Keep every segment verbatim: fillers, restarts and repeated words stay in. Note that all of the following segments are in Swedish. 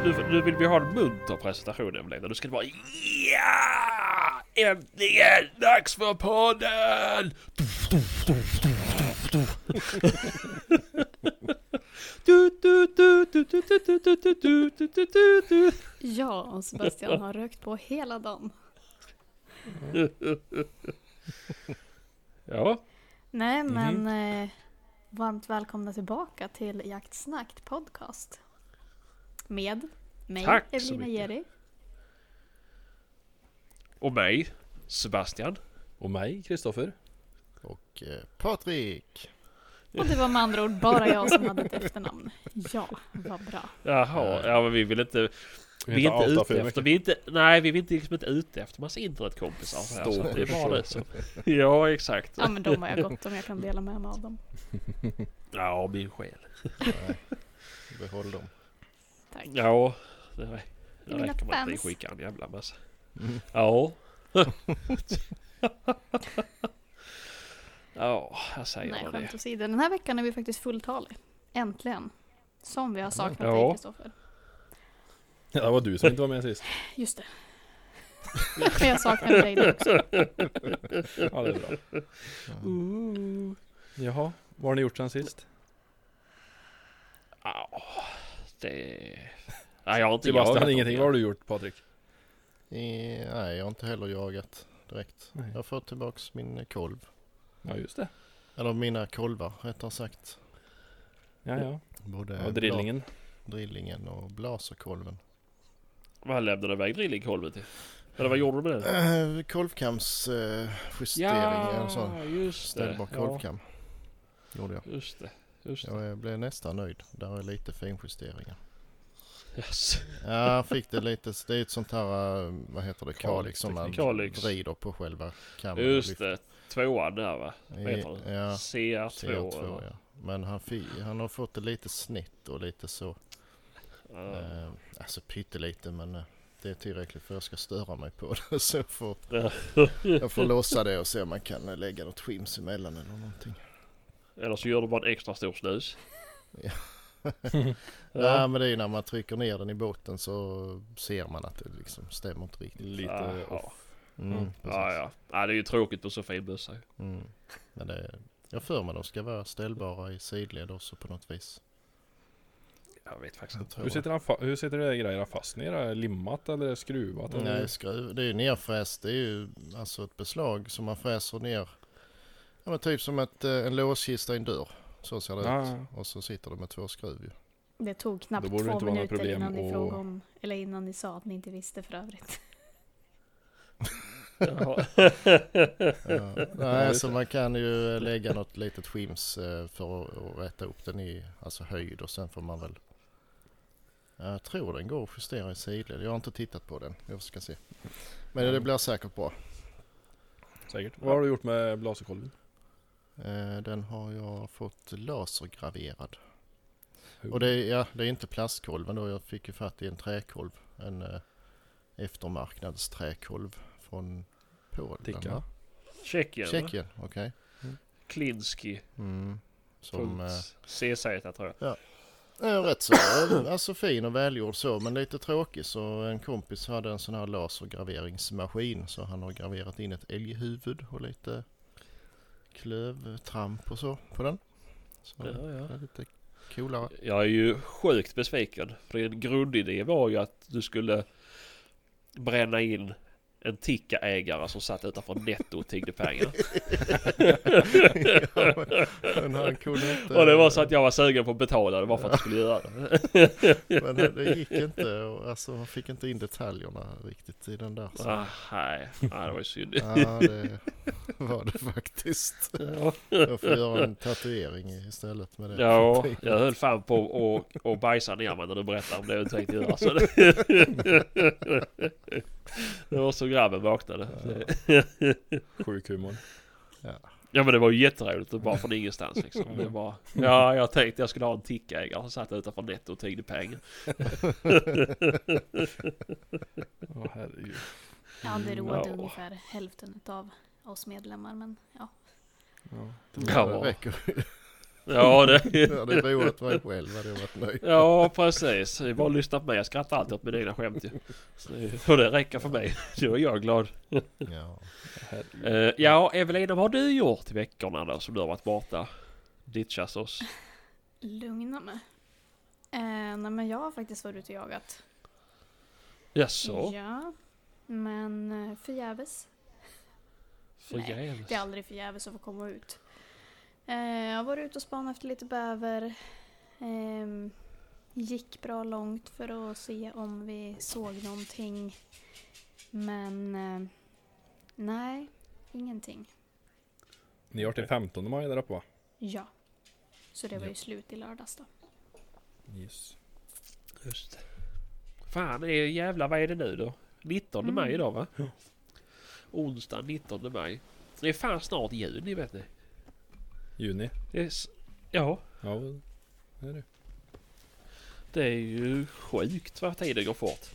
nu, nu vill vi ha en munter presentation, Evelina. Du ska vara ja! Äntligen! Dags för podden! Ja, och Sebastian har rökt på hela dagen. Ja. Nej, men eh, varmt välkomna tillbaka till Jaktsnack podcast. Med mig, Tack så Evelina mycket. Geri. Och mig, Sebastian. Och mig, Kristoffer. Och eh, Patrik. Och det var med andra ord bara jag som hade ett efternamn. Ja, vad bra. Jaha, ja men vi vill inte... Vi är inte inte outa ute för efter... mycket. Vi är inte, nej, vi är inte, liksom inte ute efter massa internetkompisar. Så här, så Stå det är för bara det så. som... Ja, exakt. Ja, men de har jag gott om jag kan dela med mig av dem. Ja, min själ. Nej, behåll dem. Tack. Ja, det, rä- det Mina räcker med att ni fans. skickar en jävla massa. Mm. Ja. Ja, jag säger Nej, bara skämt det. åsido. Den här veckan är vi faktiskt fulltalig. Äntligen. Som vi har saknat Ja. dig, Kristoffer. Ja, det var du som inte var med sist. Just det. Men jag saknade dig då också. Ja, det är bra. Uh. Jaha, vad har ni gjort sen sist? Ja, det... Nej, jag har inte Sebastian, jagat ingenting. dem. Vad har du gjort, Patrik? I, nej, jag har inte heller jagat direkt. Nej. Jag har fått tillbaks min kolv. Ja, just det. Eller mina kolvar, rättare sagt. Ja, ja. Både Och drillingen. bla- drillingen och blaserkolven. Vad lämnade iväg drillingkolven till? Eller vad gjorde du med den? Äh, kolvkamsjustering, äh, justering, en sån just det. ställbar kolvkam. Gjorde jag. Ja, just det. Just det. Jag blev nästan nöjd. Där är lite finjusteringar. Yes. Ja, jag fick det lite. Det är ett sånt här, äh, vad heter det, kalix som man Kalix. vrider på själva kammen. Just det. Tvåan där, va? Vad I, heter den? ja, C R C två. R två, ja. Men han, fi, han har fått det lite snitt och lite så. Ja. Eh, alltså pyttelite, men eh, det är tillräckligt för att jag ska störa mig på det. Så jag får, jag får låsa det och se om man kan eh, lägga något skims emellan eller någonting. Eller så gör du bara en extra stor snus. Ja. Ja. Ja, men det är när man trycker ner den i båten så ser man att det liksom stämmer inte riktigt. Lite Jaha. off. Mm, Mm. precis. Ja, ja. Ja, det är ju tråkigt på så fin bössa. Mm. Men det, jag för mig de ska vara ställbara i sidled också på något vis. Jag vet faktiskt Jag inte. tror Hur sitter, han fa- hur sitter det grejerna fast ner? Är det limmat eller skruvat? Eller? Nej, skruv, det är ju nerfräst. Det är ju alltså ett beslag som man fräser ner. Ja, men typ som ett, eh, en låskista i en dörr. Så ser det Ja. ut. Och så sitter det med två skruv ju. Det tog knappt Då borde det två inte vara något minuter problem innan ni att- frågade om, eller innan ni sa att ni inte visste för övrigt. Jaha. Ja. Nej, så man kan ju lägga något litet skims eh, för att, att rätta upp den i alltså höjd och sen får man väl. Jag tror den går att justera i sidled. Jag har inte tittat på den. Jag ska se. Men det blir säkert bra. Säkert. Vad har du gjort med blaserkolven? Eh, Den har jag fått lasergraverad. Hur? Och det är, ja, det är inte plastkolven då. Jag fick ju fatt i en träkolv. En eh, eftermarknads träkolv från Polen. Ticka. va? Tjeckien. va? Tjeckien, okej. Klinski. Mm. Som eh, C Z tror jag. är rätt så alltså fin och välgjord så, men lite tråkig. Så en kompis hade en sån här lasergraveringsmaskin. Så han har graverat in ett älghuvud och lite klövtramp och så på den. Så Ja, ja. det är lite coolare. Jag är ju sjukt besviken. För en grundidé var ju att du skulle bränna in en ticka-ägare som satt utanför Netto och tiggde pengar. Ja, men, men han kunde inte... Och det var så att jag var sugen på att betala det bara för att du skulle göra det. Men det, det gick inte. Och, alltså han fick inte in detaljerna riktigt i den där. Så. Ah, nej, nej, det var ju synd. Ja, det var det faktiskt. Ja, Jag får göra en tatuering istället med det. ja, jag höll fan på att och bajsa ner mig när du berättade om det jag tänkte göra. Så det, det var så grabben vaknade. Sjuk humor. Ja. Ja, men det var ju jätteroligt, bara från ingenstans liksom. Det var, ja, jag tänkte jag skulle ha en tickägare som satt utanför Netto och tiggde pengar. Åh, herregud. Ja, det roade Ja. ungefär hälften av oss medlemmar, men ja. Ja. Det Ja. räcker. Ja, det... Jag hade roat mig själv, hade jag varit nöjd. Ja, precis. Det är bara att lyssna på mig. Jag skrattar alltid åt mina egna skämt ju. Så, och det räcker för mig. Då är jag glad. Ja. Uh, ja, Evelina, vad har du gjort i veckorna då som du har varit borta? Ditchas oss. Lugna mig. Eh, nej men jag har faktiskt varit ute och jagat. Jaså? Ja. Men eh, förgäves. Förgäves. Det är aldrig förgäves att få komma ut. Eh, jag har varit ute och spanat efter lite bäver. Eh, gick bra långt för att se om vi såg någonting. Men eh, nej, ingenting. Ni har till femtonde maj där uppe, va? Ja. Så det var ju Ja. slut i lördags då. Yes. Just det. Fan, det är jävla, vad är det nu då? nittonde Mm. maj idag, va? Onsdag nittonde maj. Det är fan snart juni, vet ni. Juni. Det är, s- ja, Ja, det är det. det är ju sjukt vad tiden går fort.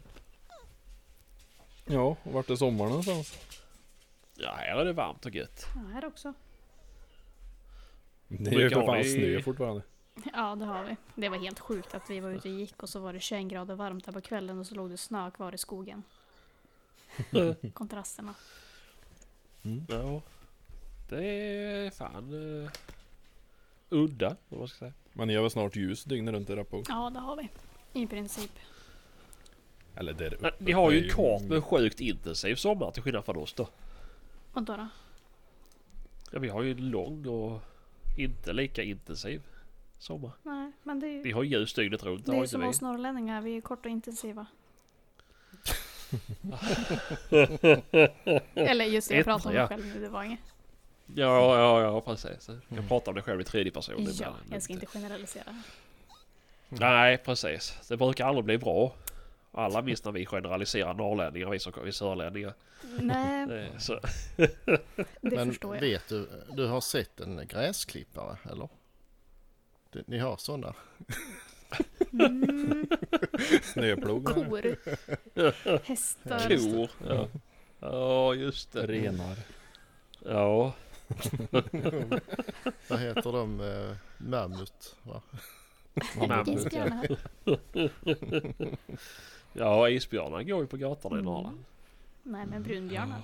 Ja, och vart är sommaren någonstans? Ja, här är det varmt och gött. Ja, här också. Det är ju Brukar för fan vi- snö fortfarande. Ja, det har vi. Det var helt sjukt att vi var ute och gick och så var det tjugoett grader varmt där på kvällen och så låg det snö kvar i skogen. Kontrasterna. Mm. Ja, det är fan uh, udda, vad man ska säga. Men ni har väl snart ljus dygnet runt där uppe? Ja, det har vi. I princip. Eller där Men uppe. ni har Det ju är en kort men sjukt intensiv sommar till skillnad från oss då. Och då då? Ja, vi har ju en lång och inte lika intensiv sommar. Nej, men det är Vi ju, har ljus dygnet runt, det har är ju inte som vi. oss norrlänningar. Vi är korta och intensiva. Eller just det, jag pratar om mig Ja. själv nu. Det var inget. Ja, ja, ja, precis. Jag Mm. pratar om dig själv i tredje person. Ja, ibland. jag ska inte generalisera. Nej, precis. Det brukar aldrig bli bra. Alla minns när vi generaliserar norrlänningar, vi som är sörlänningar. Nej, Det är Så, det Men förstår jag. vet du, du har sett en gräsklippare, eller? Du, ni har sådana? Mm, Snöplog. kor. Hästar. kor. Ja. Ja, just det. Renar. Ja. Vad heter de? Eh, mammut, va? Mammut. Isbjörnar. Ja, isbjörnar går ju på gatorna i Mm. Norrland. Nej, men brunbjörnar.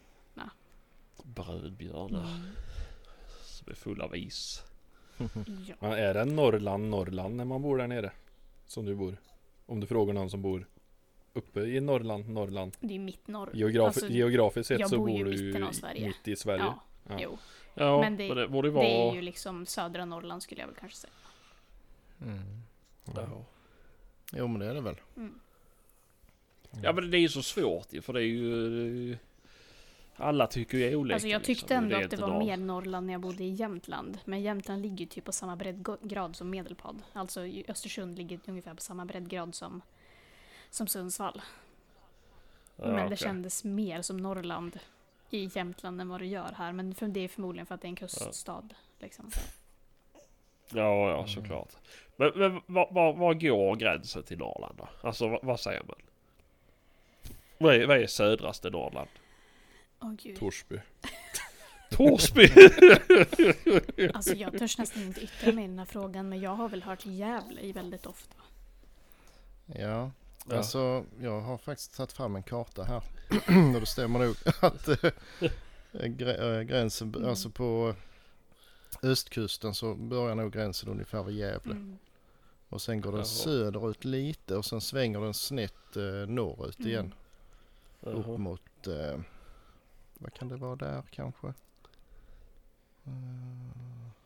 Brunbjörnar som är fulla av is. Ja. Men är det Norrland, Norrland när man bor där nere? Som du bor? Om du frågar någon som bor uppe i Norrland, Norrland. Det är mitt norr. Geografi- Alltså, geografiskt sett jag så bor ju bor i du mitten av i- Sverige. mitt i Sverige. Ja, Ja. jo. Ja, Men men det- det, borde Det vara... är ju liksom södra Norrland skulle jag väl kanske säga. Mm. Ja. Jo, men det är det väl. Mm. ja, men det är ju så svårt ju, för det är ju... Alla tycker ju olika. Alltså jag tyckte liksom. ändå är att det inte var norr. mer Norrland när jag bodde i Jämtland. Men Jämtland ligger ju typ på samma breddgrad som Medelpad. Alltså i Östersund ligger ungefär på samma breddgrad som, som Sundsvall. Ja, Men det okej. kändes mer som Norrland i Jämtland än vad det gör här. Men för det är förmodligen för att det är en kuststad. Liksom. Ja, ja, såklart. Men, men var, var, var går gränsen till Norrland då? Alltså, vad, vad säger man? Vad är, vad är södraste Norrland? Åh gud. Torsby. Torsby! Alltså jag törs nästan inte yttra mig i den här frågan. Men jag har väl hört Gävle i väldigt ofta. Ja, Ja. alltså jag har faktiskt tagit fram en karta här. Och det stämmer nog att äh, grä, äh, gränsen, Mm. alltså på östkusten så börjar nog gränsen ungefär vid Gävle. Mm. Och sen går den Jaha. söderut lite och sen svänger den snett äh, norrut Mm. igen. Upp Jaha. mot, äh, vad kan det vara där kanske? Uh,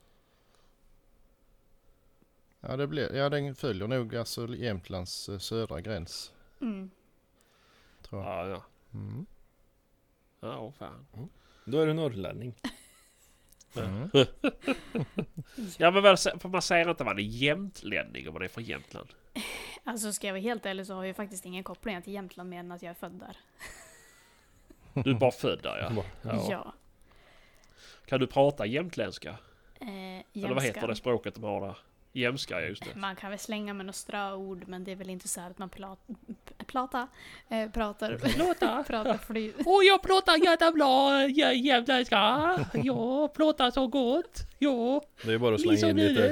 ja, det blir, ja, den följer nog alltså Jämtlands äh, södra gräns. Mm. Tror jag. Ja, ja. Mm. Ja, åh fan. Då är du norrlänning. Mm. Ja, men väl, får man säger inte att man är jämtlänning om man är från Jämtland? Alltså ska jag vara helt ärlig så har jag faktiskt ingen koppling till Jämtland mer än att jag är född där. Du är bara född där, ja. Bara, Ja. Ja. Kan du prata jämtländska? Eh, Eller vad heter det språket de har där? Jämska, ja, just det. Man kan väl slänga med några ströord men det är väl inte så här att man pla- p- plata. Eh, pratar, Plåta. pratar fly. Åh, jag plåtar jättebra, jag jävla ska. Jag plåtar så gott. Ja, Det är bara att slänga in lite.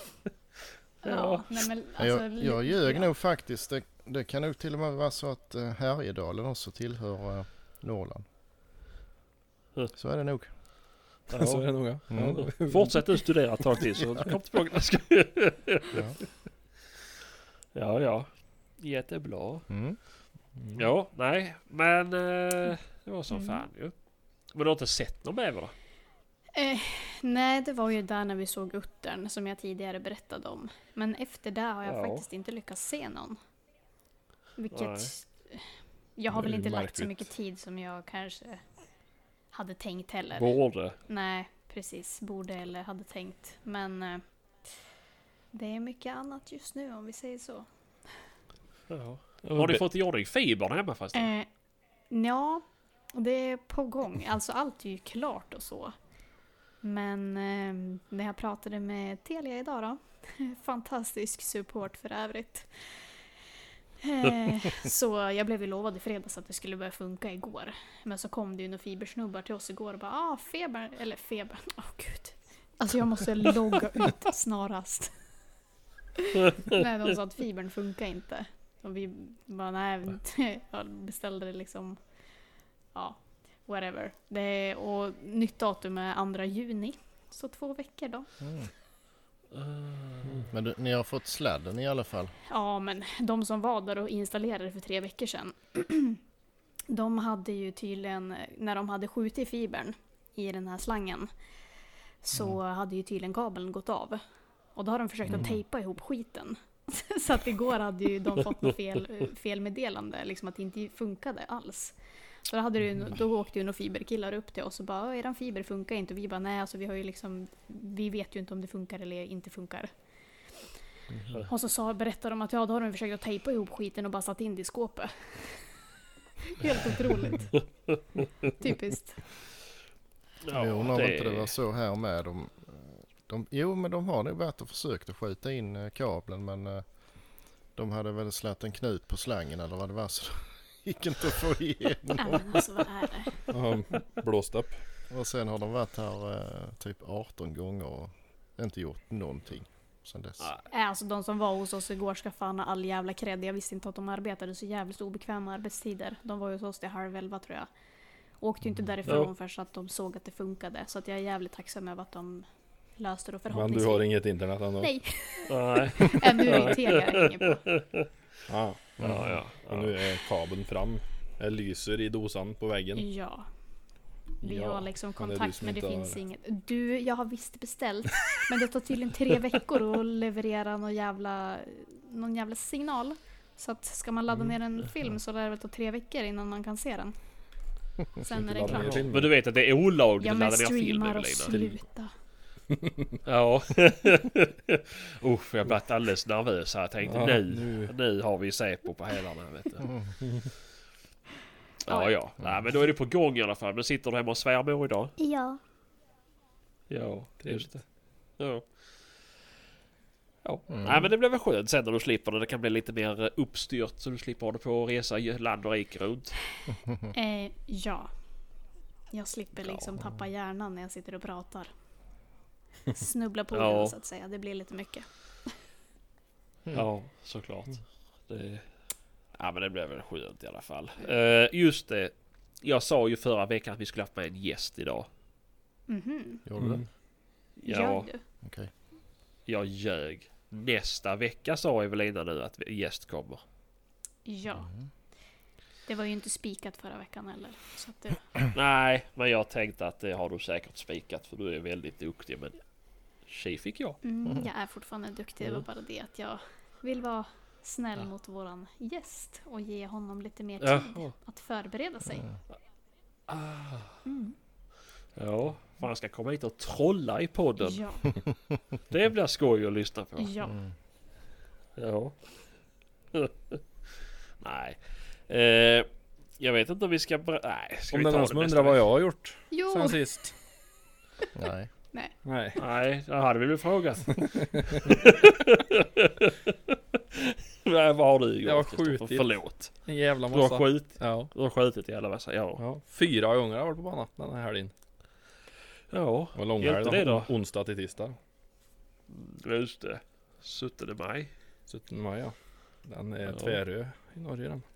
Ja, nej men alltså, jag, jag ljög ja. nog faktiskt. Det, det kan nog till och med vara så att uh, Härjedalen också tillhör uh, Norrland. Mm. Så är det nog. Ja. Så är det nog, ja. Mm. Ja. Fortsätt du studera ett tag till så kom tillbaka. Ja. Ja, ja. Jättebra. Mm. Ja, nej. Men eh, det var som Mm. fan ju. Men du har inte sett någon bäver då? Eh, nej, det var ju där när vi såg uttern som jag tidigare berättade om. Men efter det har jag Ja. faktiskt inte lyckats se någon. Vilket... Nej. Jag har Det är väl ju inte lagt så märkligt. mycket tid som jag kanske hade tänkt heller. Borde. Nej, precis. Borde eller hade tänkt. Men eh, det är mycket annat just nu om vi säger så. Ja. Har ni fått i ordning fibern hemma fast? Eh, ja, det är på gång. Alltså allt är ju klart och så. Men eh, när jag pratade med Telia idag då. Fantastisk support för övrigt. Eh, så jag blev ju lovad i fredags att det skulle börja funka igår. Men så kom det ju några fibersnubbar till oss igår och bara ah, feber, eller feber, åh oh, gud. Alltså jag måste logga ut snarast. Nej, de sa att fibern funkar inte. Och vi bara nej, jag beställde det liksom, ja, whatever. Det är, och nytt datum är andra juni. Så två veckor då. Mm. Uh, Men du, ni har fått sladden i alla fall. Ja, men de som var där och installerade för tre veckor sedan. De hade ju tydligen, när de hade skjutit fibern i den här slangen. Så Mm. hade ju tydligen kabeln gått av. Och då har de försökt Mm. att tejpa ihop skiten. Så att igår hade ju de fått något fel, felmeddelande. Liksom att det inte funkade alls. Så då, hade det ju, då åkte ju några fiberkillar upp till oss och bara eran fiber funkar inte. Och vi bara nej, alltså vi har ju liksom, vi vet ju inte om det funkar eller inte funkar. Mm. Och så sa, berättade de att ja, då har de försökt att tejpa ihop skiten och bara satt in det i skåpet. Helt otroligt. Typiskt. ja, jag undrar om det- inte det var så här med dem. De, jo, men de har nog varit och försökt att skjuta in eh, kabeln, men eh, de hade väl slagit en knut på slangen eller vad det var, så det gick inte att få igenom. Nej, men alltså vad är det? Ja, blåst upp. Och sen har de varit här eh, typ arton gånger och inte gjort någonting sen dess. Nej. Nej, alltså de som var hos oss igår ska fan ha all jävla cred. Jag visste inte att de arbetade så jävligt obekväma arbetstider. De var ju hos oss till halv elva tror jag. Åkte ju inte därifrån Ja. för så att de såg att det funkade. Så att jag är jävligt tacksam över att de löste det Men förhoppningsvis. du har inget internet ändå? Nej, Nej. ännu är det Telia jag hänger på. Ja. Ja, ja. Och nu är kabeln fram. Det lyser i dosan på väggen. Ja. Vi Ja, har liksom men det är du kontakt som men det inte finns har- inget. Du, jag har visst beställt. Men det tar tydligen tre veckor att leverera någon jävla, någon jävla signal. Så att ska man ladda ner en film så lär det väl ta tre veckor innan man kan se den. Sen är det ladda ner klart. film. Men du vet att det är olagligt Ja att men ladda ner film, streamar och Evelina. sluta. Ja. Usch, jag blev alldeles nervös här. Jag tänkte Ja, nu, nu. nu har vi Säpo på hälarna, vet du. Mm. Ja, ja. Nej, men då är det på gång i alla fall. Men sitter du hemma hos svärmor idag? Ja. Ja, just det. Ja. Ja. Mm. Nej, men det blir väl skönt sen när du slipper det. Det kan bli lite mer eh, uppstyrt så du slipper hålla på och resa i land och rike runt. Eh, ja. Jag slipper Ja. liksom tappa hjärnan när jag sitter och pratar. Snubbla på Ja. den så att säga. Det blir lite mycket. Ja, såklart. Det... Ja, men det blev väl skönt i alla fall. Uh, just det. Jag sa ju förra veckan att vi skulle haft med en gäst idag. Mhm. Gjorde du Mm. det? Ja, Gör du? Okej. jag ljög. Nästa vecka sa Evelina nu att gäst kommer. Ja. Mm. Det var ju inte spikat förra veckan heller. Så att det... Nej, men jag tänkte att det har du säkert spikat för du är väldigt duktig. Men tjej fick jag. Mm, jag är fortfarande duktig. Det var bara det att jag vill vara snäll Ja. mot våran gäst och ge honom lite mer Ja. tid att förbereda sig. Mm. Ah. Mm. Ja, för han ska komma hit och trolla i podden. Ja, Det blir skoj att lyssna på. ja. Mm. Ja. Nej. Eh, jag vet inte om vi ska... Bra- Nej, ska Om vi det är ta någon som nästa undrar vad vecka? jag har gjort Jo, sen sist. Nej. Nej. Nej, det hade vi väl frågat. Nej, vad har du gjort? Jag har Kristoffer? skjutit. Förlåt. En jävla Du har massa. skjutit. Ja. Du har skjutit i alla massa. Ja. ja. Fyra gånger har jag varit på banan den här helgen. Ja. Det var långhelg Hjälpte det då. då? Onsdag till tisdag. Just det. sjuttonde maj. sjuttonde maj ja. Den är Ja. Tvärö i Norge den.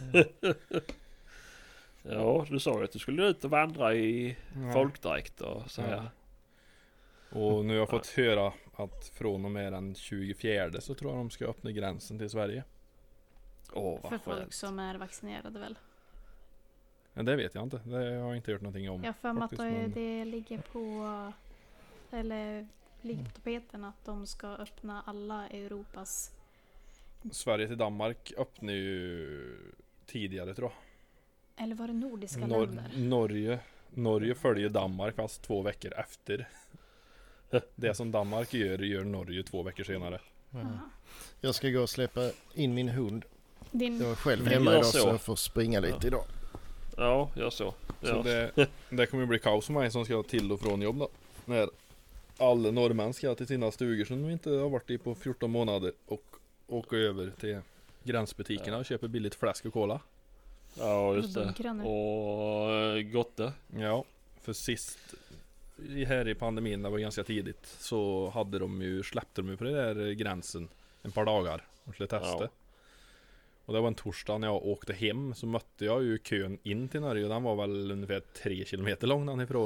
Ja, du sa ju att du skulle ut och vandra i Ja. folkdräkt och så här. Ja. Och nu har jag fått höra att från och med den tjugofjärde så tror jag de ska öppna gränsen till Sverige. Åh, För vad folk skönt. som är vaccinerade väl? Men det vet jag inte. Det har jag inte hört någonting om. Jag för mig att faktiskt, men- det ligger på eller ligger på tapeten att de ska öppna alla Europas. Sverige till Danmark öppnar ju tidigare tror jag. Eller var det nordiska Nor- länder? Norge, Norge följer Danmark fast två veckor efter. Det som Danmark gör, gör Norge två veckor senare. Ja. Aha. Jag ska gå och släppa in min hund. Din... Jag är själv Men hemma gör idag så. så jag får springa lite Ja. idag. Ja, gör så. Så Ja. det, det kommer bli kaos för mig som ska till och från jobb då. När alla norrmän ska till sina stugor som de inte har varit i på fjorton månader och åka över till gränsbutikerna och köpa billigt fläsk och cola. Ja, just det. Bunkrarna. Och äh, Gotte. Ja, för sist i- här i pandemin, det var ganska tidigt, så hade de ju, släppte de ju på det där gränsen en par dagar och skulle testa. Ja. Och det var en torsdag när jag åkte hem så mötte jag ju kön in till Norge och den var väl ungefär tre kilometer lång den ifrån,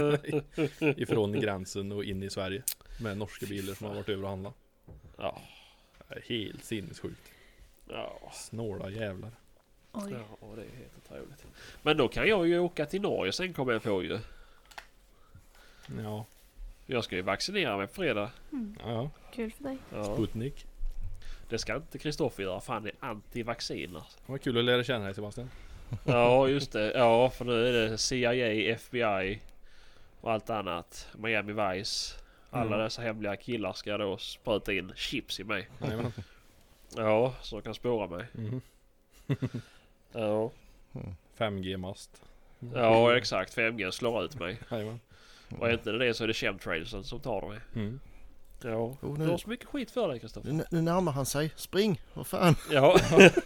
ifrån gränsen och in i Sverige med norska bilar som har varit över och handlat. Ja. Det är helt sinnessjukt. Ja. Snåla jävlar. Oj. Ja, det är helt otroligt. Men då kan jag ju åka till Norge sen kommer jag på ju. Ja, Jag ska ju vaccinera mig på fredag. Mm. ja, ja. Kul för dig. Ja. Sputnik. Det ska inte Kristoffer göra, för han är anti-vacciner. Det var kul att lära känna dig Sebastian. Ja, just det. Ja, för nu är det C I A, F B I och allt annat. Miami Vice. Alla Mm. dessa hemliga killar ska då spruta in chips i mig. Jajamän. Ja, så de kan spåra mig. Mhm. Ja, fem G-mast. ja exakt. fem G slår ut mig. Jajamän. Och är inte det så är det chemtrailsen som tar mig. Mm. Ja, Oh, du nu, har så mycket skit för dig Kristoffer. nu, nu närmar han sig. Spring! Vad fan? Ja.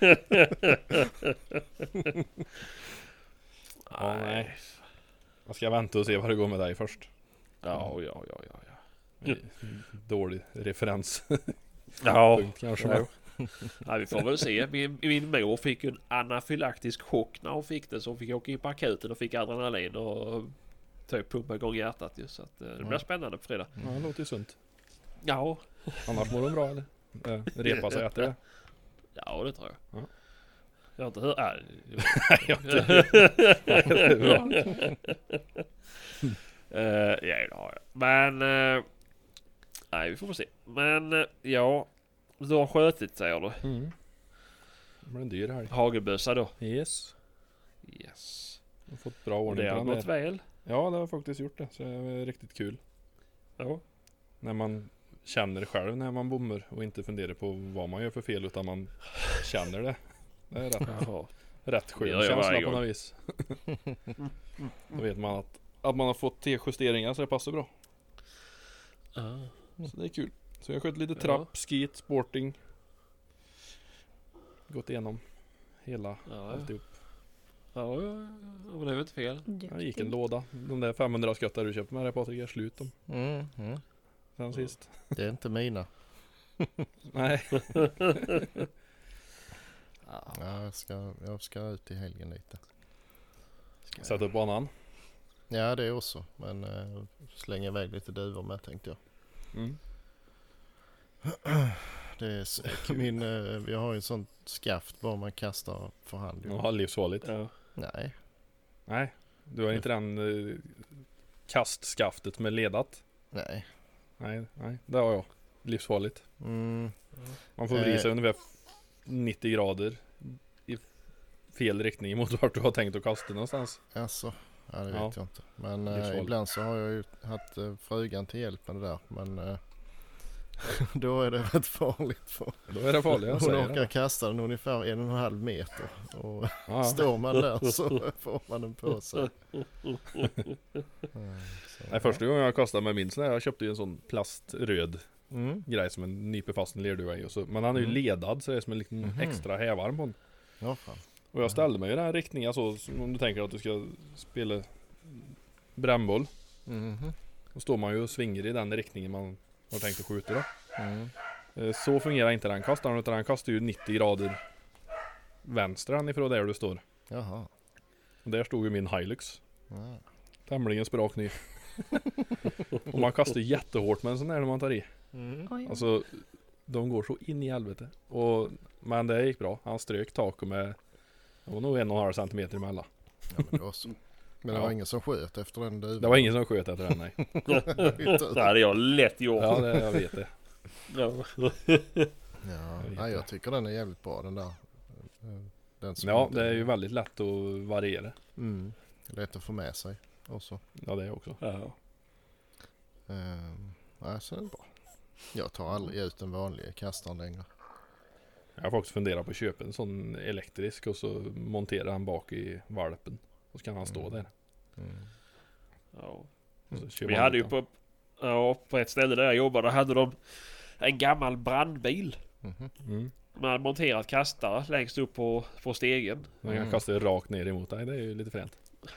Ja, nej. Jag ska vänta och se vad det går med dig först. Ja, ja, ja, ja. ja. Dålig referens. Ja, Punkt kanske. ja. Ja, vi får väl se. Min, min mor fick ju en anafylaktisk chock när hon fick det. Så hon fick åka in på akuten och fick adrenalin och typ pumpa igång hjärtat. Just, så att, eh, det blir Ja. spännande på fredag. Ja, det låter ju sunt. Ja, Annars mår de bra eller? Äh, repa sig äter det. ja det tror jag. Ja. Jag har inte hört... Äh, Nej, jag har inte Ja, okej. uh, ja, det har jag. Men... Uh, nej, vi får väl se. Men uh, ja, du har skjutit säger du. Mm. Det blir en dyr helg. Hagelbössa då. Yes. Yes. Jag har fått bra Och ordning det på har den gått där. väl. Ja, det har faktiskt gjort det. Så det är riktigt kul. Ja. När man känner själv när man bommar och inte funderar på vad man gör för fel utan man känner det. Det är rätt, Ja. rätt Det skön gör jag känsla varje på gång. något vis. Då vet man att, att man har fått till justeringar så det passar bra. Ah. Så det är kul. Så jag har skött lite Ja. trapp, skit, sporting. Gått igenom hela Ja, ja. alltihop. Ja, ja, ja, men det är väl inte fel. Jag gick en Duktig. låda. De där femhundra skottar du köpte med dig Patrik är slut om. Mm, mm. Sen sist. Det är inte mina. Nej. Ja, jag, ska, jag ska ut i helgen lite. Ska Sätt upp banan. Ja, det är också. Men uh, slänga iväg lite duvor med tänkte jag. Mm. Det är s- min, uh, vi har ju en sån skaft bara man kastar för hand. Ja, livsfarligt. Ja. Nej, Nej. Du har inte den uh, kastskaftet med ledat. nej. Nej, nej. Det har jag. Livsfarligt. Mm, Man får vrida sig Eh. ungefär nittio grader i fel riktning mot vart du har tänkt att kasta någonstans. alltså, ja, det vet Ja. jag inte. Men Det är uh, farligt. ibland så har jag ju haft uh, frugan till hjälp med det där. Men uh, då är det rätt farligt. För Då är det farligt, jag hon säger orkar det. kasta den ungefär en och en halv meter. Och Ja. står man där så får man den på sig. Mm, så. Nej, första gången jag kastade med min sån här, jag köpte ju en sån plaströd Mm. grej som en nyper fast en lerduva i. Och så, men han är ju Mm. ledad så det är som en liten Mhm. extra hävarm på den. Ja, fan. Och jag ställde mig i den här riktningen så som om du tänker att du ska spela brännboll. Mhm. Då står man ju och svingar i den riktningen man har tänkt att skjuta då. Mm. Eh, Så fungerar inte den kastaren, utan den kastar ju nittio grader vänster ifrån där du står. Jaha. Och där stod ju min Hilux. Ja. Tämligen sprak ny. Och man kastar jättehårt med en sån där när man tar i. Mm. Oj. Alltså, de går så in i helvete. Och, men det gick bra. Han strök taket med, det var nog en och en halv centimeter emellan. Ja, men det var så. Men det Ja. var ingen som sköt efter den duvan. Det var ingen som sköt efter den, nej. Det hade jag lätt gjort. Ja, det, jag vet det. Ja. Ja, vet nej, det. jag tycker den är jävligt bra den där. Den som Ja, inte- det är ju väldigt lätt att variera. Mm. Lätt att få med sig också. Ja, det är också. Ja. Ehm, nej, så är det bra. Jag tar aldrig ut en vanlig kastare längre. Jag har faktiskt funderat på att köpa en sån elektrisk och så monterar han bak i valpen. Och så kan han stå Mm. där. Mm. Ja. Och så kör Vi man hade ju ut den. på, ja, på ett ställe där jag jobbade hade de en gammal brandbil. Mhm. Mm. Man hade monterat kastare längst upp på, på stegen. Man kan Mm. kasta det rakt ner emot dig. Det är ju lite fränt.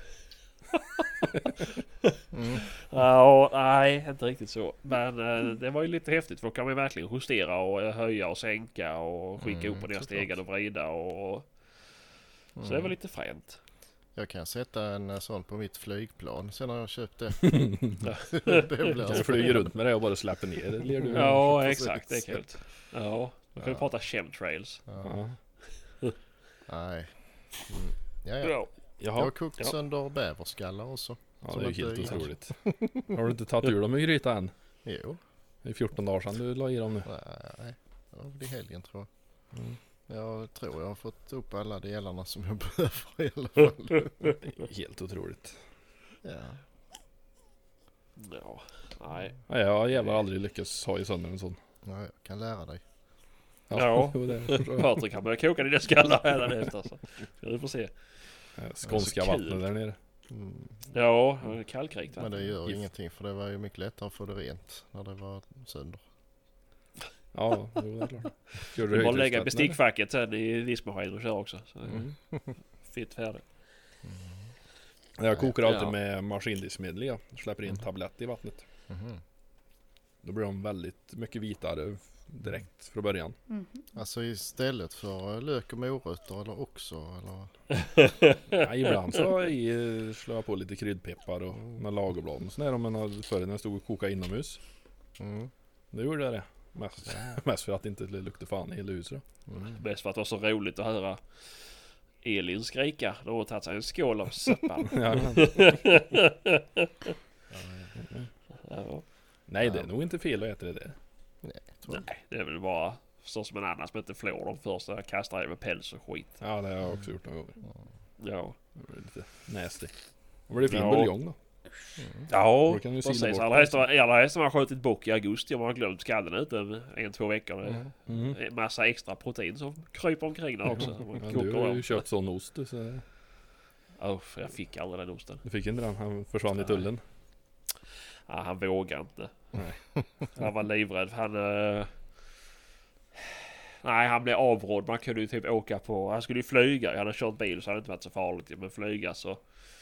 Mm. Ja, nej, inte riktigt så. Men eh, det var ju lite häftigt för då kan man verkligen justera och eh, höja och sänka och skicka Mm, upp och ner såklart. stegen och vrida och... Så det Mm. var lite fränt. Jag kan sätta en eh, sån på mitt flygplan sen har jag köpt det. det blir Kan du flyga runt med det och bara släppa ner det? Ler du? Ja, precis. exakt. Det är kul. Ja, då kan vi Ja. prata chemtrails. Ja. Ja. Nej. Mm. Ja, ja. Ja. Jag Jaha. har kokt Ja. sönder bäverskallar också. Ja, Som det är ju inte helt gick. otroligt. Har du inte tagit ur dem i gryta än? Jo. Det är fjorton dagar sedan du la i dem nu. Nej. Det var väl i helgen tror jag. Mm. Jag tror jag har fått upp alla delarna som jag behöver i alla fall. Helt otroligt. Ja. Ja, nej. Nej, jag har jävlar aldrig lyckats ha i sönder en sån. Ja, jag kan lära dig. Ja. jo, det förstår jag. Patrik kan börja koka dina skallar här efter. Så. Vi får se. Eh, Skånska Så kul. vattnet där nere. Mm. Ja, kallkrigt. Men det gör Gift. ingenting för det var ju mycket lättare att få det rent när det var sönder. Ja, jo, det är klart. Gör Du bara lägga högtrycksvatten, bestickfacket sen i diskmaskinen och köra också. Så eller? Mm. Fitt färdigt. Jag kokar alltid Ja. med maskindiskmedel. Jag släpper in Mm. tablett i vattnet. Mhm. Då blir de väldigt mycket vitare direkt från början. Mhm. Alltså istället för eh, lök och morötter eller också eller? Ja, ibland så i, eh, slår jag på lite kryddpeppar och med lagerblad och sådär. Men har- förr när jag stod och kokade inomhus. Mm. Då gjorde jag det. Mest, mest för att det inte lukta fan i hela huset då. Mm. Mest för att det var så roligt att höra Elin skrika. Då har hon tagit sig en skål av soppan. Ja, Ja. nej, det är nog inte fel att äta det där. Nej, jag tror inte. Nej, det är väl bara så som en annan som inte flår dem först. Jag kastar över päls och skit. Ja, det har jag också gjort några gånger. Ja, Det blir lite nasty. Då blir det fin Ja. buljong då. Mm. ja Då kan du sila precis. bort Alla det. hästar, alla hästar har skjutit bock i augusti. Om man har glömt skallen ute en, en, två veckor. Det Mm. Mm. är massa extra protein som kryper omkring där också. Man Men kokar du har ju dem. köpt sån ost du, så Oh, jag fick aldrig den osten. du fick inte den, han försvann i Nej. tullen. Ja, han vågar inte. Nej. Han var livrädd. Han... eh, Nej, han blev avrådd. Man kunde ju typ åka på... Han skulle ju flyga. Jag hade kört bil så hade det inte varit så farligt. Men flyga så...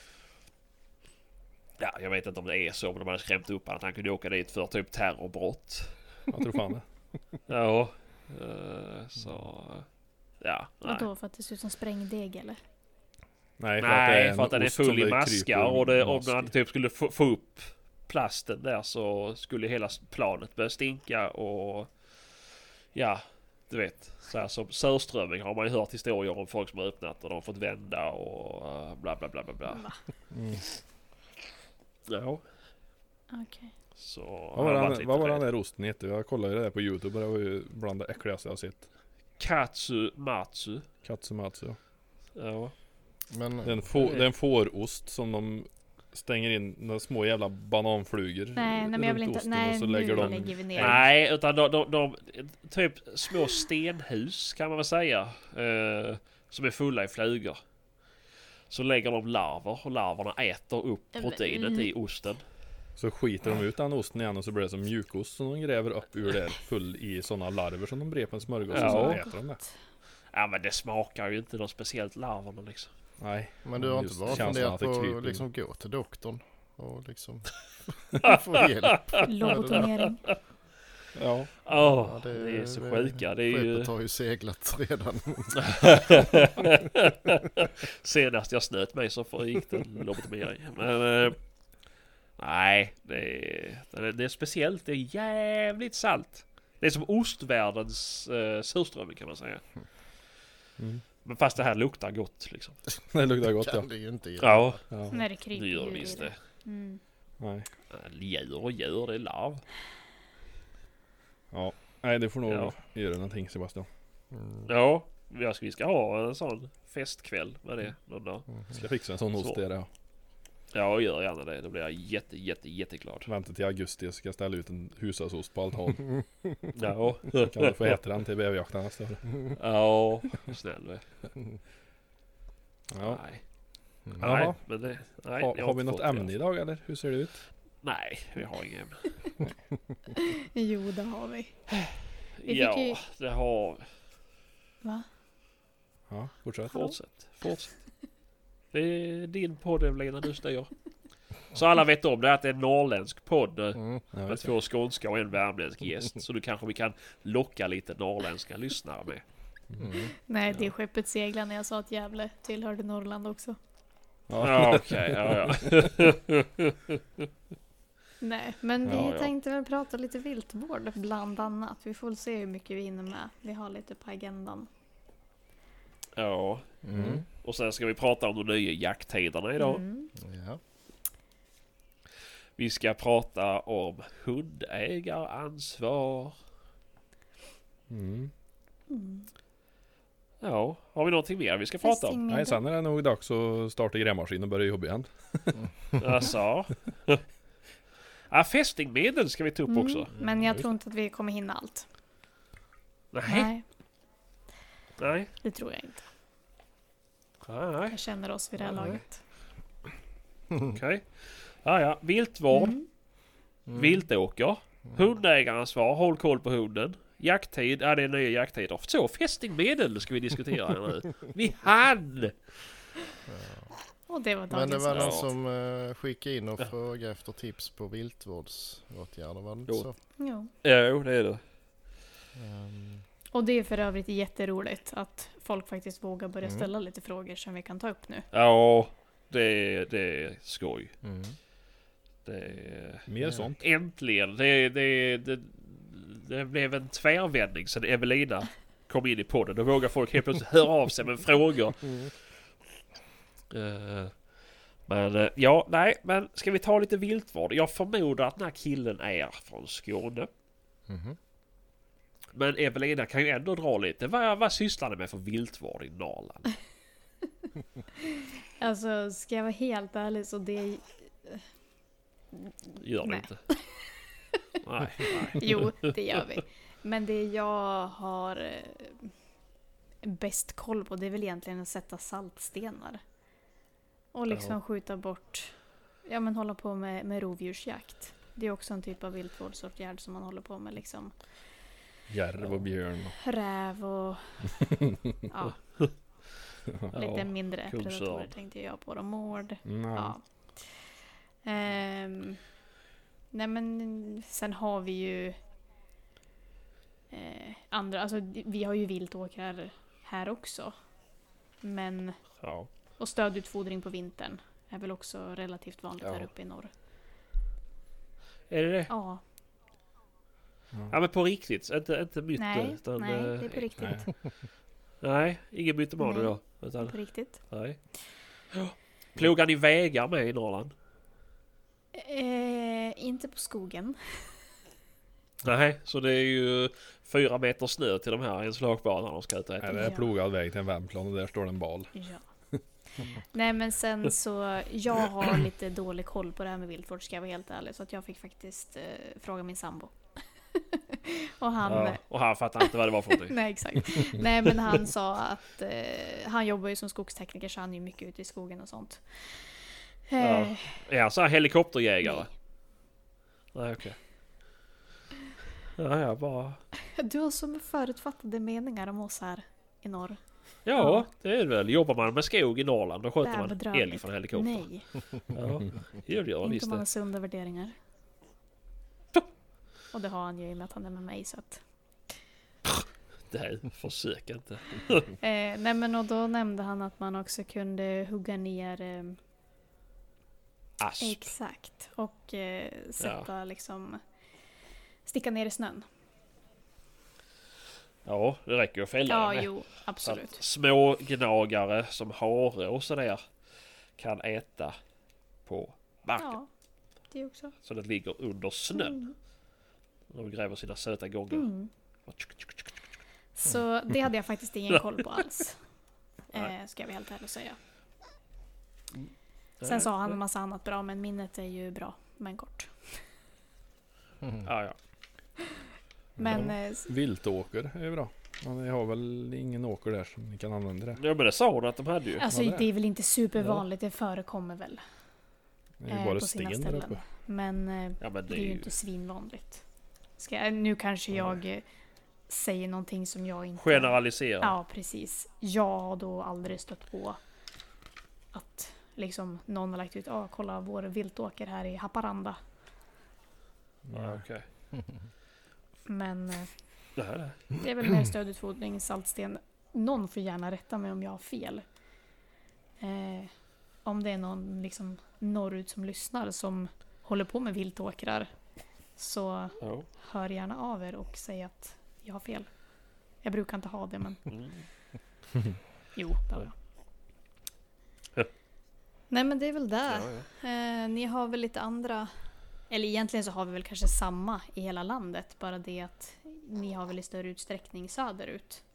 Ja, jag vet inte om det är så. Men de hade skrämt upp att han kunde åka dit för typ terrorbrott. Jag tror fan det. Ja. eh, Så... Ja, nej. Vadå, för att det ser ut som sprängdeg eller? Nej, Nej, för en att den är ost som full i det maskar. kryper Och det, om mask i. man typ skulle få, få upp plasten där så skulle hela planet börja stinka och... Ja, du vet. Så här som surströmming har man ju hört historier om folk som har öppnat och de har fått vända och uh, bla bla bla bla bla. Va? Mm. Ja, Okej. så... Vad var, har varit den, lite vad var den rädd. där osten hette? Jag kollade ju det där på YouTube och det var ju bland det äckligaste jag har sett. Katsu Matsu. Katsumatsu. Ja. Ja. Men Det är en, få, det är en fårost som de stänger in några små jävla bananflugor Nej, nej men jag vill runt inte... osten Nej, och så nu lägger de... lägger vi ner. Nej, utan de, de, de... Typ små stenhus kan man väl säga. Eh, som är fulla i flugor. Så lägger de larver och larverna äter upp Men- proteinet i osten. Så skiter de ut den osten igen och så blir det som mjukost som de gräver upp ur där full i sådana larver som de brer på en smörgås Ja. och så äter de det. Ja, men det smakar ju inte något speciellt larverna liksom. Nej. Men du har inte Just bara känslan funderat att det på kryper. att liksom gå till doktorn och liksom få hjälp? Lobotomering. Ja. Åh, Ja, det, det- är så det- sjuka. Det är ju... Skeppet har ju seglat redan. Senast jag snöt mig så för gick det lobotomering. Men eh, nej, det är, det är, det är speciellt. Det är jävligt salt. Det är som ostvärldens eh, surströmming kan man säga. Mm. Men fast det här luktar gott liksom. Det luktar gott, ja. Kan det ju inte göra. Ja, ja. När det kryper det gör djur i visst det. det. Mm. Nej. Djur och djur, det är larv. Ja. Nej, det får nog Ja. göra någonting, Sebastian. Mm. Ja, vi ska, vi ska ha en sån festkväll med det någon dag. Ska fixa en sån ost Så. där, ja. Ja, gör gärna det. Då blir jag jätte, jätte, jätteglad. Vänta till augusti och ska ställa ut en hushållsost på altan. Ja, Kan du få äta den till bäverjakten nästa år? ja, snäll du. Ja. Nej. Mm. Jaha. Nej, men det, nej, Ha, jag har vi inte något fått det. ämne idag eller? Hur ser det ut? Nej, vi har inget ämne. Jo, det har vi. Vi fick Ja, ju- det har... Va? Ja, fortsätt. Fortsätt, fortsätt. Det är din podd, Evelina, du styr. Så alla vet om det, att det är en norrländsk podd eh, Mm. Ja, med vet jag. två skånska och en värmländsk gäst. Så du kanske vi kan locka lite norrländska lyssnare med. Mm. Nej, det är skeppet seglar när jag sa att Gävle tillhörde Norrland också. Ja, okej, ja, ja. Nej, men vi Ja, ja. tänkte väl prata lite viltvård bland annat. Vi får väl se hur mycket vi hinner med. Vi har lite på agendan. Ja, Mm. och sen ska vi prata om de nya jakttiderna idag. Mm. Ja. Vi ska prata om hundägaransvar. Mm. Mm. Ja, har vi någonting mer vi ska prata om? Fästingmedel. Nej, sen är det nog dags att starta grävmaskinen och börja jobba igen. Alltså. Ja, fästingmedel ska vi ta upp Mm, också. Men jag just tror inte att vi kommer hinna allt. Nej, Nej, nej, det tror jag inte. nej, Jag känner oss vid det här Nej. laget. okej. Ja, ja, viltvård, Mm. Mm. viltåker, hundägaransvar, håll koll på hunden. Jakttid, ja det är nya jakttider. Så, fästingmedel ska vi diskutera här nu. Vi hann! Och det var Men det dagens var någon avsnitt. som uh, skickade in och Ja. frågade efter tips på viltvårdsåtgärder, var det inte Jo. så? Jo. Jo, det är det. Um, Och det är för övrigt jätteroligt att folk faktiskt vågar börja Mm. ställa lite frågor som vi kan ta upp nu. Ja, det, det är skoj. mm. Det är... Mer Ja. sånt. Äntligen! Det, det, det, det blev en tvärvändning sen Evelina kom in i podden. Då vågar folk helt plötsligt höra av sig med frågor. Mm. Eh, men eh, ja, nej, men ska vi ta lite viltvård? Jag förmodar att den här killen är från Skåne. Mhm. Men Evelina kan ju ändå dra lite. Vad, vad sysslar ni med för viltvård i Norrland? Alltså, ska jag vara helt ärlig så det... Gör ni Nej. inte? Nej, nej. Jo, det gör vi. Men det jag har eh, bäst koll på det är väl egentligen att sätta saltstenar. Och liksom Ja. skjuta bort, ja men hålla på med, med rovdjursjakt. Det är också en typ av viltvårdsåtgärd som man håller på med liksom. Järv och björn. Räv och ja, lite Ja, mindre kungsörn. predatorer tänkte jag på. Och mård. Mm, ja. Ja. Ehm, nej men sen har vi ju eh, andra, alltså vi har ju viltåkrar här också. Men, ja. och stödutfodring på vintern är väl också relativt vanligt Ja. här uppe i norr. Är det det? Ja, Ja, men på riktigt. Inte, inte myt. nej, utan, nej, eh, det är på riktigt. Nej. Nej, ingen mytoman Nej. då. Det är Utan, på riktigt. nej. Plogar ni vägar med i Norrland? Eh, inte på skogen. Nej, så det är ju fyra meter snö till de här i en slagbana de ska ut och äta. Nej, det är Ja. plogad väg till en vändplan och där står det en bal. Ja. Nej men sen så, jag har lite dålig koll på det här med viltvård ska jag vara helt ärlig. Så att jag fick faktiskt eh, fråga min sambo. och han... Ja, och han fattar inte vad det var för någonting. Nej exakt. Nej men han sa att eh, han jobbar ju som skogstekniker så han är ju mycket ute i skogen och sånt. Eh, Ja. Är han så här helikopterjägare? Nej, okej. Ja, jag bara... Du har så förutfattade meningar om oss här i norr. Ja, Ja. det är det väl. Jobbar man med skog i Norrland, då Det skjuter är man bedrövligt. älg från helikopter. Nej, Ja, det gör man inte visst om man har det. sunda värderingar. Och det har han ju i och med att han är med mig så att... Nej, försök inte. Eh, nej men och då nämnde han att man också kunde hugga ner... Eh, Asp. exakt. Och eh, sätta liksom... Sticka ner i snön. Ja, det räcker ju att fälla Ja, den med. jo, Så absolut. att små gnagare som hare och sådär kan äta på marken. Ja, det också. Så det ligger under snön. Mm. De gräver sina söta gångar. Mm. Så det hade jag faktiskt ingen koll på alls. Eh, ska jag väl helt ärligt säga. Sen sa han en massa annat bra, men minnet är ju bra, men kort. Ja, ja. Men Ja. eh, Viltåker är ju bra. Men jag har väl ingen åker där som ni kan använda det. Ja, men det sa hon att de hade ju. alltså Ja, det är. det är väl inte supervanligt, det förekommer väl Det är ju eh, bara på sina sten där ställen. uppe. Men eh, Ja, men det är ju inte svinvanligt. Ska jag, nu kanske jag eh, säger någonting som jag inte... Generalisera. Ja, precis. Jag har då aldrig stött på att liksom någon har lagt ut, ja, kolla vår viltåker här i Haparanda. Ja, okej. Men eh, Det här är det är väl mer stödutfodring, saltsten. Någon får gärna rätta mig om jag har fel. Eh, om det är någon liksom norrut som lyssnar som håller på med viltåkrar, så Ja. hör gärna av er och säg att jag har fel. Jag brukar inte ha det, men Mm. jo, det har jag. Ja. Nej, men det är väl det. Ja, ja. Eh, ni har väl lite andra, eller egentligen så har vi väl kanske samma i hela landet, bara det att ni har väl i större utsträckning söderut.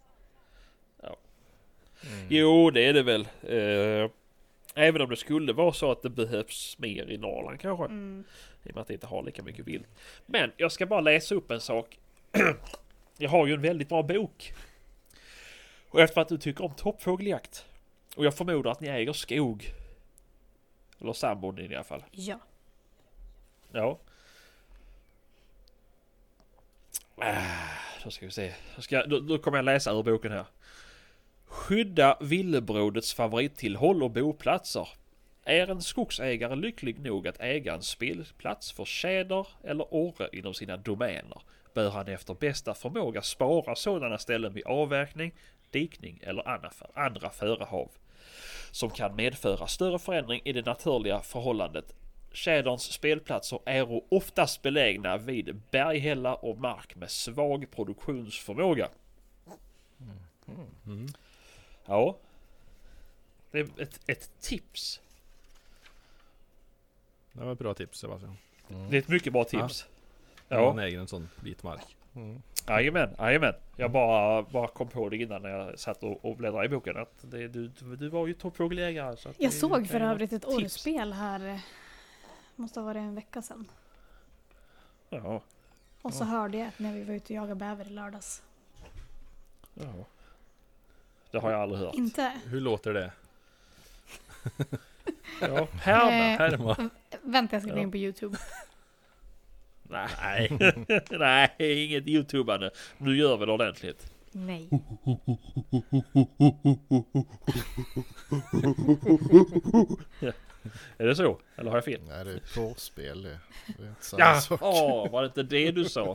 Mm. Jo, det är det väl. Eh, även om det skulle vara så att det behövs mer i Norrland kanske. Mm. I och med att det inte har lika mycket vilt. Men jag ska bara läsa upp en sak. Jag har ju en väldigt bra bok. Och efter att du tycker om toppfågeljakt. Och jag förmodar att ni äger skog. Eller sambon i alla fall. Ja. Ja. Ah, då ska vi se. Då, ska, då, då kommer jag läsa ur boken här. Skydda villebrådets favorittillhåll och boplatser. Är en skogsägare lycklig nog att äga en spelplats för tjäder eller orre inom sina domäner, bör han efter bästa förmåga spara sådana ställen vid avverkning, dikning eller andra, andra förehav som kan medföra större förändring i det naturliga förhållandet. Tjäderns spelplatser är oftast belägna vid berghällar och mark med svag produktionsförmåga. Mm. Ja. Det är ett, ett tips. Det var ett bra tips, Sebastian. Det är ett mycket bra tips. Ja. Ja. Man äger en sån bit mark. Mm. Jajamän, jajamän. Jag bara, bara kom på det innan när jag satt och, och bläddrade i boken. Att det, du, du var ju toppfågeljägare. Så att Jag det, såg det för är övrigt ett tips. orrspel här. eh, Måste ha varit en vecka sedan. Ja, Och så hörde jag att när vi var ute och jagade bäver i lördags. ja. Det har jag aldrig hört. Inte? Hur låter det? Ja, härma. Eh, Härma. Vänta, jag ska gå Ja. in på YouTube. Nej, nej, inget youtubande. Nu gör vi det ordentligt. Nej. Är det så? Eller har jag fel? Nej, det är porrspel det. Det är inte samma Ja, sak. åh, var det inte det du sa?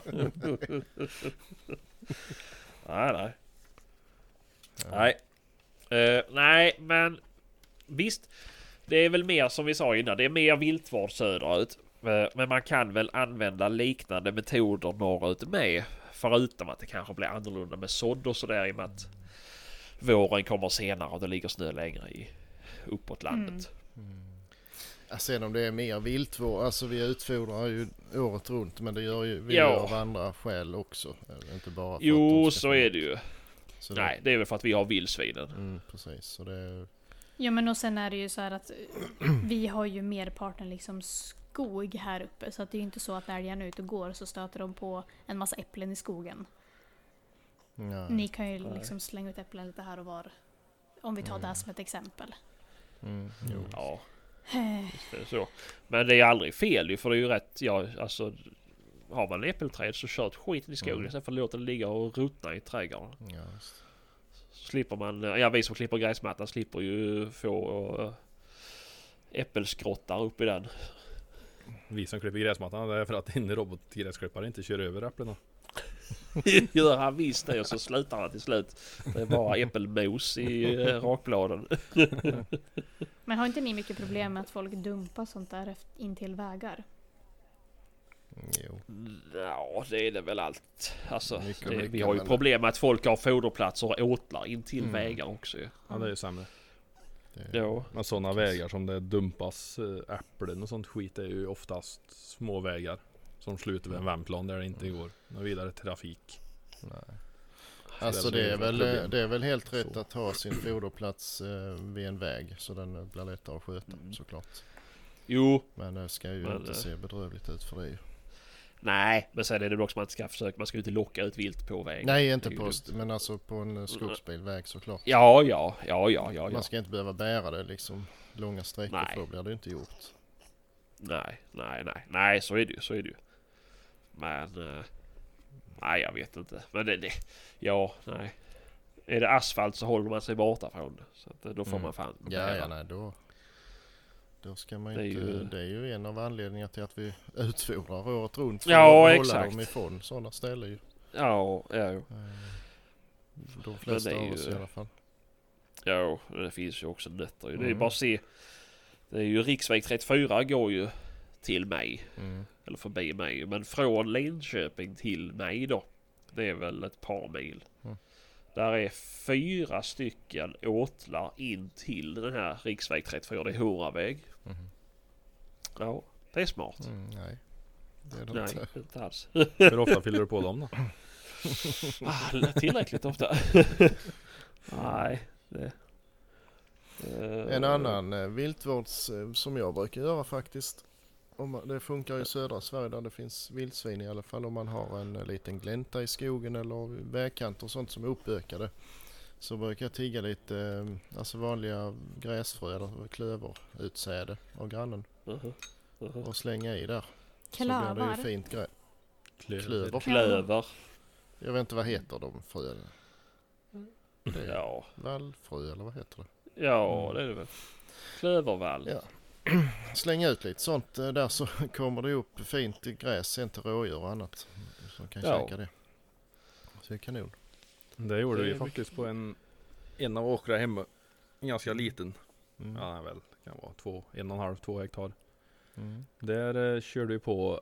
nej, nej. Nej. Eh, nej, men visst. Det är väl mer som vi sa innan. Det är mer viltvård söderut. Eh, men man kan väl använda liknande metoder norrut med. Förutom att det kanske blir annorlunda med sådd och sådär i och med att våren kommer senare och det ligger snö längre i uppåt landet. Ja, sen om det är mer viltvård, alltså vi utfodrar ju året runt, men det gör ju vi Ja. gör av andra skäl också. Inte bara för att Jo, de ska så få- är det ju. Så Nej, det är väl för att vi har vildsvinen. Mm, precis. Så det är, Ja, men och sen är det ju så här att eh, vi har ju merparten liksom skog här uppe. Så att det är ju inte så att älgarna är ute och går så stöter de på en massa äpplen i skogen. ja. Ni kan ju liksom slänga ut äpplen lite här och var. Om vi tar det här som ett exempel. Mm, jo. Ja. Just det, så. Men det är aldrig fel ju, för det är ju rätt, ja, alltså har man äppelträd så kört skiten i skogen Mm. istället för att låta det ligga och ruttna i trädgården. Ja, just. Så slipper man, ja vi som klipper gräsmattan slipper ju få uh, äppelskrottar upp i den. Vi som klipper gräsmattan, det är för att din robotgräsklippare inte kör över äpplena. Gör han visst det och så slutar han till slut. Det är bara äppelmos i uh, rakbladen. Men har inte ni mycket problem med att folk dumpar sånt där eft- in till vägar? Jo. Ja, det är det väl allt. Alltså, Mycket, det, mycket, vi har ju men- problem med att folk har foderplatser och åtlar in till Mm. vägar också ju. Ja, det är ju sämre. Det, Ja. Men sådana vägar som det dumpas äh, äpplen och sånt skit är ju oftast små vägar som slutar vid en vändplan där det inte går någon vidare trafik. nej. Alltså det det är, är väl, problem. det är väl helt rätt Så. att ha sin foderplats eh, vid en väg så den eh, blir lättare att sköta Mm. såklart. Jo, Men det ska ju Men, inte eh, se bedrövligt ut för det ju. nej, men sen är det också man inte ska försöka, man ska ju inte locka ut vilt på vägen. Nej, inte Det är ju på, dumt. st- men alltså på en eh, skogsbilväg såklart. Ja, ja, ja, ja, ja, ja. Man ska inte behöva bära det liksom långa sträckor Nej. för då blir det inte gjort. Nej, nej, nej, nej, så är det ju, så är det ju. Men, eh, nej jag vet inte. Men det, det, ja, nej. Är det asfalt så håller man sig borta från det. Så att, eh, då får Mm. man fan Ja, bära. ja, nej då. Då ska man Det är inte, ju- det är ju en av anledningarna till att vi utfodrar året runt för Ja, att hålla exakt. dem ifrån sådana ställen ju. Ja, ja, jo. Eh, De flesta det är av oss ju- i alla fall. Ja, det finns ju också nötter. Det är Mm. bara att se. Det är ju riksväg trettiofyra går ju till mig. Mm. Eller förbi mig. Men från Linköping till mig då. Det är väl ett par mil. Mm. Där är fyra stycken åtlar in till den här riksväg trettiofyra. Det är Horaväg. Mhm. Ja, det är smart. Mm, nej, det är det Nej, inte. inte alls. Hur ofta fyller du på dem då? Ah, tillräckligt ofta. Nej, det... Eh, En annan eh, viltvårds eh, som jag brukar göra faktiskt. Om man, det funkar i södra Sverige där det finns vildsvin i alla fall. Om man har en eh, liten glänta i skogen eller vägkanter och sånt som är uppökade. Så brukar jag tigga lite eh, alltså vanliga gräsfrö eller klöverutsäde av grannen. uh-huh, uh-huh. Och slänga i där. Så blir det ju Klövar. fint grä. Klöver. Klöver. Klöver. Jag vet inte vad heter de fröna. Det är Ja, vallfrö eller vad heter det? ja det är det väl. Klövervall. Ja. Slänga ut lite sånt eh, där så kommer det upp fint gräs sen till rådjur och annat. Så kan Ja. käka det. Så det är kanon. Det gjorde Det är vi faktiskt på en en av åkrar hemma. En ganska liten. Mm. Ja, väl kan vara två, en och en halv, två hektar. Mm. Där eh, körde vi på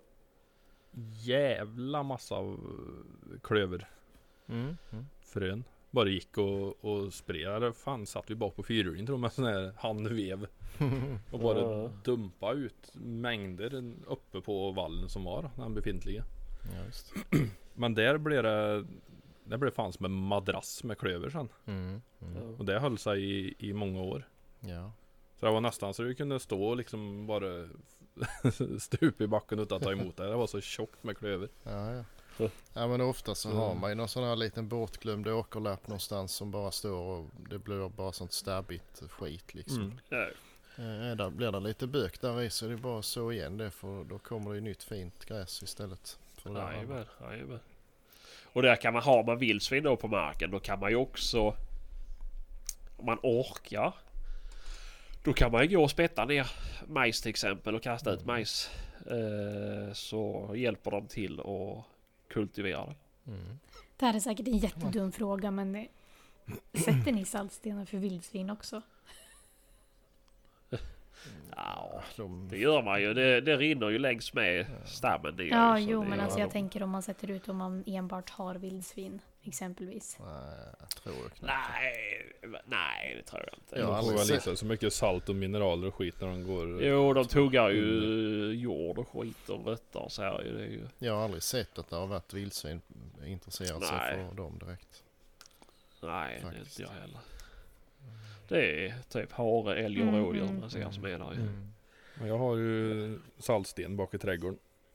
jävla massa av klöver. Mm. Mm. Frön. Bara gick och, och spred. Där fan satt vi bak på fyrhjulingen tror jag med sån här handvev. Och bara Ja. dumpa ut mängder uppe på vallen som var den befintliga. Ja, just. Men där blev det det blev fan som en madrass med klöver sen. Mm. Mm. Och det höll sig i, i många år. Ja. Så det var nästan så du kunde stå och liksom bara stup i backen utan att ta emot det. Det var så tjockt med klöver. Ja, ja. Ja men ofta så har man ju någon sån här liten bortglömd åkerlapp någonstans som bara står och det blir bara sånt stabbigt skit liksom. Mm. Ja. Eh, där blir det lite bök där i så det är bara så igen det för då kommer det ju nytt fint gräs istället. För det där. Jajamän, jajamän. Och där kan man ha, man vildsvin då på marken, då kan man ju också, om man orkar, då kan man ju gå och spätta ner majs till exempel och kasta ut majs. Eh, så hjälper de till att kultivera det. Mm. Det här är säkert en jättedum fråga, men eh, sätter ni saltstenar för vildsvin också? Ja, De, det gör man ju. Det, det rinner ju längs med stammen. Det gör Ja, ju, så jo, det men gör alltså de. jag tänker om man sätter ut om man enbart har vildsvin, exempelvis. nej, jag tror jag knappt. Nej, nej det tror jag inte. Jag har De får aldrig väl sett- i sig så mycket salt och mineraler och skit när de går. Jo, de tuggar ju jord och skit och rötter och så här. Det är ju... Jag har aldrig sett att det har varit vildsvin intresserat sig Nej. för dem direkt. Nej, det är Faktiskt. inte jag heller. Det är typ hare, älg och Mm, rådjur mm. man ser som är där. ju. Mm. Men jag har ju saltsten bak i trädgården.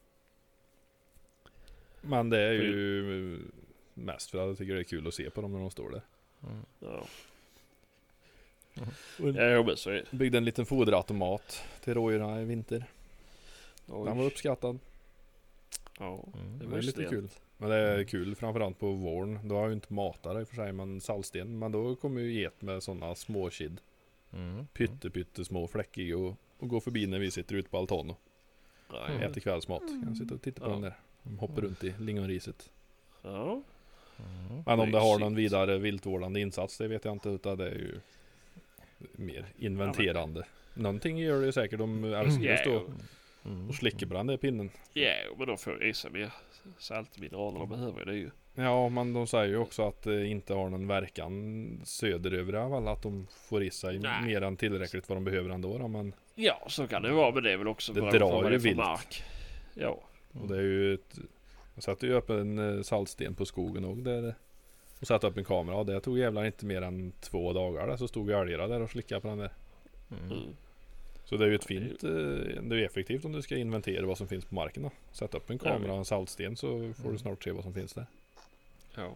Men det är ju mest för att jag tycker det är kul att se på dem när de står där. Mm. Ja. Ja, men så är det. Byggde en liten foderautomat till rådjuren i vinter. Oj. Den var uppskattad. Ja, Mm. det Det var är lite stelt. kul. Men det är kul framförallt på våren. Då har jag ju inte matare i och för sig, men saltsten. Men då kommer ju get med sådana små kid. Mm. Pytte pytte små fläckiga och, och går förbi när vi sitter ute på altan och Nej. äter kvällsmat. Kan sitta och titta på Ja. dem där. De hoppar runt i lingonriset. Ja. Mm. Men om det har någon Mysigt. vidare viltvårdande insats, det vet jag inte, utan det är ju mer inventerande. Någonting gör det ju säkert. De älskar ju att stå Mm. och slicka på den där pinnen. Ja, men de får i sig mer saltmineraler. De behöver ju det ju. Ja, men de säger ju också att det inte har någon verkan söderöver i alla fall, att de får i sig Nej. mer än tillräckligt vad de behöver ändå då, men Ja, så kan det vara. Men det är väl också Det beroende på drar vad ju det är för vilt. mark. Ja. och det är ju ett, jag satte ju upp en eh, saltsten på skogen och där och satte upp en kamera och det tog jävlar inte mer än två dagar där, så stod älgarna där och slickade på den där. Mm. Mm. Så det är ju ett fint, eh, det är ju effektivt om du ska inventera vad som finns på marken då. Sätta upp en kamera och en saltsten så får du snart se vad som finns där. Ja.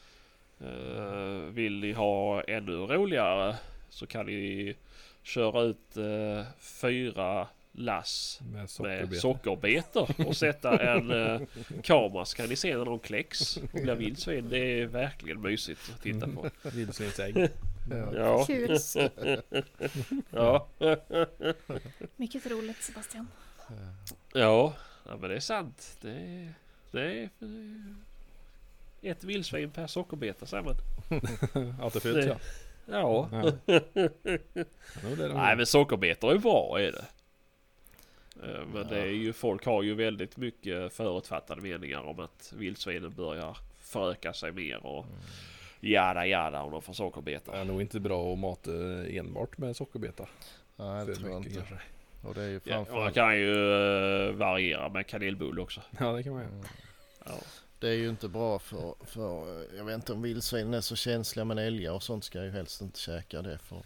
Uh, vill ni ha ännu roligare så kan ni köra ut uh, fyra lass Med med sockerbetor. sockerbetor och sätta en uh, kamera så kan ni se när de kläcks och blir vildsvin. Det är verkligen mysigt att titta på. Vildsvinsägg. Ja. Ja. Kul. Ja. Mycket roligt Sebastian. Ja. Ja, men det är sant. Det är, det är ett vildsvin per sockerbeta säger man. Att det föds ja. Ja. Ja. Ja, nog det är de Nej gör. men sockerbetor är bra är det. Eh, Men det är ju, folk har ju väldigt mycket förutfattade meningar om att vildsvinen börjar föröka sig mer och jada jada om de får sockerbetor. Det är nog inte bra att mata enbart med sockerbeta. Nej, det För tror jag mycket inte. kanske. Och det är ju Ja, och man framförallt... kan ju eh, variera med kanelbull också. Ja, det kan man göra. Mm. Ja. Det är ju inte bra för, för jag vet inte om vildsvinen är så känsliga, men älgar och sånt ska ju helst inte käka det för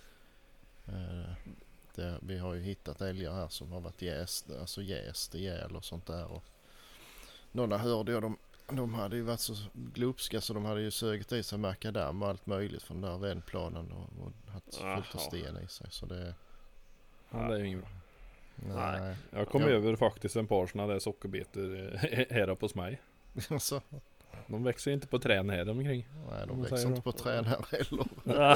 eh, det, vi har ju hittat älgar här som har varit jäst, alltså jäst ihjäl och sånt där och några hörde jag de, de hade ju varit så glupska så de hade ju sögit i sig makadam och allt möjligt från den där vändplanen och, och haft fullt av Jaha. sten i sig så det Ja, det är ju inget bra. nej. Nej. Jag kom Ja. över faktiskt en par sådana där sockerbetor eh, här uppe hos mig. så, De växer inte på trän här omkring. nej, de Vad växer säger inte du? på träd här heller.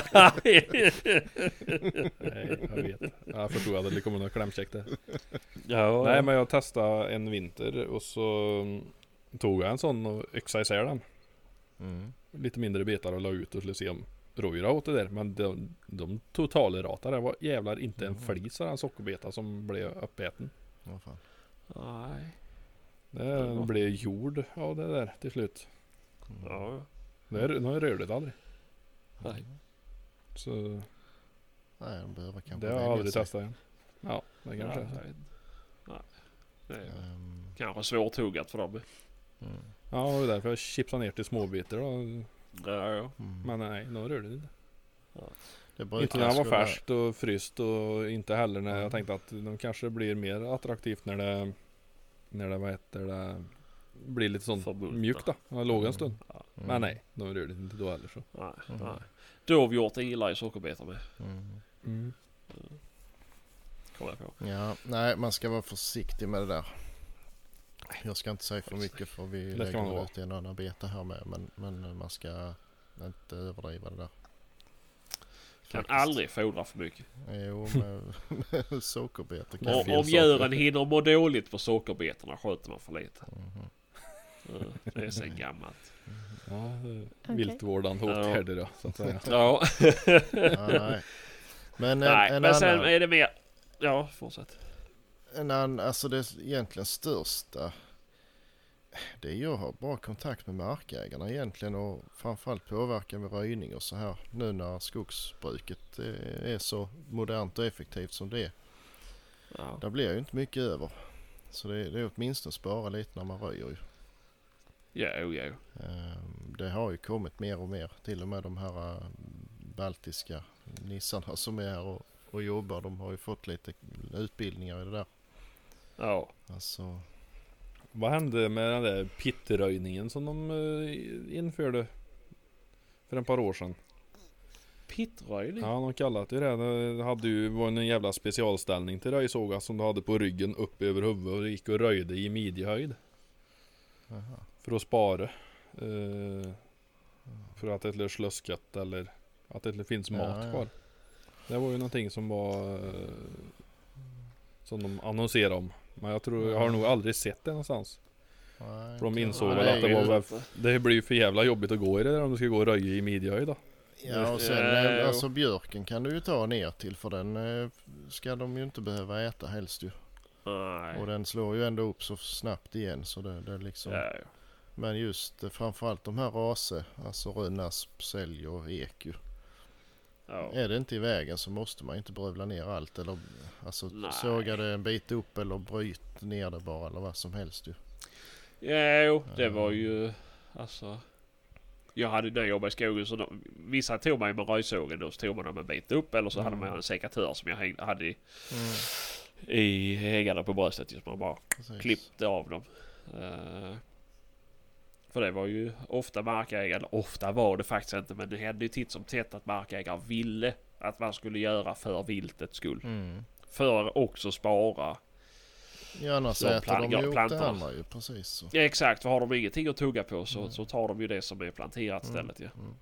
Nej, jag vet. Jag förstod att det kommer något klämkäckt där. Ja, Nej, men jag testade en vinter och så mm, tog jag en sån och yxade isär den. Mm. Lite mindre bitar och la ut och skulle se om rådjur åt det där. Men de, de totalratade. Det var jävlar inte en flis av den sockerbeta som blev uppäten. Vad fan. Nej. Det blev jord av det där till slut. Ja. Det är, nu rör det aldrig. Nej. Så Nej, de behöver kanske det har jag vänja aldrig sig. testat än. Ja, det Ja, kanske jag är så. vet inte. Nej. Det är Ehm, kanske svårtuggat för dem. mm. Ja, och därför jag chipsade ner till småbitar då. Ja, ja. Mm. Men nej, nu rör det inte. Det brukar Inte när den var skulle- färskt och fryst och inte heller när jag tänkte att de kanske blir mer attraktivt när det när det, vad heter det, blir lite sånt Förmultna. mjukt då. Jag låg en stund. Ja. Mm. Men nej, de rör det inte då heller så. Nej, Mm. nej. Dovhjort gillar ju sockerbetor med. Mm. Mm. Kommer jag på. Ja, nej, man ska vara försiktig med det där. Jag ska inte säga för mycket för vi Det ska lägger man vara. ut en annan beta här med. Men, men man ska inte överdriva det där. Kan Faktiskt. aldrig fodra för mycket. Jo, med, med sockerbetor kan Om, fel om saker. djuren hinner må dåligt på sockerbetorna skjuter man för lite. Mhm. Ja, det är så gammalt. Ja, det är Okej. viltvårdande Ja. åtgärder då, så att säga. Ja, Ja, nej. Men en, nej, en men sen annan, är det mer... Ja, fortsätt. en annan, alltså det egentligen största, det är ju att ha bra kontakt med markägarna egentligen och framförallt påverka med röjning och så här nu när skogsbruket är, är så modernt och effektivt som det är. Ja. Det blir ju inte mycket över. Så det, det är åtminstone spara lite när man röjer ju. Jo, jo. Ehm, Det har ju kommit mer och mer. Till och med de här äh, baltiska nissarna som är här och, och jobbar. De har ju fått lite utbildningar i det där. Ja. Alltså, Vad hände med den där pittröjningen som de eh, införde för en par år sedan? Pittröjning? Ja, de kallat det det. Det hade ju, var en jävla specialställning till röjsågar som du hade på ryggen upp över huvudet och gick och röjde i midjehöjd. Aha. För att spara. Eh, för att det är slöskat eller att det finns mat Ja, ja. kvar. Det var ju någonting som var eh, som de annonserade om. Men jag tror, jag har nog aldrig sett det någonstans. Nej, För de inte- insåg Nej, väl att det var väl, inte. det blir ju för jävla jobbigt att gå i det där om du ska gå och röja i midjehöjd då. Ja, och sen Ja, eh, jo. alltså björken kan du ju ta ner till för den eh, ska de ju inte behöva äta helst ju. Nej. Och den slår ju ändå upp så snabbt igen så det, det är liksom. Ja, ja. Men just eh, framförallt de här raser, alltså rönn, asp, sälj och ek ju. Ja. Är det inte i vägen så måste man inte brövla ner allt eller alltså Nej. såga det en bit upp eller bryt ner det bara eller vad som helst ju. Ja, jo, det Ja. var ju alltså. Jag hade när jag jobbade i skogen så de, vissa tog mig med röjsågen och så tog man dem en bit upp eller så hade Mm. man en sekatör som jag häng- hade i, Mm, i hängande på bröstet just man bara precis. klippte av dem. Eh, för det var ju ofta markägare, eller ofta var det faktiskt inte men det hände ju titt som tätt att markägare ville att man skulle göra för viltets skull. Mm. För också spara. Ja, annars De äter plan- de ja, ju upp plantorna. det andra ju precis så. Ja, exakt, för har de ingenting att tugga på så, Mm. så tar de ju det som är planterat Mm. istället. Ja. Mm.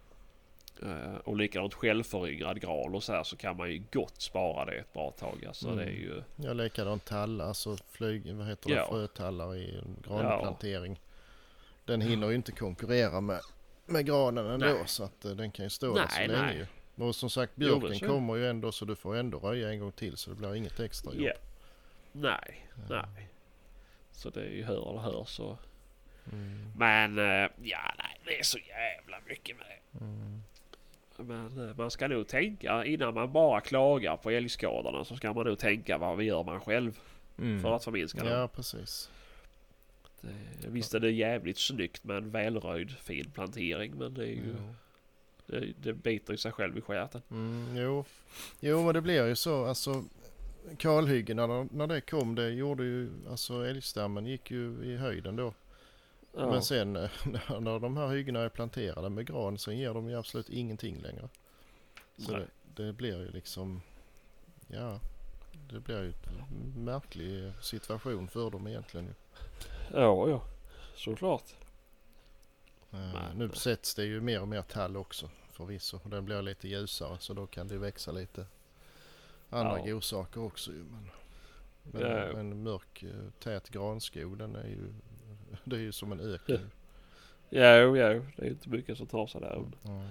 Eh, och likadant självföryngrad gral och så här så kan man ju gott spara det ett bra tag. Alltså Mm. det är ju... Ja, likadant tallar, alltså flyg, vad heter det, Ja. frötallar i en granplantering. Den hinner ju inte konkurrera med, med granen ändå Nej. så att eh, den kan ju stå där så Nej, länge nej. ju. Och som sagt Jo, björken men så- kommer ju ändå så du får ändå röja en gång till så det blir inget extra jobb. Ja. Nej, nej. Så det är ju hör och hör så. Mm. Men eh, ja, nej, det är så jävla mycket med det. Mm. Men eh, man ska nog tänka innan man bara klagar på älgskadorna så ska man nog tänka vad gör man själv Mm. för att förminska dem. Ja, precis. Det, visst är det jävligt snyggt med en välröjd fin plantering men det är ju Ja. det, det biter i sig själv i stjärten. Mm, jo. jo, men det blir ju så. Alltså, kalhyggena när, när det kom, det gjorde ju, alltså älgstammen gick ju i höjden då. Ja. Men sen eh, när, när de här hyggena är planterade med gran så ger de ju absolut ingenting längre. Så Nej. det, det blir ju liksom, ja, det blir ju en märklig situation för dem egentligen ju. Ja, ja. Såklart. Eh, Nej. nu sätts det ju mer och mer tall också förvisso. Och den blir lite ljusare så då kan det växa lite andra Ja. godsaker också ju. Men, men Ja, ja. en mörk eh, tät granskog den är ju, det är ju som en öken. Ja, jo, ja, det är inte mycket som tar sig där under. Mm.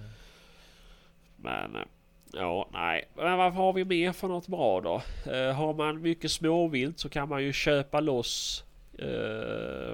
Men eh, ja, nej. Men vad har vi mer för något bra då? Eh, har man mycket småvilt så kan man ju köpa loss eh,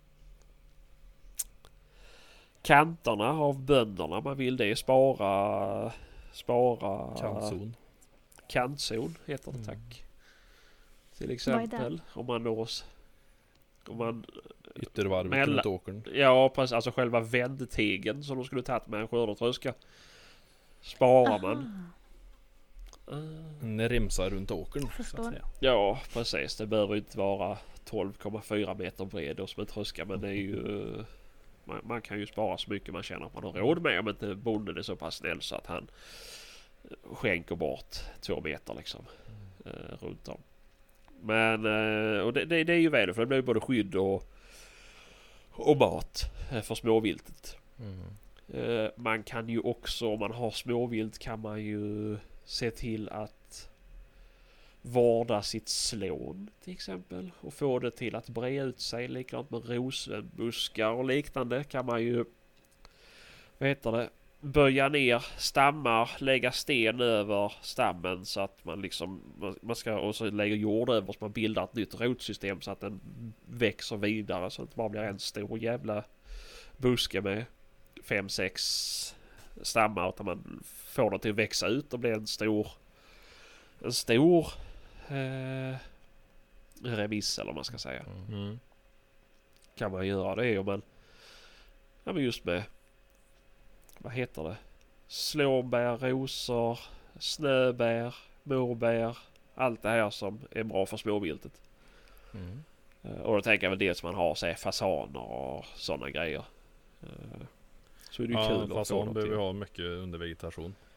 kanterna av bönderna. Man vill det spara spara Kantzon. kantzon heter det Mm. tack. Till Vad är exempel om man nås om man Yttervarvet Mellan- runt åkern. ja precis alltså själva vändtegen som de skulle tagit med en skördetröska sparar man. Aha, Ah. En remsa runt åkern. Så att förstår. säga. Ja, precis. Det behöver inte vara tolv komma fyra meter bred och som en tröska, men det är ju... Man, man kan ju spara så mycket man känner att man har råd med om inte bonden är så pass snäll så att han skänker bort två meter liksom eh, runt om. Men eh, och det, det, det är ju väl för det blir ju både skydd och, och mat eh, för småviltet. Mm. Eh, man kan ju också, om man har småvilt kan man ju se till att vårda sitt slån till exempel och få det till att bre ut sig. Likadant med rosenbuskar och liknande kan man ju, vad heter det, böja ner stammar, lägga sten över stammen så att man liksom, man ska, och så lägga jord över så man bildar ett nytt rotsystem så att den växer vidare så att det bara blir en stor jävla buske med fem, sex stammar utan man får det till att växa ut och bli en stor en stor eh, remiss eller vad man ska säga. Mm. Kan man göra det om man ja men just med vad heter det? Slåbär, rosor, snöbär, morbär, allt det här som är bra för småviltet. Mm. Eh, och då tänker jag väl det som man har sig fasaner och sådana grejer. Eh, så är det ju Ja, kul att få fasan dem behöver till. ha mycket under vegetation.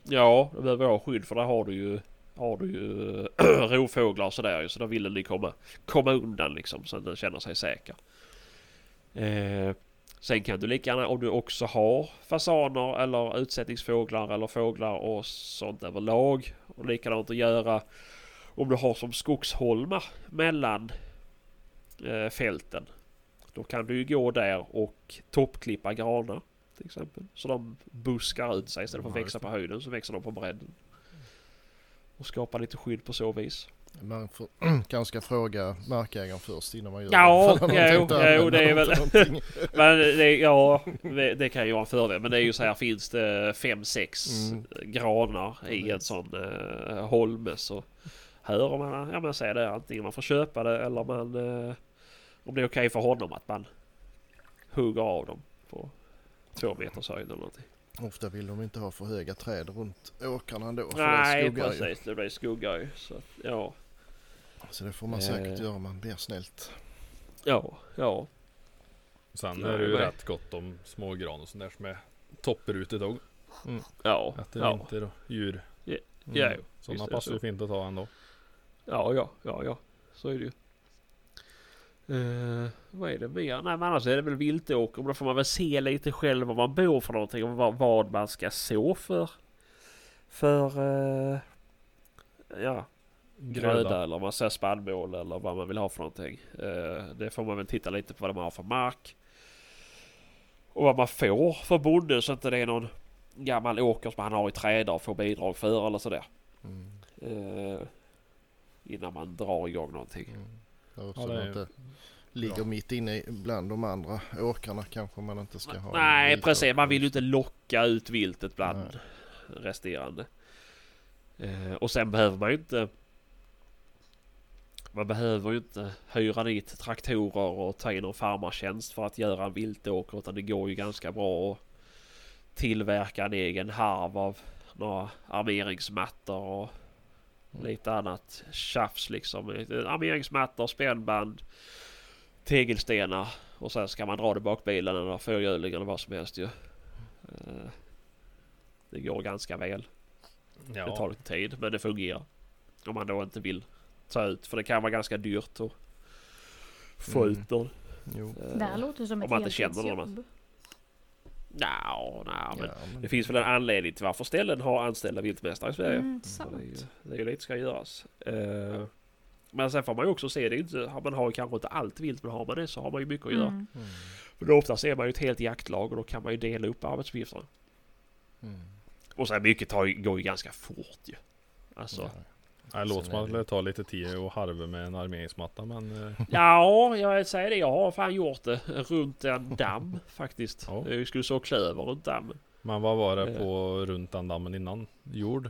Ja, det behöver ha skydd för där har du ju har du ju rovfåglar och sådär, så där vill den komma, komma undan liksom, så att den känner sig säker. Eh, sen kan du lika gärna, om du också har fasaner eller utsättningsfåglar eller fåglar och sånt överlag, och likadant att göra om du har som skogsholmar mellan eh, fälten. Då kan du ju gå där och toppklippa granar till exempel. Så de buskar ut sig istället för att växa på höjden, så växer de på bredden. Och skapa lite skydd på så vis. Man får, kanske ska fråga markägaren först innan man gör ja, det. Jo, jo, det är väl... men det, ja, det, det kan ju vara en fördel. Men det är ju så här, finns det fem, sex mm. granar i en sån uh, holme, så hör man, ja man säger det, antingen man får köpa det eller man, uh, om det är okej för honom att man hugger av dem på två meters höjd eller någonting. Ofta vill de inte ha för höga träd runt åkarna då. För Nej, det precis. ju. Det blir skugga ju. Så, ja. Så det får man säkert eh. göra om man ber snällt. Ja, ja. Sen Nej, är det ju nej. rätt gott om smågran och sånt där som är topprutet och mm. Ja, efter ja. vinter och djur. Ja, mm. ja. Sådana passar ju fint att ta ändå. Ja, ja, ja, ja. Så är det ju. Uh, vad är det mer? Nej, men annars är det väl viltåker. Då får man väl se lite själv var man bor för någonting och vad, vad man ska så för för uh, ja, gröda, gröda eller om man säger spannmål eller vad man vill ha för någonting. Uh, det får man väl titta lite på vad man har för mark och vad man får för bonde, så att det är någon gammal åker som han har i träda och får bidrag för eller sådär. Mm. Uh, innan man drar igång någonting. Mm. Det är också ja, det är... inte ligger ja. mitt inne bland de andra åkarna kanske man inte ska ha. Nej, precis. Man vill ju inte locka ut viltet bland Nej. resterande. Eh, och sen behöver man ju inte man behöver ju inte hyra dit traktorer och ta in någon farmartjänst för att göra en viltåker, utan det går ju ganska bra att tillverka en egen harv av några armeringsmattor och mm. lite annat tjafs liksom. Armeringsmattor, spännband, tegelstenar, och sen ska man dra det bak bilen eller fyrhjuling eller vad som helst ju. Uh, det går ganska väl. Ja. Det tar lite tid, men det fungerar. Om man då inte vill ta ut, för det kan vara ganska dyrt att få mm. ut den. Jo. Uh, det här låter som ett heltidsjobb. Nej, nej, men, ja, men det finns väl en anledning till varför ställen har anställda viltmästare i Sverige. Mm, sant. Det är ju, det är ju lite ska göras. Uh, Men sen får man ju också se det. Inte, man har ju kanske inte allt vilt, men har man det så har man ju mycket att göra. Mm. Mm. För då oftast är man ju ett helt jaktlag och då kan man ju dela upp arbetsuppgifterna. Mm. Och sen mycket tar ju, går ju ganska fort ju. Alltså. Ja. Det låter som att det tar lite tid och harva med en armeringsmatta, men... Ja, jag säger det. Jag har fan gjort det runt en damm faktiskt. Ja. Jag skulle så klöver runt dammen. Men vad var det på uh. runt den dammen innan? Jord?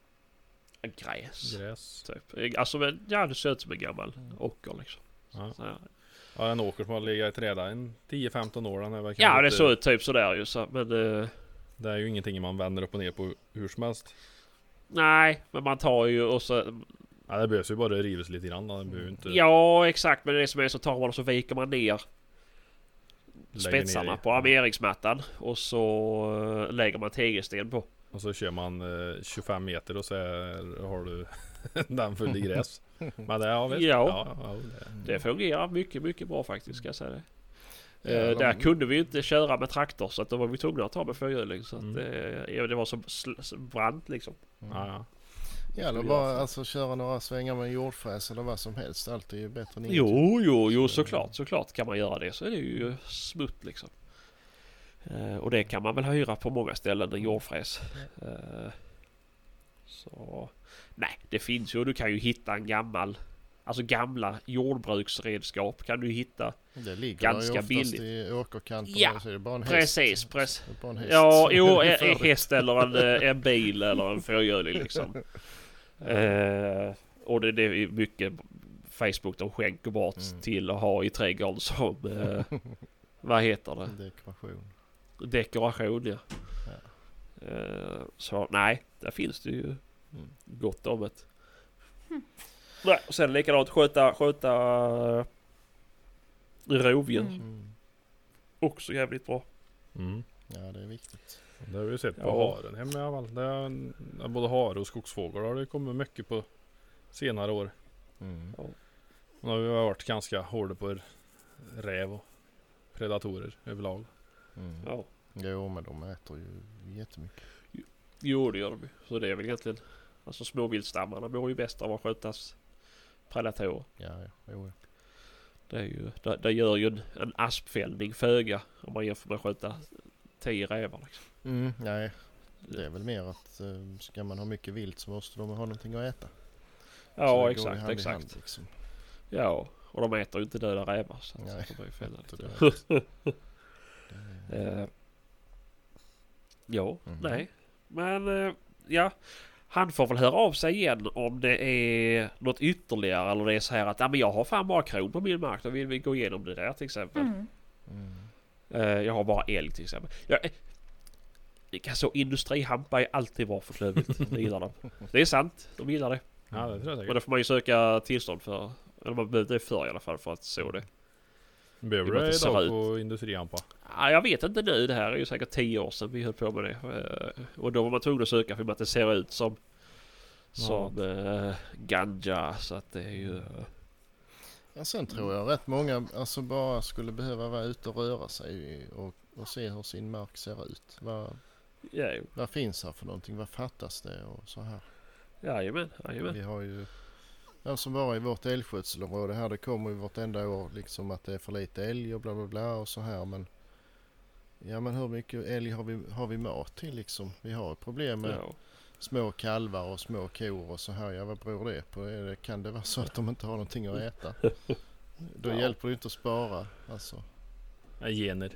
Gräs. Gräs. Typ. Alltså, men, ja, det ser ut som en gammal mm. åker liksom. Ja. Så, ja. Ja, en åker som har legat i träda en tio femton år. Den är ja, det såg ut typ sådär ju. Så, men, uh, det är ju ingenting man vänder upp och ner på hur som helst. Nej, men man tar ju och så... Ja, det behövs ju bara rivas lite grann. Det behöver inte... Ja, exakt. Men det som är så tar man och så viker man ner spetsarna ner på armeringsmattan. Och så uh, lägger man tegelsten på. Och så kör man uh, tjugofem meter och så är, har du den full i gräs. Men det, ja, visst. Ja, ja, ja det... det fungerar mycket, mycket bra faktiskt, ska jag säga det. Uh, ja, där de... kunde vi inte köra med traktor, så att då var vi tvungna att ta med fyrhjuling. Så mm. att uh, det var så, sl- så brant liksom. Mm. Ja, ja. Ja, då bara alltså köra några svängar med jordfräs eller vad som helst. Allt är ju bättre än ingenting. Jo, jo, jo, såklart. Såklart kan man göra det. Så är det ju smutt liksom. Uh, och det kan man väl hyra på många ställen, en jordfräs. Uh, så... Nej, det finns ju. Du kan ju hitta en gammal... Alltså gamla jordbruksredskap kan du hitta det ligger ganska billigt. I åkerkanten. Ja, så är det bara en precis. Häst. Precis. Bara en häst. Ja, jo, en, en häst eller en, en bil eller en fyrhjuling liksom. uh, och det, det är mycket Facebook de skänker bort mm. till att ha i trädgården som... Uh, vad heter det? Dekoration. Dekoration, ja. ja. Uh, så nej, där finns det ju mm. gott om det. Mm. Nej, och sen likadant sköta, sköta uh, rovdjur. Mm. Också jävligt bra. Mm. Ja, det är viktigt. Det har vi ju sett på Ja. haren hemma i alla fall. Det är, både hare och skogsfåglar har det kommit mycket på senare år. Mm. Och nu har vi varit ganska hårda på räv och predatorer överlag. Mm. Ja. Jo, men de äter ju jättemycket. Jo, det gör de ju. Så det är väl egentligen... Alltså småviltstammarna mår ju bäst av att skötas predatorer. Ja, ja, jo, ja. Det, är ju, det, det gör ju en, en aspfällning föga om man jämför med att sköta tio rävar. Liksom. Mm, nej, det är väl mer att eh, ska man ha mycket vilt så måste de ha någonting att äta. Så det Ja, går exakt, hand i exakt. hand, liksom. Ja, och de äter ju inte döda rävar. Så Nej, att de får ju fälla inte lite. Det- Eh, ja, Mhm. nej. Men eh, ja, han får väl höra av sig igen om det är något ytterligare. Eller det är så här att ja, men jag har fan bara kron på min mark. Då vill vi gå igenom det där till exempel. Mm. Mm. Eh, jag har bara älg till exempel. Jag, eh, alltså industrihampa är alltid bra för klövvilt. Det gillar de. Det är sant, de gillar det. Ja, det tror jag Men säkert. då får man ju söka tillstånd för. Eller man behöver det för i alla fall för att så det. Behöver det bara du inte ser idag ut. på industrihampa? Ja, jag vet inte nu. Det här är ju säkert tio år sedan vi höll på med det. Eh, Och då var man tvungen att söka för att det ser ut som som eh, ganja. Så att det är ju... Ja, sen tror jag rätt många alltså bara skulle behöva vara ute och röra sig och, och se hur sin mark ser ut. Vad, Ja, jo. vad finns här för någonting? Vad fattas det och så här? Jajamän, jajamän. Vi har ju, ja, som bara i vårt älgskötselområde här, det kommer ju vartenda år liksom att det är för lite älg och bla bla bla och så här, men ja, men hur mycket älg har vi, har vi mat till liksom? Vi har ett problem med Ja. små kalvar och små kor och så här. Ja, vad beror det på? Är det, kan det vara så att de inte har någonting att äta? Då Ja. hjälper det inte att spara alltså. Ja, gener.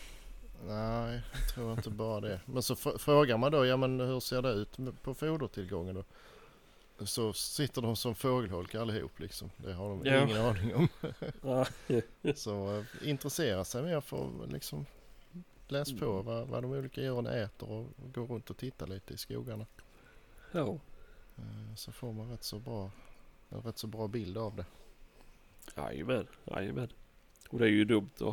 Nej, jag tror inte bara det. Men så f- frågar man då, ja men hur ser det ut med- på fodertillgången då? Så sitter de som fågelholk allihop liksom. Det har de Ja. ingen aning om. Ja. Så äh, intressera sig mer för liksom läs på Mm. vad, vad de olika djuren äter och, och gå runt och titta lite i skogarna. Ja. Eh, Så får man rätt så bra, en rätt så bra bild av det. Jajamän, jajamän. Och det är ju dumt att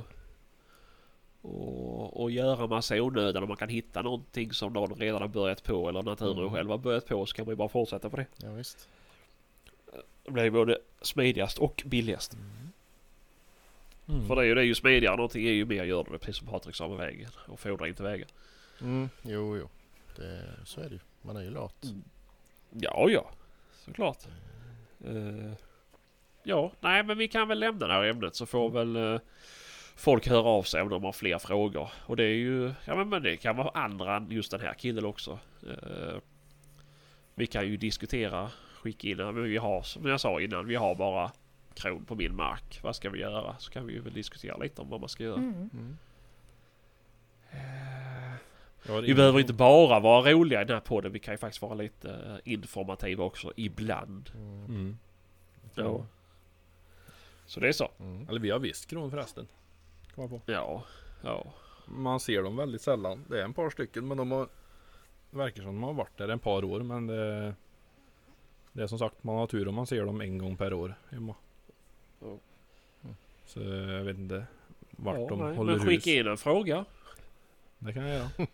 och, och göra massa onödan om man kan hitta någonting som någon redan har börjat på eller naturen Mm. själv har börjat på, så kan man ju bara fortsätta på det. Ja, visst. Det blir både smidigast och billigast. Mm. För det är ju, det är ju smidigare, någonting är ju mer gör det, precis som Patrik sa med vägen. Och fodrar inte vägen. Mm, jo, jo. Det, så är det ju. Man är ju lat. Mm. Ja, ja. Såklart. Uh, ja, nej men vi kan väl lämna det här ämnet så får väl uh, folk höra av sig om de har fler frågor. Och det är ju, ja men, men det kan vara andra än just den här killen också. Uh, vi kan ju diskutera, skicka in, men vi har, som jag sa innan, vi har bara kron på min mark. Vad ska vi göra? Så kan vi ju väl diskutera lite om vad man ska göra. Mm. Mm. Ja, Vi behöver inte bara vara roliga i den här podden. Vi kan ju faktiskt vara lite uh, informativa också ibland. Mm. Mm. Ja. Så det är så. Mm. Eller vi har visst kron förresten. Kom på. Ja. Ja. Man ser dem väldigt sällan. Det är en par stycken, men de har det verkar som de har varit där en par år, men det, det är som sagt, man har tur om man ser dem en gång per år hemma. Ja. Så jag vet inte vart Ja, de nej, håller men hus. skicka in en fråga. Det kan jag göra.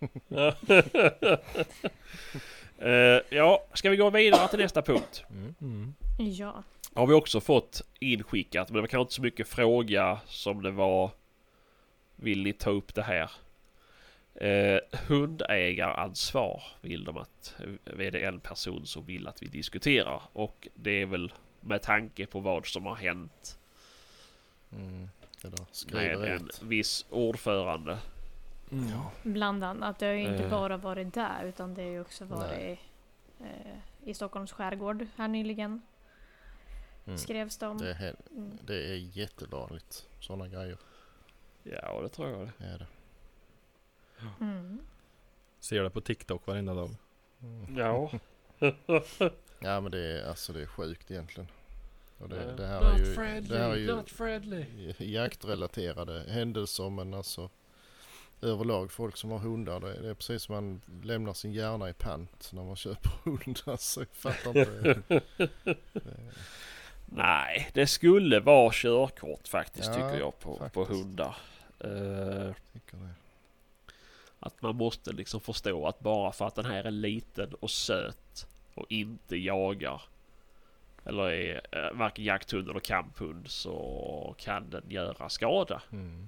uh, ja, ska vi gå vidare till nästa punkt? Mm. Mm. Ja. Har vi också fått inskickat, men det var kanske inte så mycket fråga som det var. Vill ni ta upp det här? Uh, hundägaransvar vill de att är det en person som vill att vi diskuterar. Och det är väl med tanke på vad som har hänt Mm. Det där med skriver en ut. viss ordförande. Mm. Bland annat. Det har ju inte Eh. bara varit där utan det har ju också varit eh, i Stockholms skärgård här nyligen. Mm. Skrevs de. Det, är, he- Mm. det är jättevanligt. Sådana grejer Ja, det tror jag det. är det. Mm. Ser det på TikTok varenda dag. Mm. Ja. Ja, men det är, alltså, det är sjukt egentligen. Och det, Ja. det här Not är ju, friendly, det här är ju not friendly. jaktrelaterade händelser, men alltså överlag folk som har hundar, det, det är precis som man lämnar sin hjärna i pant när man köper hundar. Så jag fattar inte. Det- Nej, det skulle vara körkort faktiskt Ja, tycker jag på, på faktiskt. hundar. Uh, tycker det. Att man måste liksom förstå att bara för att den här är liten och söt och inte jagar eller är äh, varken jakthund eller kamphund så kan den göra skada. Mm.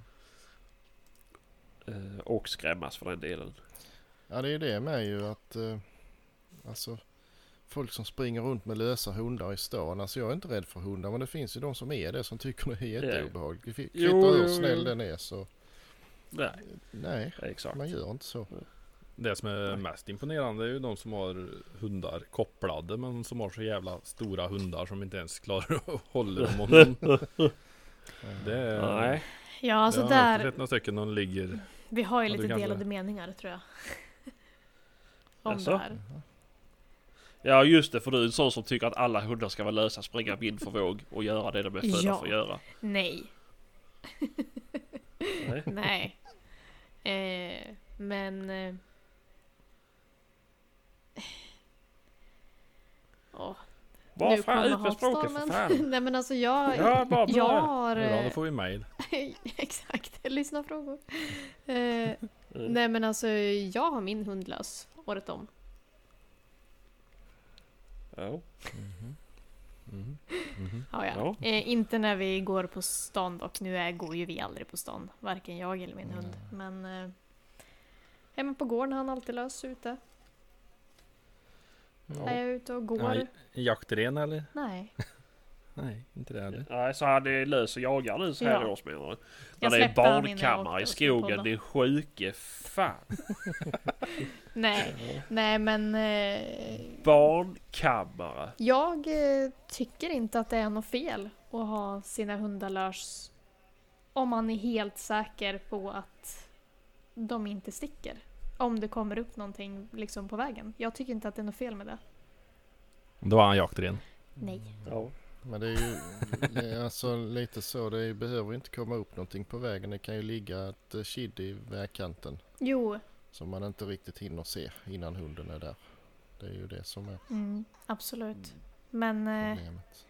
Uh, och skrämmas för den delen. Ja, det är det med ju att uh, alltså folk som springer runt med lösa hundar i stan. Alltså jag är inte rädd för hundar, men det finns ju de som är det som tycker det är jätteobehagligt. Det kvittar hur snäll den är så. Nej, Nej, exakt. Man gör inte så. Det som är mest imponerande är ju de som har hundar kopplade men som har så jävla stora hundar som inte ens klarar att hålla dem om dem. Det är... Nej. Ja, alltså jag har där... sett några stycken de ligger... Vi har ju Ja, lite du kanske- delade meningar tror jag. Om Jaså? det här. Ja just det, för du är en sån som tycker att alla hundar ska vara lösa, springa vind för våg och göra det de är födda Ja. för att göra. Nej. Nej. Nej. Eh, men... Eh, åh, Bara nu fan kommer ut med språket för hatstormen. fan. Nej men alltså jag... Ja, bara jag börja. har... Ja, då eh, får vi mail. Exakt, lyssna frågor. Eh, nej men alltså jag har min hund lös året om. Ja. Mhm. Ja, ja. Ja. Eh, inte när vi går på stan dock. Nu är, går ju vi aldrig på stan. Varken jag eller min hund. Men eh, hemma på gården har han alltid lös ute. Ja. Är jag ute och går? Ja, jaktren eller? Nej. Nej, inte det heller. Nej, så han är lös och jagar nu så här Ja. års menar du? Jag När det är släppte han innan jag barnkammare åkte i och skulle skogen, podda. det är sjuke fan. Nej. Nej men eh, Barnkammare. jag eh, tycker inte att det är något fel att ha sina hundar lös. Om man är helt säker på att de inte sticker. Om det kommer upp någonting liksom på vägen. Jag tycker inte att det är något fel med det. Då var han jaktren. Nej. Ja. Men det är ju det är alltså lite så. Det är, behöver inte komma upp någonting på vägen. Det kan ju ligga ett eh, kid i vägkanten Jo, som man inte riktigt hinner se innan hunden är där. Det är ju det som är mm, absolut. Men eh, problemet.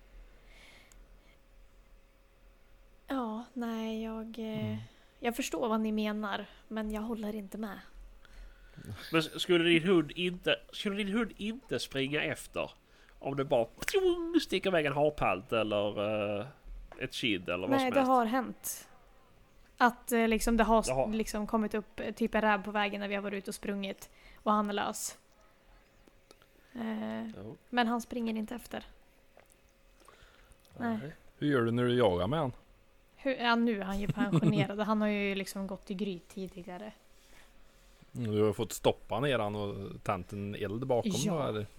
ja, nej, jag, eh, Mm. jag förstår vad ni menar, men jag håller inte med. Men skulle din hund inte, skulle din hund inte springa efter? Om det bara pjong, sticker iväg en harpalt eller uh, ett kid eller vad Nej, som det helst? har hänt. Att eh, liksom, det har, Det har- Liksom kommit upp eh, typ en räv på vägen när vi har varit ute och sprungit och han är lös. Eh, Ja. men han springer inte efter. Nej. Hur gör du när du jagar med han? Hur, ja, nu är han ju pensionerad. Han har ju liksom gått i gryt tidigare. Du har fått stoppa ner han och tänt en eld bakom Ja. då eller?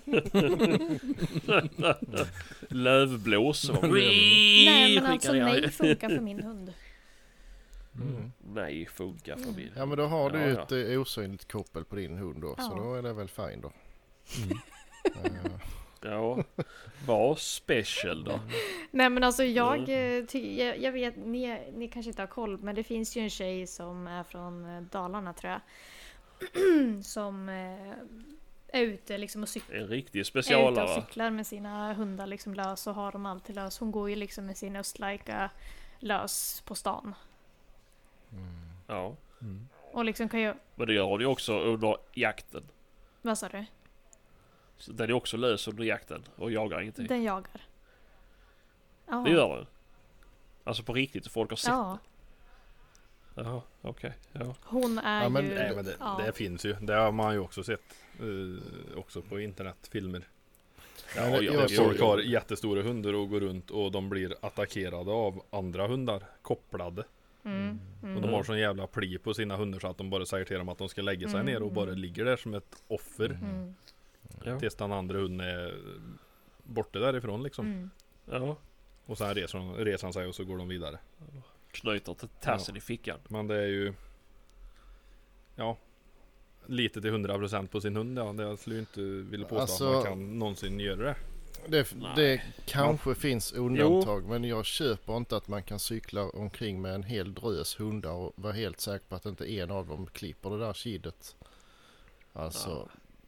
Lövblås. Nej, men alltså Skickar jag. nej funkar för min hund. Mm. Nej, funkar för min. Ja men då har du Ja, ju ja. ett eh, osynligt koppel på din hund då. Så Ja. då är det väl fine då. Mm. Eh, Ja, var special då. Nej men alltså jag, eh, ty, jag, jag vet, ni, ni kanske inte har koll, men det finns ju en tjej som är från eh, Dalarna tror jag. som eh, är ute liksom och, cyk- En riktig är ute och specialare. cyklar med sina hundar liksom lös och har dem alltid lös. Hon går ju liksom med sin östlaika lös på stan. Ja, Mm. Och liksom kan ju, men det gör hon ju också under jakten. vad sa du? Så den är också lös under jakten och jagar ingenting. Den jagar. Ja. Det gör den. Alltså på riktigt, så folk har sett. Ja, Jaha, okej. Ja. hon är Ja, men- ju... Nej men det, ja. det finns ju. Det har man ju också sett. eh, också på internetfilmer. Ja, Men ja, jag Där jo, folk jo. har jättestora hundar och går runt och de blir attackerade av andra hundar. Kopplade. Mm, Och mm. de har sån jävla pli på sina hundar så att de bara säger till dem att de ska lägga sig Mm, ner och bara mm. ligger där som ett offer. Mm, Ja. Tills den andra hunden är borta därifrån liksom. mm. Ja. Och sen reser, de, reser han sig och så går de vidare. Knyter till tassen i fickan. Men det är ju... Ja. Lite till hundra procent på sin hund. Ja. Det jag skulle ju inte vilja påstå Alltså- att man kan någonsin göra det. Det, Nej. det kanske finns undantag men jag köper inte att man kan cykla omkring med en hel drös hundar och vara helt säker på att inte en av dem klipper det där kidet. Alltså,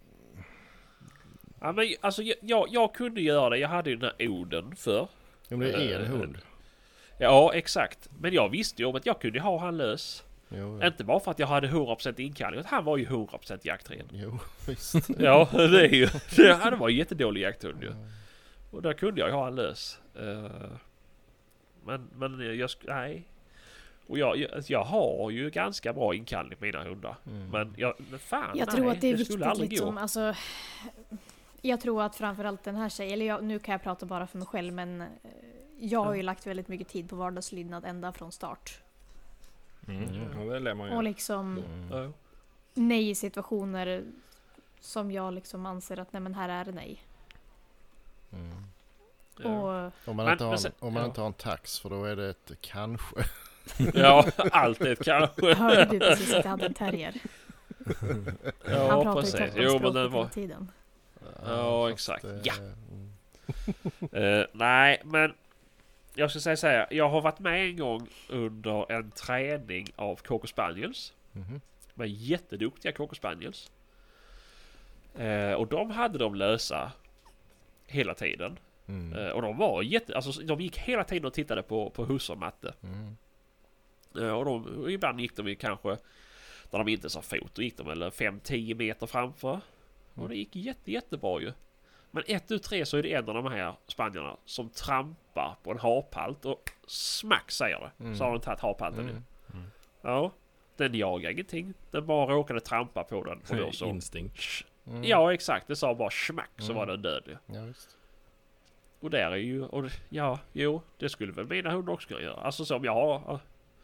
Ja, men alltså jag, jag, jag kunde göra det. Jag hade ju den här Oden för. om det är en Eh, hund. Ja, exakt. Men jag visste ju om att jag kunde ha han lös. Jo, ja. Inte bara för att jag hade hundra procent inkallning, utan han var ju hundra procent jaktren. Jo, visst. Ja, det är ju... Det, han var en jättedålig jakthund ju. Och där kunde jag ju ha en lös. Uh, men, men jag... sk- Nej. Och jag, jag, jag har ju ganska bra inkallning på mina hundar. Mm. Men jag... Men fan, Jag nej, tror att det är det skulle viktigt aldrig liksom, gå. alltså, jag tror att framförallt den här tjejen, eller jag, nu kan jag prata bara för mig själv, men eh, jag har ju lagt väldigt mycket tid på vardagslydnad ända från start. Mm. Ja, det lär man ju. Och liksom Mm. Ja. nej i situationer som jag liksom anser att nej men här är det nej. Mm. Ja. Och Om man, Men- inte, har men en, sen- om man ja. inte har en tax, för då är det ett kanske. Ja, allt är ett kanske. hörde du precis att jag hade en terrier? Han Ja, pratar ju precis. Jo, men teckenspråk den hela var... tiden. Ja, fast, exakt. eh, Ja. mm. Eh, nej, men jag ska säga så här. Jag har varit med en gång under en träning av Cocker Spaniels. Mhm. Med jätteduktiga Cocker Spaniels. Eh, och de hade de lösa hela tiden. Mm. Eh, och de var jätte... Alltså de gick hela tiden och tittade på, på husse och matte. Mm. Eh, och, de, och ibland gick de ju kanske... När de inte sa fot, då gick de väl fem till tio meter framför. Och det gick jätte, jättebra ju. Men ett ut tre så är det en av de här spanjarna som trampar på en harpalt och smack säger det. Mm. Så har den tagit harpalten Mm. nu. Ja, den jagar ingenting. Den bara råkade trampa på den. Och då så. Instinkt. Mm. Ja, exakt. Det sa bara smack så Mm. var den död ju. Ja, visst. Och där är ju... Och, ja, jo, det skulle väl mina hundar också kunna göra. Alltså som jag har...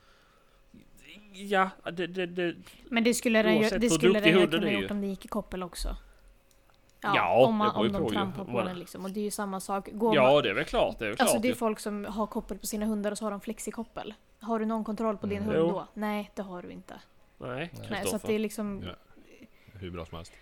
Ja, det... det, det Men det skulle den ju, Oavsett det hur skulle duktig den ju hunden kunna är ju. gjort om det gick i koppel också. Ja, om, man, det beror om ju på de ju. trampar på Man- den liksom. Och det är ju samma sak. Går man, ja, det är väl klart. Det är väl alltså klart det är ju. folk som har koppel på sina hundar och så har de flexikoppel. Har du någon kontroll på din Mm. hund Jo. då? Nej, det har du inte. Nej, Nej, Nej, Kristoffer. så att det är liksom... Ja. Hur bra som helst.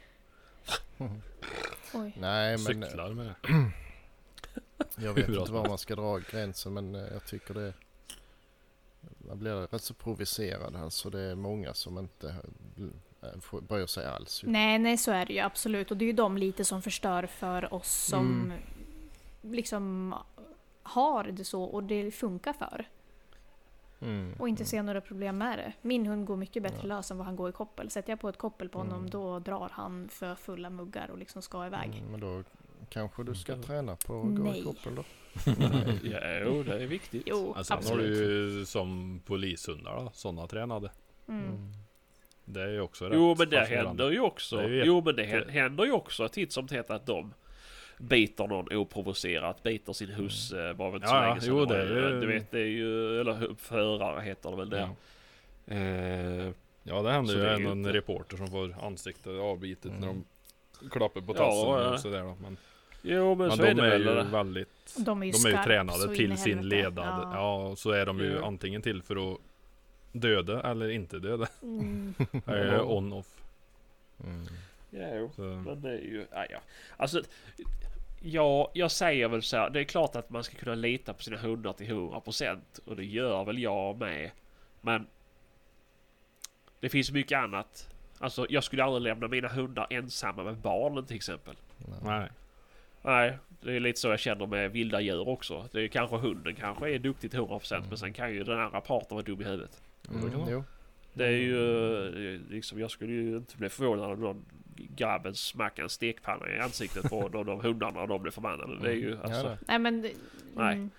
Oj. Nej, men Cyklar med. jag vet Hur bra inte som var helst. man ska dra gränsen, men eh, jag tycker det... Man blir rätt så provocerad. Alltså det är många som inte eh, får- bryr sig alls. ju. Nej, nej så är det ju absolut. Och det är ju de lite som förstör för oss som Mm. liksom har det så och det funkar för. Mm. Och inte Mm. ser några problem med det. Min hund går mycket bättre lös än vad han går i koppel. Sätter jag på ett koppel på honom Mm. då drar han för fulla muggar och liksom ska iväg. Mm, men då kanske du ska Mm. träna på att gå Nej. i koppel då. Ja, jo, det är viktigt. Jo, Alltså, sen har absolut. du ju som polishundar då, sådana tränade. Mm. Det är ju också Jo, rätt men det fascinerande. händer ju också. Det är ju Jo, men det jätte- hä- händer ju också titt som tätt att de biter någon oprovocerat, biter sin husse. Bara inte så Ja, ja, länge sedan. jo, var det är ju- Du vet, det är ju... Eller hu- förare heter det väl det. Ja. Eh, Ja, det händer Så ju det är en, ju en inte- reporter som får ansiktet avbitet Mm. när de klappar på Ja, tassen ja. och sådär då. Men, jo, men, men så de är det är väl. ju väldigt... De är ju, De är ju skarp, så tränade in i till sin helvete. ledare. Ja. Ja, så är de ju Ja. antingen till för att döda eller inte döda. Mm. Eh, on off. Mm. Ja, jo. Så, Men det är ju... Ja, ja. Alltså... Ja, jag säger väl så här. Det är klart att man ska kunna lita på sina hundar till hundra procent. Och det gör väl jag med. Men... Det finns mycket annat. Alltså, jag skulle aldrig lämna mina hundar ensamma med barnen till exempel. nej. Nej, det är lite så jag känner med vilda djur också. Det är kanske hunden kanske är duktig till hundra procent. Mm. Men sen kan ju den andra parten vara dum i huvudet. det kan vara. jo. Det är ju eh, liksom, jag skulle ju inte bli förvånad om någon grabben smackar en stekpanna i ansiktet på någon av hundarna och de blir förbannade. Det är ju Mm. Ja, alltså, det. Nej men... det- Nej. Mm.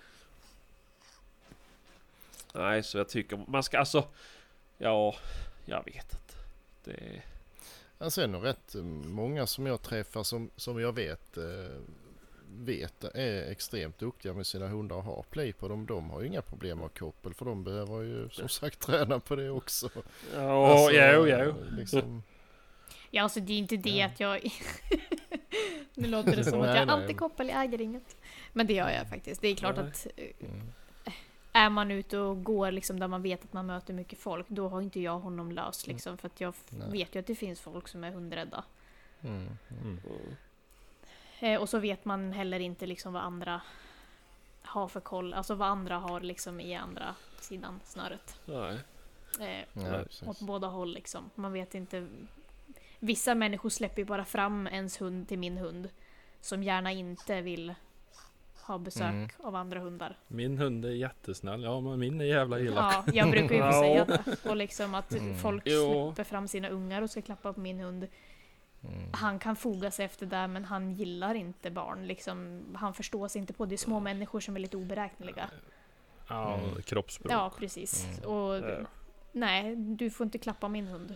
nej så jag tycker man ska alltså, ja, jag vet inte. Det Alltså är nog rätt många som jag träffar som, som jag vet eh, vet är extremt duktiga med sina hundar och har play på dem. De har ju inga problem med koppel för de behöver ju som sagt träna på det också. ja, Alltså, jo, jo. Liksom, Ja, alltså det är inte det Ja. att jag... Nu låter det som att Nej, jag nej. alltid koppel, jag äger inget. Men det gör jag faktiskt. Det är klart Nej. att eh, mm. är man ute och går liksom där man vet att man möter mycket folk, då har inte jag honom lös liksom. För att jag f- Nej. vet ju att det finns folk som är hundrädda. Mm. Mm. Eh, och så vet man heller inte liksom vad andra har för koll. Alltså vad andra har liksom i andra sidan snöret. Nej. Eh, Ja, åt precis. båda håll liksom. Man vet inte. Vissa människor släpper ju bara fram ens hund till min hund. Som gärna inte vill ha besök Mm. av andra hundar. Min hund är jättesnäll. Ja, men min är jävla elak. Ja, jag brukar ju få Ja. säga det. Och liksom att Mm. folk Jo. släpper fram sina ungar och ska klappa på min hund. Mm. Han kan foga sig efter det, men han gillar inte barn. Liksom, han förstår sig inte på det. Det är små människor som är lite oberäkneliga. Ja, Mm. kroppsspråk. Ja, precis. Mm. Och Ja. nej, du får inte klappa min hund.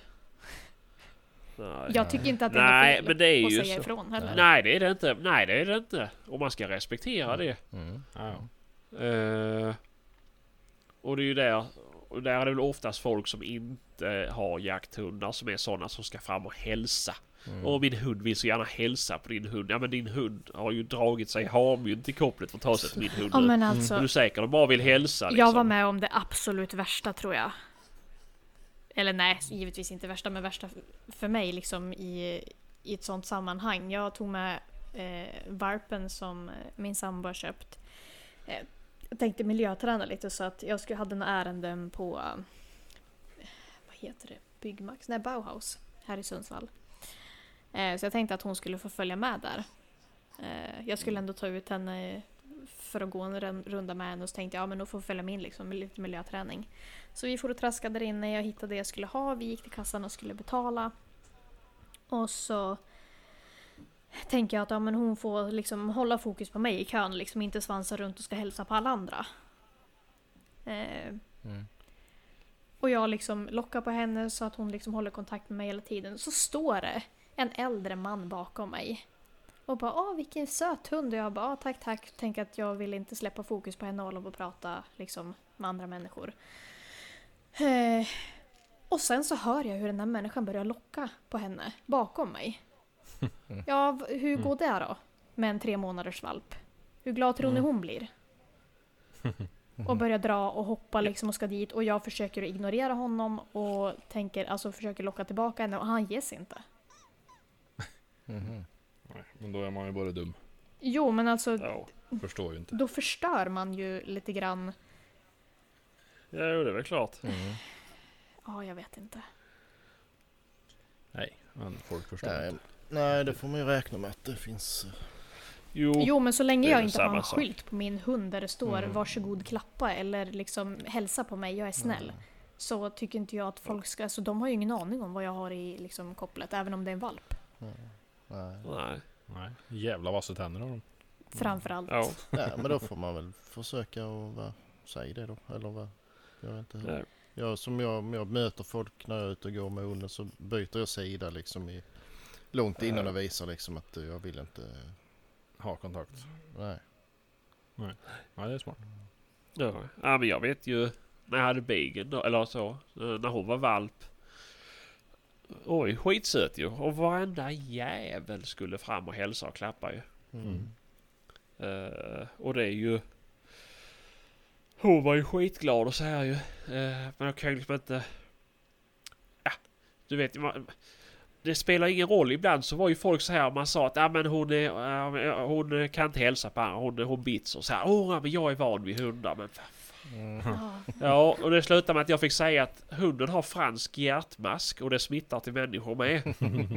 Nej. Jag tycker inte att det är Nej, fel men det är att ju säga så. ifrån heller. Nej, det är det inte. Nej, det är det inte. Och man ska respektera det. Mm. Ja. Eh, och det är ju där. Och där är det väl oftast folk som inte har jakthundar som är sådana som ska fram och hälsa. Mm. Och min hund vill så gärna hälsa på din hund. Ja, men din hund har ju dragit sig harmynt i kopplet för att ta sig till min hund. Ja, nu. men Och alltså, du säkert bara vill hälsa liksom. jag var med om det absolut värsta, tror jag. Eller nej, givetvis inte värsta, men värsta f- för mig liksom i, i ett sånt sammanhang. Jag tog med eh, varpen som eh, min sambo har köpt. Eh, jag tänkte miljöträna lite, så att jag skulle, hade några ärenden på eh, vad heter det? Byggmax? Nej, Bauhaus här i Sundsvall. Eh, så jag tänkte att hon skulle få följa med där. Eh, jag skulle ändå ta ut henne för att gå en run- runda med henne, och så tänkte jag, ja men då får jag följa med in liksom, med lite miljöträning. Så vi får och traskade där inne, jag hittade det jag skulle ha, vi gick till kassan och skulle betala. Och så tänker jag att ja, men hon får liksom hålla fokus på mig i kön, liksom inte svansa runt och ska hälsa på alla andra. Eh, Mm. och jag liksom lockar på henne så att hon liksom håller kontakt med mig hela tiden. Så står det en äldre man bakom mig. Och bara, åh vilken söt hund. Och jag bara, tack tack. Tänker att jag vill inte släppa fokus på henne och hålla på och prata liksom, med andra människor. Eh, och sen så hör jag hur den här människan börjar locka på henne bakom mig. Ja, v- hur går det då? Med en tre månaders valp. Hur glad tror ni hon blir? Och börjar dra och hoppa liksom och ska dit. Och jag försöker ignorera honom och tänker, alltså försöker locka tillbaka henne och han ges inte. Mhm. Nej, men då är man ju bara dum. Jo, men alltså Ja, Förstår ju inte. då förstör man ju lite grann. ja jo, det är väl klart. Mm. Ja, jag vet inte. Nej, men folk förstår Nej, inte. nej, det får man ju räkna med att det finns. Jo, Jo, men så länge det är jag väl inte har samma en sak. skylt på min hund där det står Mm. varsågod klappa eller liksom hälsa på mig, jag är snäll. Mm. Så tycker inte jag att folk ska, så de har ju ingen aning om vad jag har i liksom kopplet, även om det är en valp. Mm. Nej. nej. Nej, jävla vassa tänder har de. Framförallt. Ja, Nej, men då får man väl försöka och va, säga det då. Eller vad? Jag vet inte. ja. Jag, som jag, om jag möter folk när jag är ute och går med hunden så byter jag sida liksom i, långt innan jag visar liksom att jag vill inte. Ha kontakt. Nej. Ja, det är smart. Ja, ja, men jag vet ju när jag hade Beagle då, eller så, eh, när hon var valp. Oj, skitsöt ju. Och varenda jävel skulle fram och hälsa och klappa ju. Mm. Eh, och det är ju... Hon var ju skitglad och så här ju. Eh, men jag kan ju liksom inte... Ja, du vet, man, det spelar ingen roll. Ibland så var ju folk så här, man sa att ah, men hon, är, äh, hon kan inte hälsa på andra, hon, hon bits och så här. Åh, men jag är van vid hundar. Men fan. Mm. Ja. Ja, och det slutade med att jag fick säga att hunden har fransk hjärtmask och det smittar till människor med.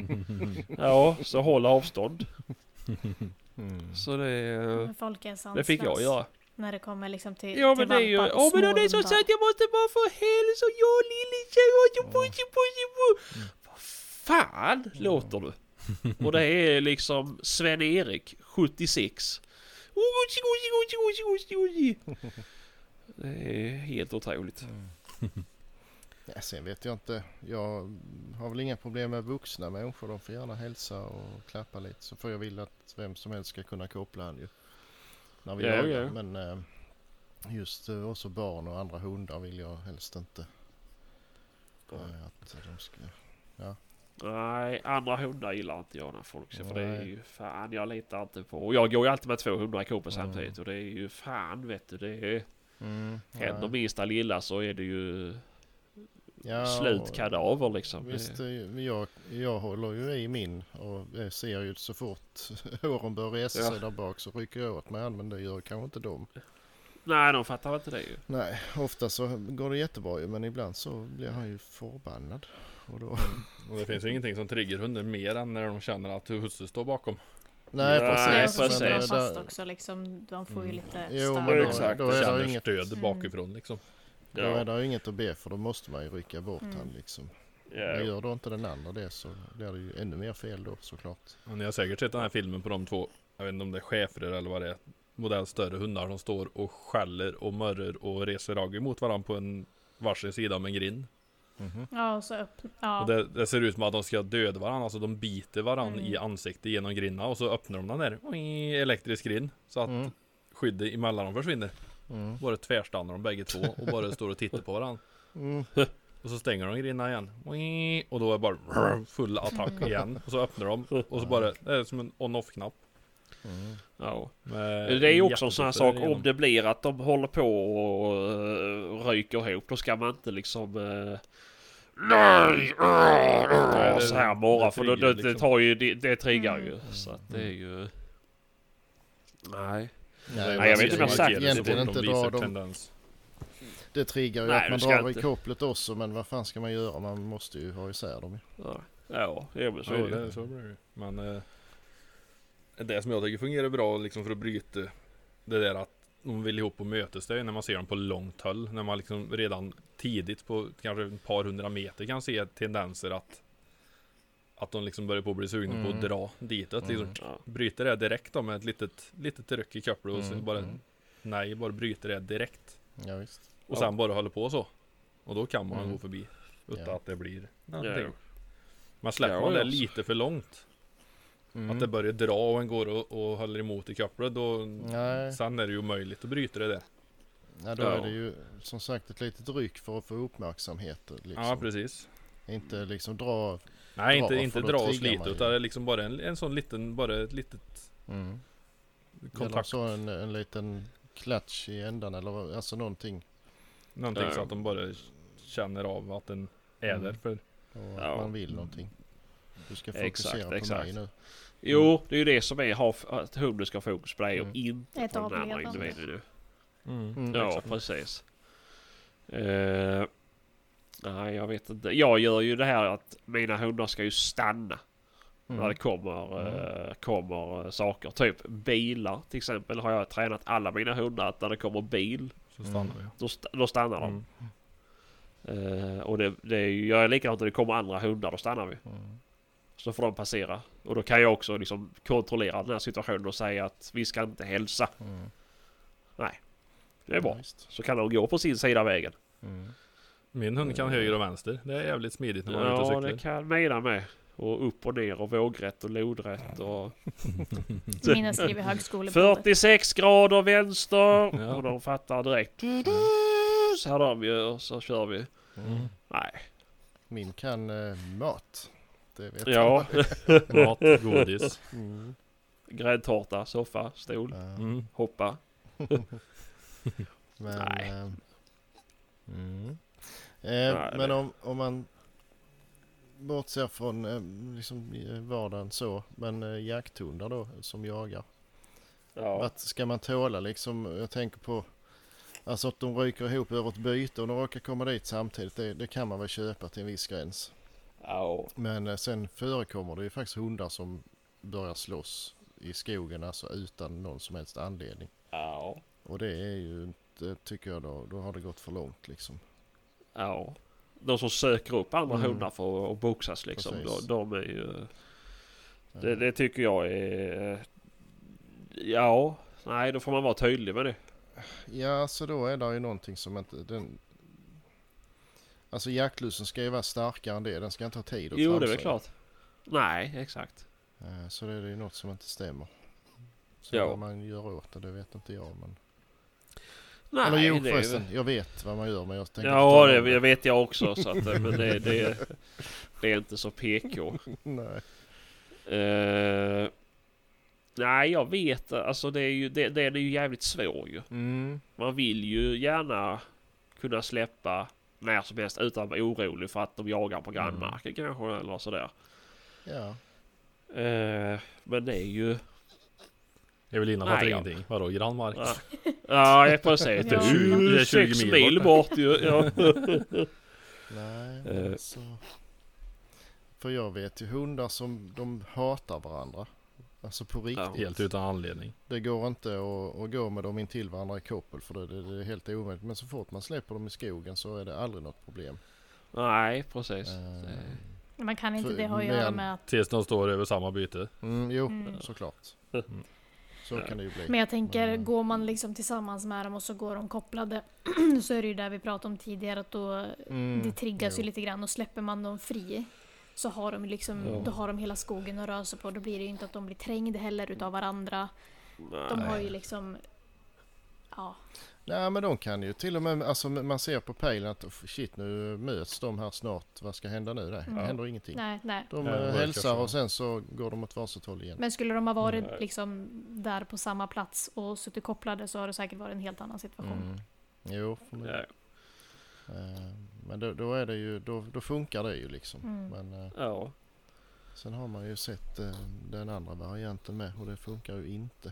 Ja, så håll avstånd. Mm. Så det, Men folk är sanslösa det fick jag göra. när det kommer liksom till, Ja, till men det är ju... valpar och Åh, men små det är så hundar. söt, jag måste bara få hälsa. Jag lille tjej, och jag pussy, pussy, pussy. Vad fan låter du? Och det är liksom Sven-Erik, sjuttiosex. Oji, oji, oji, oji, oji, oji. Det är helt otroligt. Ja, sen vet jag inte. Jag har väl inga problem med vuxna människor. De får gärna hälsa och klappa lite. Så får jag vill att vem som helst ska kunna koppla han ju. När vi Ja, jagar. ja. Men eh, just eh, också barn och andra hundar vill jag helst inte. Ja. Eh, att de ska... Nej, andra hundar gillar inte jag när folk ser. För det är Nej. ju fan, jag litar inte på. Och jag går ju alltid med två hundar i kopen Mm. samtidigt. Och det är ju fan, vet du. Det är... Mm, Händer nej. minsta lilla så är det ju Ja, slut och- kadaver liksom. Visst, Det- eh, jag, jag håller ju i min och jag ser ju så fort åren börjar resa Ja. sig där bak så rycker jag åt mig han, men det gör kanske inte de. Nej, de fattar väl inte det ju. Nej, ofta så går det jättebra ju, men ibland så blir han ju förbannad. Och då, Och det finns ju ingenting som trigger hunden mer än när de känner att husse står bakom. Nej, Nej, Det är precis. också precis. Men, så eh, fast där, också liksom, de får ju lite Jo, stöd. men då, Exakt. då Då är känner det inget, stöd Mm. bakifrån liksom. då Ja. är det inget att be för. Då måste man ju rycka bort Mm. han liksom. Ja. Men gör då inte den andra det så blir det ju ännu mer fel då såklart. Och ni har säkert sett den här filmen på de två, jag vet inte om det är schäfrer eller vad det är, modell större hundar som står och skäller och mörrer och reser rag emot varandra på en varsin sida om en grind. Mhm. Ja, och så öppna. Ja. Och det, det ser ut som att de ska döda varandra, alltså de biter varandra Mm. i ansiktet genom grindarna och så öppnar de den där oi, elektrisk grind så att Mm. skyddet emellan dem försvinner. Mm. Bara tvärstannar de bägge två och bara står och tittar på varandra. Mm. Och så stänger de grindarna igen. Oi, och då är det bara full attack igen. Och så öppnar de och så bara, det är som en on-off-knapp. Mm. Ja. Med Det är ju också en sån här sak, jättetuffa om det blir att de håller på och uh, ryker ihop, då ska man inte liksom uh, nej, uh, uh, det- så här morra, det för då, triggar det, det liksom. tar ju, det, det triggar Mm. ju, så att det är ju, nej. Nej, Nej, jag vet inte om jag alltså, sagt det. egentligen de inte visar dra dem. tendens. Det triggar ju Nej, att man du ska drar i inte. kopplet också, men vad fan ska man göra? Man måste ju ha isär dem. Ja, ja, ja men så Ja, är det det, ju. så blir det ju. Men eh, det som jag tycker fungerar bra liksom för att bryta det där att de vill ihop på mötes, det är när man ser dem på långt håll. När man liksom redan tidigt på kanske ett par hundra meter kan se tendenser att att de liksom börjar på att bli sugna på Mm. att dra ditåt. Liksom. Mm. Ja. Bryter det direkt då med ett litet, litet ryck i kopplet och så Mm, bara mm. nej, bara bryter det direkt. Ja, visst. Och Ja. sen bara håller på så. Och då kan man Mm. gå förbi utan Ja. att det blir Ja, någonting. ja. Man släpper Ja, man det ja. lite för långt. Mm. Att det börjar dra och en går och, och håller emot i kopplet, då Nej. sen är det ju omöjligt att bryta det där. Ja, då Ja. är det ju som sagt ett litet ryck för att få uppmärksamhet. Liksom. Ja, precis. Inte liksom dra... Nej, Dra, inte, för inte då dra och triggar slita, man ju. utan det är liksom bara en, en sån liten, bara ett litet Mm. Eller kontakt. så en, en liten klatsch i ändan eller alltså någonting. Någonting Ja. så att de bara känner av att den är Mm. där. För Och Ja. att man vill någonting. Du ska fokusera Exakt, på exakt. mig nu. Jo, det är ju det som är ha, att hunden ska ha fokus på dig och Mm. inte Ett på den andra avledande. individen nu. mm. Mm. Ja, exakt. precis. Eh, nej, jag vet inte. Jag gör ju det här att mina hundar ska ju stanna när det Mm. kommer, eh, kommer eh, saker. Typ bilar till exempel har jag tränat alla mina hundar att när det kommer bil, Så stannar vi. då, st- då stannar de. Mm. Eh, och det, det är ju, jag är likadant när det kommer andra hundar, då stannar vi. Mm. Så får de passera. Och då kan jag också liksom kontrollera den här situationen och säga att vi ska inte hälsa. Mm. Det är bra. Ja, visst. Så kan de gå på sin sida av vägen. Mm. Min hund kan höger och vänster. Det är jävligt smidigt när man är ute och Ja, cyklar. det kan mina med. Och upp och ner och vågrätt och lodrätt och Mina skriver högskoleprovet. fyrtiosex grader vänster. Ja. Och de fattar direkt. Så här de ju och så kör vi. Mm. Nej. Min kan eh, mat. Det vet Ja. Mat, godis. jag. Mm. Gräddtårta, soffa, stol, Ja. Mm. hoppa. Men, Nej. eh, mm. eh, Nej, men det- om, om man bortser från eh, liksom, i vardagen så, men eh, jakthundar då som jagar. Ja. Vad ska man tåla liksom? Jag tänker på alltså att de ryker ihop över ett byte och de råkar komma dit samtidigt. Det, det kan man väl köpa till en viss gräns. Ja. Men eh, sen förekommer det ju faktiskt hundar som börjar slåss i skogen alltså utan någon som helst anledning. Ja. Och det är ju inte, tycker jag då, då har det gått för långt liksom. Ja. De som söker upp andra Mm. hundar för att boxas liksom. De, Precis. de är ju... Det, det tycker jag är... Ja. Nej, då får man vara tydlig med det. Ja, så då är det ju någonting som inte... Den, alltså jaktlusten ska ju vara starkare än det. Den ska inte ha tid att Jo, det är väl tramsa. klart. Nej, exakt. Eh, Så det är ju något som inte stämmer. Så Ja. vad man gör åt det, det vet inte jag. Men... Nej, Eller jo det är- förresten, jag vet vad man gör men jag tänker Ja, inte tala det, om det vet jag också. Så att, men det, det, det är inte så P K. Nej. Uh, nej, jag vet. Alltså det är ju, det, det är ju jävligt svår ju. Mm. Man vill ju gärna kunna släppa när som helst utan att vara orolig för att de jagar på grannmarken kanske eller sådär. Ja. Uh, men det är ju... Evelina Nej, fattar ja. ingenting. Vadå, grannmark? Ja, ja jag får säga. Det Ja. är ju Det är tjugo sex mil mil bort. bort ju. Ja. Nej, Eh. men så... För jag vet ju hundar som de hatar varandra. Alltså på riktigt. Ja. Helt utan anledning. Det går inte att, att gå med dem in till varandra i koppel för det, det, det är helt omöjligt. Men så fort man släpper dem i skogen så är det aldrig något problem. Nej, precis. Eh, Man kan inte För- det ha att men- göra med att... Tills de står över samma byte. mm, jo, Mm. såklart. Mm. Så kan det ju bli. Men jag tänker, Men- går man liksom tillsammans med dem och så går de kopplade så är det ju där vi pratade om tidigare att då Mm, det triggas jo. ju lite grann och släpper man dem fri så har de liksom, Ja. då har de hela skogen att röra sig på. Då blir det ju inte att de blir trängda heller utav varandra. Nej. De har ju liksom, ja, Nej, men de kan ju till och med, alltså man ser på pejlen att oh, shit, nu möts de här snart. Vad ska hända nu? Det Mm. händer ingenting. nej, nej. De Ja, eh, det verkar hälsar så. och sen så går de åt varsitt håll igen. Men skulle de ha varit Nej. liksom där på samma plats och suttit kopplade så har det säkert varit en helt annan situation. Mm. Jo, förmodligen. Ja. Eh, men då, då är det ju, då, då funkar det ju liksom. Mm. Men eh, Ja. sen har man ju sett eh, den andra varianten med och det funkar ju inte.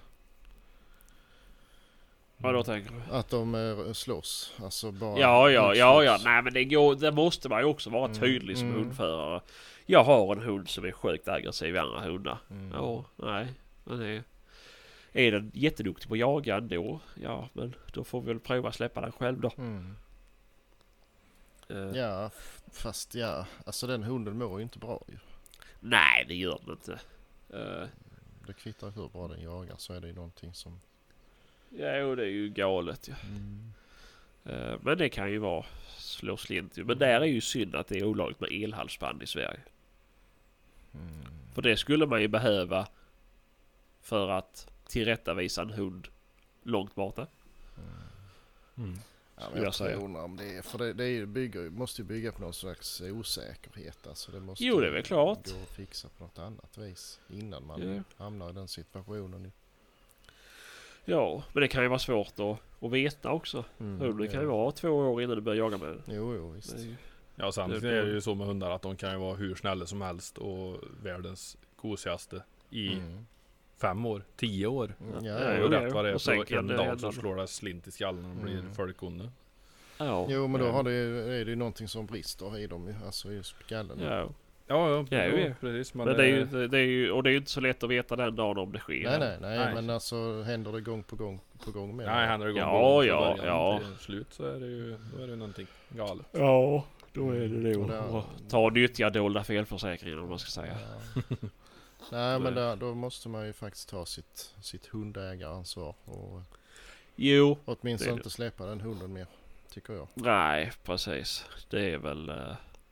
Vad då tänker du? Att de eh, slåss, alltså bara... Ja, ja, ja, ja. utslåss. Nej, men det går, det måste man ju också vara Mm, tydlig som mm. hundförare. Jag har en hund som är sjukt aggressiv i andra hundar. Mm. Ja, nej. Men det är, är den jätteduktig på att jaga ändå? Ja, men då får vi väl prova att släppa den själv då. Mm. Eh, Ja, f- fast ja, alltså den hunden mår ju inte bra ju. Nej, det gör den inte. Eh, Det kvittar hur bra den jagar så är det ju någonting som... ja, och det är ju galet ju. Mm. Eh, men det kan ju vara slå slint ju. Men där är ju synd att det är olagligt med elhalsband i Sverige. Mm. För det skulle man ju behöva för att tillrättavisa en hund långt borta. Mm. Ja, Skulle men jag jag säga. tror undrar om det är, för det, det är ju bygger, måste ju bygga på någon slags osäkerhet. Alltså det måste Jo, det är väl klart. gå att fixa på något annat vis innan man Ja. hamnar i den situationen. Ja, men det kan ju vara svårt att, att veta också. Mm, Hunden kan ju ja. vara två år innan du börjar jaga med den. Jo, jo, visst. Det är ju- Ja, sen Det är är det ju så med hundar att de kan ju vara hur snälla som helst och världens gosigaste i Mm. fem år, tio år. Mm, Ja, ja, ja, ja. jo, Och rätt vad det är och sen så kan en det dag hända. så slår det slint i skallen och blir Mm. folkonde. Ja. Jo, men då ja. har det, är det ju någonting som brister i dem, ju, alltså i skallen. Ja. Ja, ja, Ja, jo, ja. precis. Men, Men det är ju, det, det är ju, och det är ju inte så lätt att veta den dagen om det sker. Nej, nej, nej, Nej. men alltså händer det gång på gång på gång med Nej, det? händer det gång Ja, på gång från ja, början ja. till slut så är det ju, då är det någonting galet. Ja, då är det Och nog. det- Och ta nyttja dolda felförsäkringar om man ska säga. Ja. Nej, men där, då måste man ju faktiskt ta sitt, sitt hundägaransvar och Jo, åtminstone Det är det. inte släppa den hunden mer, tycker jag. nej, precis. Det är väl... eh,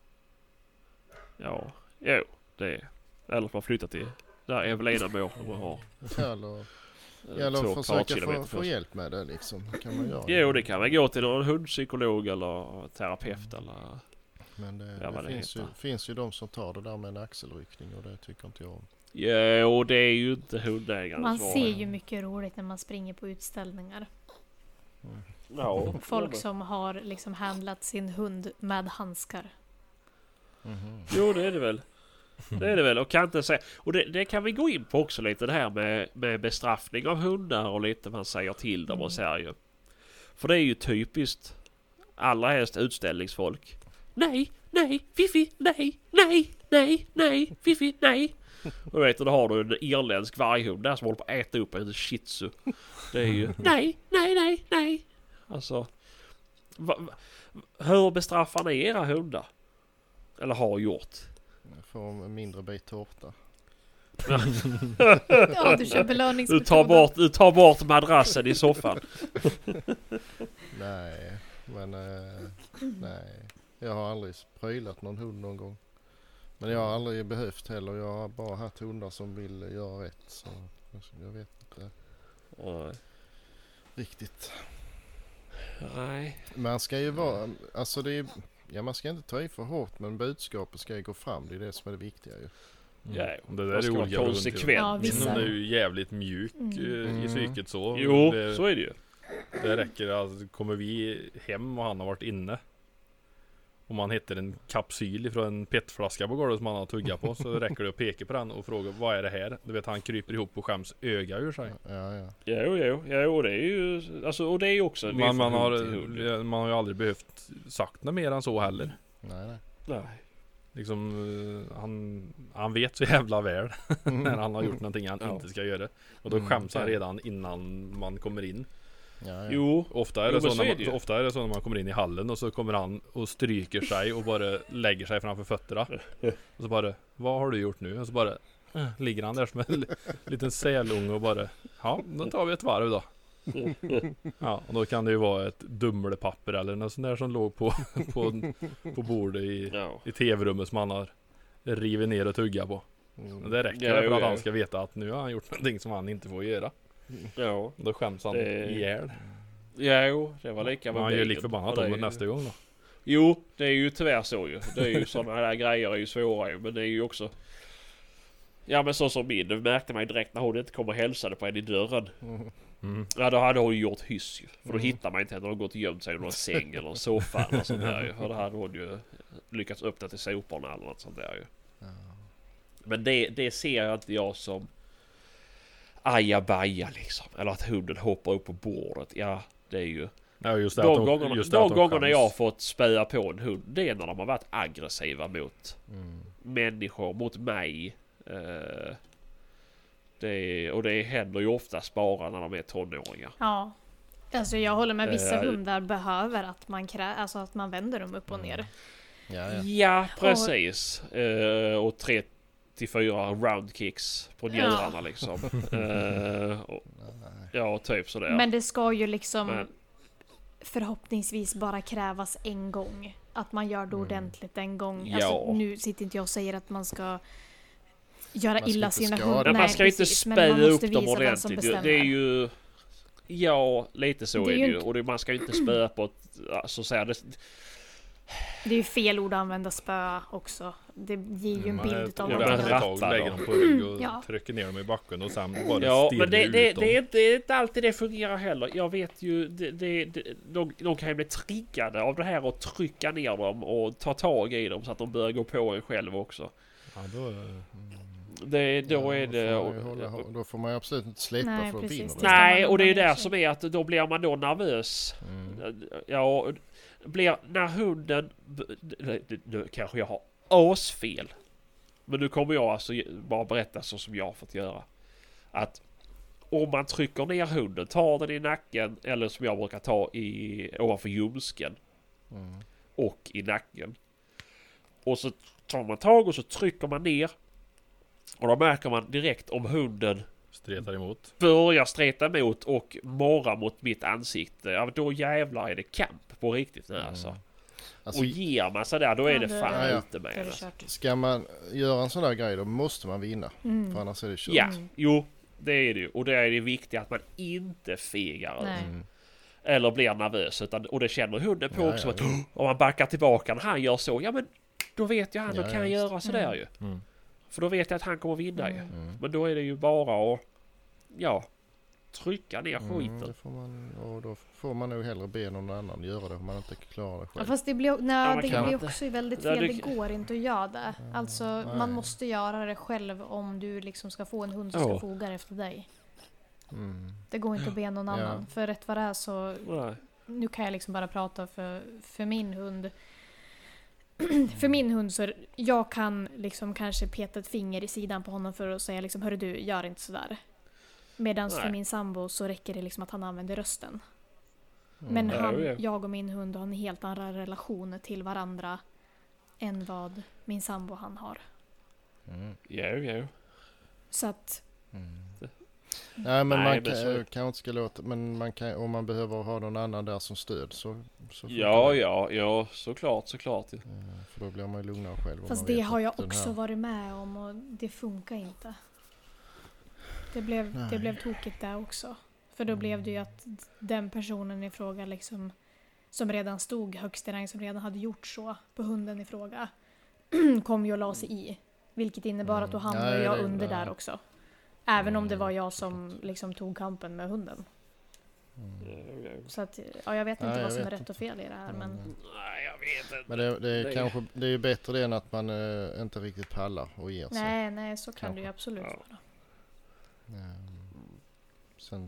ja, jo, det är... Eller att man flyttar till där Evelina bor och man har Eller, eh, eller två försöka kvadratkilometer få, få först. hjälp med det liksom. Det kan man göra. Jo, det kan man gå till någon hundpsykolog eller terapeut eller... Men det, Ja, vad det det finns, ju, heter. finns ju de som tar det där med en axelryckning och det tycker inte jag om. Jo, det är ju inte hundägarens Man val. ser ju mycket roligt när man springer på utställningar. Ja, Folk som har liksom handlat sin hund med handskar. Mhm. Jo, det är det väl. Det är det väl. Och kan inte säga... Och det, det kan vi gå in på också lite det här med, med bestraffning av hundar och lite man säger till dem Mm. och säger ju. För det är ju typiskt allra helst utställningsfolk. Nej, nej, Fifi, nej, nej, nej, nej, Fifi, nej. Och du vet, då har du en irländsk varghund där som håller på att äta upp en shih tzu. Det är ju nej, nej, nej, nej. Alltså, va, va, hur bestraffar ni era hundar? Eller har gjort? Få en mindre bit tårta. Ja, du kör Du belöningsmetoden. tar bort, du tar bort madrassen i soffan. Nej, men eh, nej. Jag har aldrig prylat någon hund någon gång. Men jag har aldrig behövt heller. Jag har bara haft hundar som vill göra rätt. Så jag vet inte Nej. riktigt. Nej. Man ska ju vara, alltså det är, ja man ska inte ta i för hårt men budskapet ska ju gå fram. Det är det som är det viktiga ju. Mm. Ja, det där Man är ska vara olika beroende på- konsekvent. Ja, Min vissa. hund är ju jävligt mjuk Mm. eh, Mm. i psyket så. Jo, det, så är det ju. det räcker, alltså, kommer vi hem och han har varit inne. Om man hittar en kapsyl ifrån en petflaska på golvet som han har tuggat på så räcker det att peka på den och fråga vad är det här? Du vet han kryper ihop och skäms öga ur sig. Ja, ja. Jo, jo, jo, och det är ju, alltså, och det är ju också en Man, man, från har, hund till hund. man har ju aldrig behövt sagt något mer än så heller. Nej, nej. Nej. liksom, eh, han, han vet så jävla väl när han har gjort någonting han Ja. inte ska göra. Och då Mm. skäms han redan innan man kommer in. Ja, ja. Jo, Ofta är, Jo, det men så så när är det ju. man, ofta är det så när man kommer in i hallen och så kommer han och stryker sig och bara lägger sig framför fötterna. Och så bara, vad har du gjort nu? Och så bara äh, ligger han där som en li- liten sälunge och bara, ja, då tar vi ett varv då. Ja, och då kan det ju vara ett dumlepapper eller något sånt där som låg på, på, på bordet i, ja. i tv-rummet som han har rivit ner och tugga på. Mm. Och det räcker Ja, för jo, att ja. han ska veta att nu har han gjort någonting som han inte får göra. Ja, Då skäms han Det- ihjäl. ja jo, det var lika med Men han gör bilen. lik förbannat Och det är om det ju- nästa gång då. Jo, det är ju tyvärr så ju. Det är ju sådana där grejer är ju svåra ju. Men det är ju också... Ja men så som min, det märkte man ju direkt när hon inte kom och hälsade på en i dörren. Mm. Mm. Ja då hade hon ju gjort hyss ju. För då Mm. hittar man inte henne. Hon har gått och gömt sig i någon säng eller en soffa eller sånt där ju. För då hade hon ju lyckats öppna till soporna eller något sånt där ju. Ja. Men det, det ser jag inte jag som ajabaja liksom. Eller att hunden hoppar upp på bordet. Ja, det är ju... Ja, just det, De att de, gångerna, just det de att de gångerna skäms. jag har fått spöa på en hund, det är när de har varit aggressiva mot Mm. människor, mot mig. Eh, det är, och det händer ju oftast bara när de är tonåringar. Ja. Alltså jag håller med, vissa Eh, hundar behöver att man krä- alltså att man vänder dem upp och ner. Ja, ja. Ja, precis. Eh, och tre till fyra roundkicks på Ja. njurarna liksom. Eh, och, Nej. ja, typ sådär. Men det ska ju liksom Men- förhoppningsvis bara krävas en gång. Att man gör det ordentligt en gång. Ja. Alltså, nu sitter inte jag och säger att man ska göra Man ska illa inte sina skada. hundar. Men man ska ju inte precis, men man spela måste upp dem visa vem som ordentligt. ju. bestämmer. Det är ju... Ja, lite så Det är är det ju ju. inte- Och det, man ska ju inte spöa på ett... Alltså, så säga, det, Det är ju fel ord att använda spö också. Det ger ju en Man bild av tar Ja, någonting men ett annat. tag, rattar lägger då. dem på rygg och Ja. trycker ner dem i backen och sen bara ja, stirrar men det, ut det, dem. det, är inte, det är inte alltid det fungerar heller. Jag vet ju... Det, det, det, de, de kan ju bli triggade av det här och trycka ner dem och ta tag i dem så att de börjar gå på en själv också. Ja, då, Det, då Ja, är det... får man ju hålla, då får man ju absolut inte släppa Nej, för att precis. vinna. Det ska Nej, man och det är ju lugna ner där sig. som är att då blir man då nervös. Mm. Ja, blir när hunden... Nu kanske jag har asfel. Men nu kommer jag alltså bara berätta så som jag har fått göra. Att om man trycker ner hunden, tar den i nacken eller som jag brukar ta i ovanför ljumsken Mm. och i nacken. Och så tar man tag och så trycker man ner. Och då märker man direkt om hunden stretar emot. börjar streta emot och morra mot mitt ansikte. Ja, då jävlar är det kamp på riktigt nu alltså. Alltså, Och ger man sig där, då är Ja, det det- fan Ja, ja. ute med Då är det alltså. kört. ska man göra en sån där grej då måste man vinna. Mm. För annars är det kört. Ja, Mm. jo, det är det ju. Och det är det viktigt att man inte fegar ur. Nej. Mm. Eller blir nervös. Utan, och det känner hunden på Ja, också. ja, Att, ja. om man backar tillbaka när han gör så, ja men då vet jag han, då Ja, kan ja, han visst. göra sådär Mm. ju. Mm. För då vet jag att han kommer vinna ju. Mm. Mm. Men då är det ju bara att, ja, trycka ner Mm, skiten. det får man, och då får man nog hellre be någon annan göra det om man inte klarar det Ja, själv. fast det blir, nej, Ja, man det kan blir inte. också väldigt Ja, fel. det- Det går inte att göra det. Alltså, nej. man måste göra det själv om du liksom ska få en hund som Ja. ska foga efter dig. Mm. Det går inte att be någon Ja. annan. För rätt vad det är så, Nej. nu kan jag liksom bara prata för, för min hund. För min hund så, jag kan liksom kanske peta ett finger i sidan på honom för att säga liksom, hörru du, gör inte sådär. Medan för Nej. min sambo så räcker det liksom att han använder rösten. Mm. Men Ja, han, ja. jag och min hund har en helt annan relation till varandra än vad min sambo han har. Mm. Jo, jo. Så att, Mm. Nej men Nej, man men kan, så- kanske inte ska låta, men man kan, om man behöver ha någon annan där som stöd så, så funkar Ja, det. ja, ja, såklart, såklart. Eh, För då blir man ju lugnare själv. om fast man det vet har att jag den också här- varit med om och det funkar inte. Det blev, det Nej. blev tokigt där också. För då blev det ju att den personen i fråga liksom, som redan stod högst i rang, som redan hade gjort så på hunden i fråga, kom ju och la sig i. Vilket innebar Mm. att då Ja, hamnade ja, jag det- under ja. där också. Även om det Mm, var jag som liksom tog kampen med hunden. Mm. Jo, jo. Så att, ja, jag vet inte Nej, jag vad som är vet rätt inte. och fel i det här. Men Mm. Nej, jag vet inte. Men det, det, är Det är- kanske, det är ju bättre det än att man eh, inte riktigt pallar och ger sig. nej, nej, så kan Kanske. det ju absolut Ja. vara. Ehm, sen,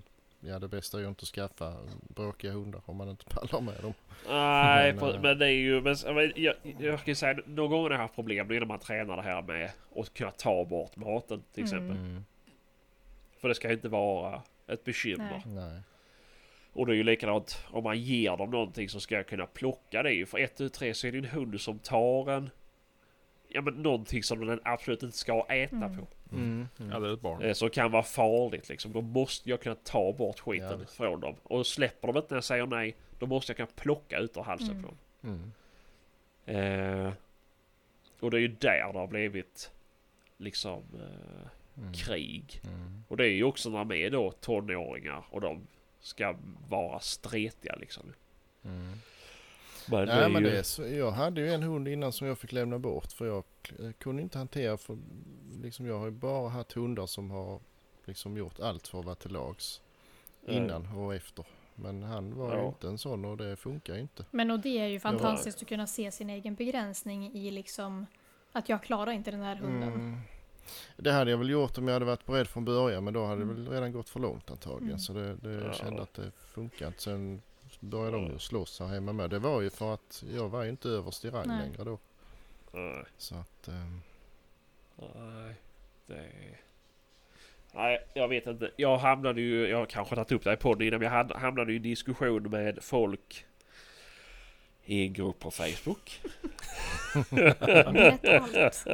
ja, det bästa är ju inte att skaffa bråkiga hundar om man inte pallar med dem. Nej, Men, men, äh, men det är ju... Men, men, jag, jag kan säga, någon gång har jag haft problem när man tränar det här med att kunna ta bort maten till exempel. Mm. För det ska inte vara ett bekymmer. Nej. Nej. Och det är ju likadant om man ger dem någonting som ska kunna plocka det. Ju. För ett, tu, tre så är det en hund som tar en... Ja, men någonting som den absolut inte ska äta Mm. på. Mm. Mm. Ja, det är ett barn. Eh, som kan vara farligt liksom. Då måste jag kunna ta bort skiten Ja. från dem. Och släpper de inte när jag säger nej, då måste jag kunna plocka ut ur halsen Mm. på dem. Mm. Eh, och det är ju där det har blivit liksom eh, Mm. krig. Mm. Och det är ju också när de är då tonåringar och de ska vara stretiga liksom. Mm. Men Nej, det är men ju... det är så, jag hade ju en hund innan som jag fick lämna bort för jag eh, kunde inte hantera för liksom jag har ju bara haft hundar som har liksom gjort allt för att vara till lags innan och efter. Men han var ju Ja. inte en sån och det funkar ju inte. Men och det är ju fantastiskt att kunna se sin egen begränsning i liksom att jag klarar inte den här hunden. Mm. Det hade jag väl gjort om jag hade varit beredd från början men då hade Mm. det väl redan gått för långt antagligen. Mm. Så det, det Ja. jag kände att det funkar inte. Sen började de ju slåss här hemma med. Det var ju för att jag var ju inte överst i rang Nej. längre då. Nej, Så att... ehm, nej, det... Nej, jag vet inte. Jag hamnade ju... Jag har kanske tagit upp det här på podden innan. Men jag hamnade ju i diskussion med folk i en grupp på Facebook. Berätta allt.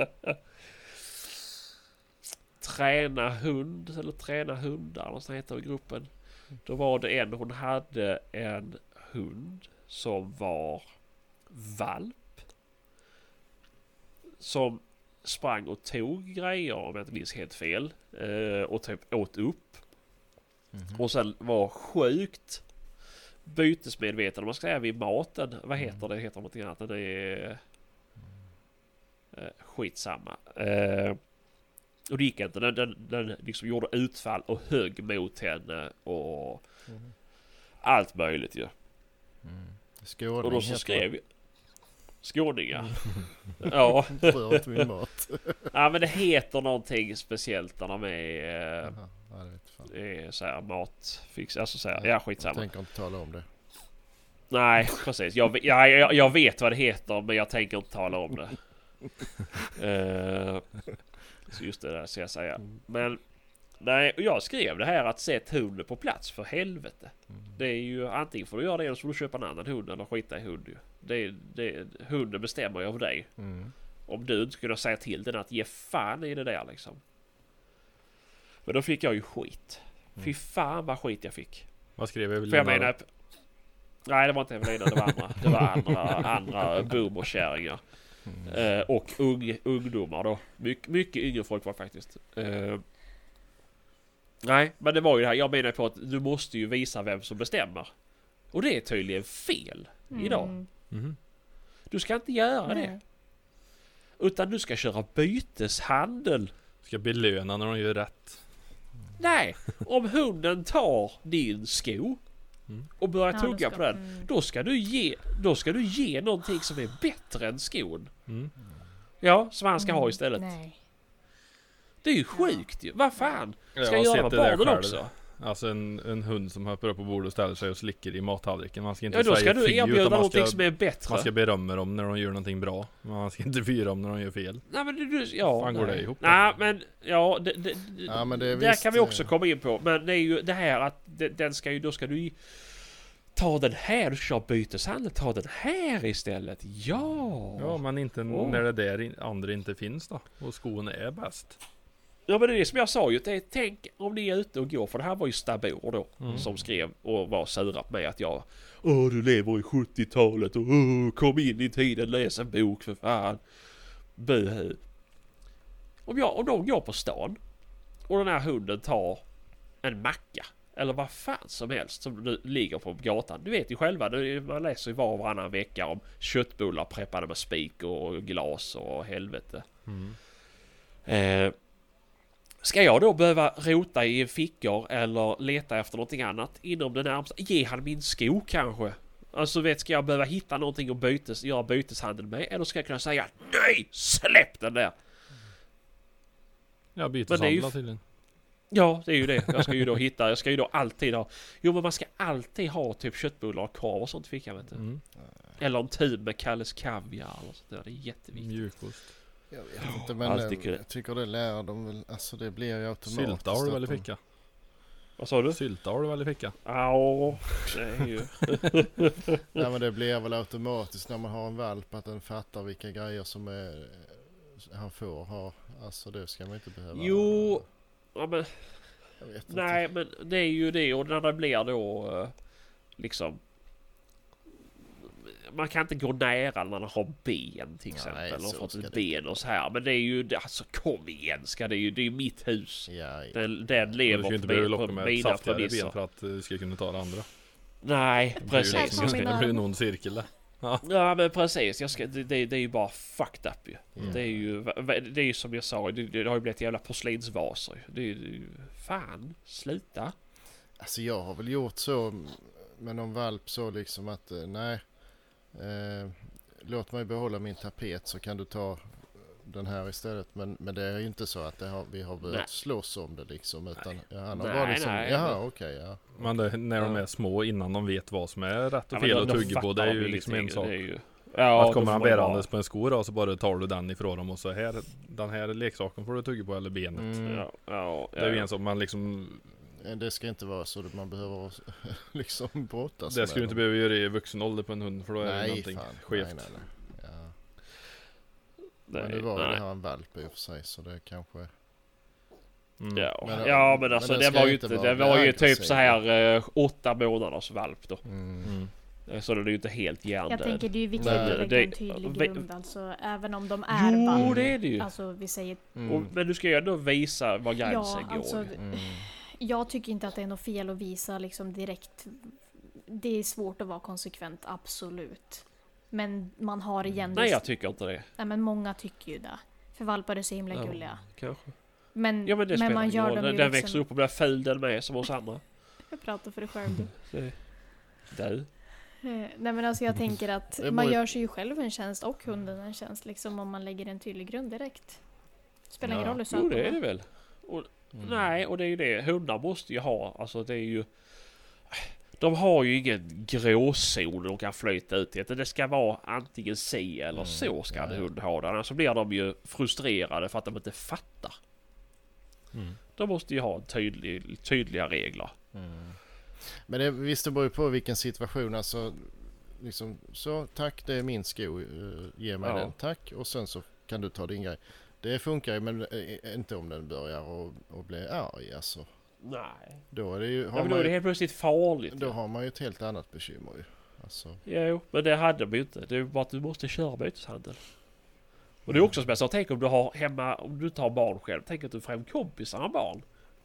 Träna hund eller träna hundar och så heter det i gruppen. Då var det en, hon hade en hund som var valp. Som sprang och tog grejer om jag inte minns helt fel. Eh, och typ åt upp. mhm. Och sen var sjukt bytesmedveten om man ska säga vid maten. Vad heter det? Heter någonting annat. Det är eh, skitsamma. Eh, och det gick inte. Den, den, den liksom gjorde utfall och högg mot henne och Mhm. allt möjligt ju. Mm. Skåning Och då så heter skrev jag skåningar. det. Ja. Rör inte min mat. Ja, men det heter någonting speciellt när de är, eh, Jaha, ja, det vet fan. är så här matfix. Alltså så här, ja Jag skitsamma. tänker inte tala om det. Nej, precis. Jag, ja, jag, jag vet vad det heter men jag tänker inte tala om det. uh, så just det där ska jag säga. Men nej, och jag skrev det här att sätt hunden på plats för helvete. Mm. Det är ju antingen får du göra det eller så får du köpa en annan hund eller skita i hund ju. Det, det, hunden bestämmer ju av dig. Mm. Om du inte skulle säga till den att ge fan i det där liksom. Men då fick jag ju skit. Fy fan vad skit jag fick. Vad skrev För Evelina jag då? menar... Nej, det var inte Evelina, det var andra. Det var andra, andra boomerkärringar. Mm. Eh, och ung, ungdomar då. My, mycket yngre folk var faktiskt. Eh, nej, men det var ju det här. Jag menar på att du måste ju visa vem som bestämmer. Och det är tydligen fel idag. Mm. Mhm. Du ska inte göra det. Nej. Utan du ska köra byteshandel. Ska belöna när de gör rätt. Nej, om hunden tar din sko Mm. och börjar Ja, tugga då på ska- den. mm. Då ska du ge, då ska du ge någonting som är bättre än skon. Mm. Ja, som han ska ha Mm. istället. Nej. Det är ju sjukt ju. Vad fan? Jag Ska har jag göra sett med det där barnen själv. också? Alltså en, en hund som hoppar upp på bordet och ställer sig och slickar i mattallriken. Man ska inte Ja, då säga ska du fy, erbjuda utan man någonting ska, som är bättre. man ska berömma dem när de gör någonting bra. Men man ska inte fyra dem när de gör fel. Nej men du, du ja. Fan går nej. det ihop då? Nej men, ja, det, det, Ja, men det är där visst, kan vi också eh, komma in på. Men det är ju det här att de- den ska ju, då ska du ju ta den här, du ska ha byteshandel, ta den här istället. Ja! Ja, men inte Åh. när det där in- andra inte finns då. Och skon är bäst. Ja men det är det som jag sa ju. Det är, tänk om ni är ute och går. För det här var ju Stabor då. Mm. Som skrev och var sura på mig att jag... Åh du lever i sjuttiotalet och åh, kom in i tiden, läs en bok för fan. Buhu. Om, jag, om de går på stan och den här hunden tar en macka. Eller vad fan som helst som nu ligger på gatan. Du vet ju själva, det- man läser ju var och varannan vecka om köttbullar preppade med spik och glas och helvete. Mm. Eh, ska jag då behöva rota i fickor eller leta efter någonting annat inom den närmsta? Ge han min sko kanske? Alltså vet, ska jag behöva hitta någonting att bytes, göra byteshandel med? Eller ska jag kunna säga nej, släpp den där? Ja, Men det är ju byteshandla f- tydligen. Ja, det är ju det. Jag ska ju då hitta, jag ska ju då alltid ha... Jo, men man ska alltid ha typ köttbullar och korv och sånt i fickan, vet du. Mm. Eller en tub med Kalles kaviar eller sånt där. Det är jätteviktigt. Mjukost. Jag vet inte, men Alltid eh, kul. jag tycker det lär de väl, alltså det blir ju automatiskt. Sylta har du väl i att de- ficka? Vad sa du? Sylta har du väl i ficka? Ja, det är ju... Nej, men det blir väl automatiskt när man har en valp att den fattar vilka grejer som är, han får ha. Alltså det ska man inte behöva. Jo, ja, men... Jag vet Nej, men det är ju det. Och när det blir då eh, liksom... Man kan inte gå nära när man har ben till exempel. Nej, Eller så fått ska ett det ben och så här. Men det är ju... Alltså kom igen, ska det är ju... Det är ju mitt hus. inte. Ja, ja. Den, den Du lever ska ju inte på, behöva min- locka på med mina saftigare premisser. ben för att du ska kunna ta det andra. Nej, Det blir ju precis. Här liksom- Jag på min ska, Det blir ju arm. någon cirkel där. ja, men precis. Jag ska, det, det, det är ju bara fucked up ju. Mm. Det är ju... Det är ju som jag sa. Det, det har ju blivit jävla porslinsvaser. Det är ju... Fan, sluta. Alltså jag har väl gjort så med någon valp så liksom att eh, nej, eh, låt mig behålla min tapet så kan du ta den här istället. Men, men det är ju inte så att det har, vi har börjat Nej. slåss om det liksom. Utan ja, han har Nej, bara liksom, nej, jaha men- okej ja. Men det, när de Ja. är små innan de vet vad som är rätt och Ja, men fel de- att de tugga på, fattar det är ju de liksom en ingenting. sak. Det är ju, ja, Att då kommer får han man ju bärandes bara- på en sko då, så bara tar du den ifrån dem och så här, den här leksaken får du tugga på eller benet. Mm. Ja, ja, Det är ju ja. en sak man liksom, Det ska inte vara så att man behöver liksom brottas det med skulle du inte dem. behöva göra i vuxen ålder på en hund för då är det Nej, någonting fan. skevt. Nej, nej, nej. Ja. Nej, Men det var ju nej. det här en valp i och för sig så det kanske... Mm. Ja, Men- ja men men alltså det det ska var ju inte inte, vara det var ju typ aggressiv. så här eh, åtta månaders valp då. Mm. Mm. Eh, Så det är ju inte helt Jag hjärndöd. tänker det är ju viktigt Nej, att lägga det- en tydlig vi- grund. Alltså även om de är Jo, valp. det är det ju. Alltså vi säger... Mm. Och, men du ska ju ändå visa var gränsen Ja, alltså, går. Mm. Jag tycker inte att det är något fel att visa liksom direkt. Det är svårt att vara konsekvent, absolut. Men man har igen... Nej, just- jag tycker inte det. Nej, men många tycker ju det. För valpar är så himla Ja, gulliga. kanske. Men, Ja men det men spelar man ingen gör roll. dem Den, ju den liksom... växer upp och blir ful den med som oss andra. Jag pratar för dig själv du. Det- Du. Eh, Nej men alltså jag tänker att Det man borde- gör sig ju själv en tjänst och hunden en tjänst liksom om man lägger en tydlig grund direkt. Spelar ingen Ja. roll hur Jo söt det de är är. det väl. Mm. Nej och det är ju det. Hundar måste ju ha. Alltså det är ju... De har ju ingen gråzon de kan flyta ut till. Det ska vara antingen si eller Mm, så ska ja, en ja. hund ha det. Annars så blir de ju frustrerade för att de inte fattar. Mm. De måste ju ha tydlig, tydliga regler. Mm. Men det, visst det beror ju på vilken situation. Alltså, liksom, så tack det är min sko. Uh, ge mig Ja. den. Tack. Och sen så kan du ta din grej. Det funkar ju men eh, inte om den börjar och, och bli arg. Alltså. Nej. Då är det ju... Ja, Har men då man är det ju helt plötsligt farligt. då har man ju ett helt annat bekymmer ju. Alltså, Jo, men det hade de ju inte. Det är ju bara att du måste köra byteshandel. Och det är också som jag sa, tänk om du har hemma, om du inte har barn själv, tänk att du får hem kompisar med barn.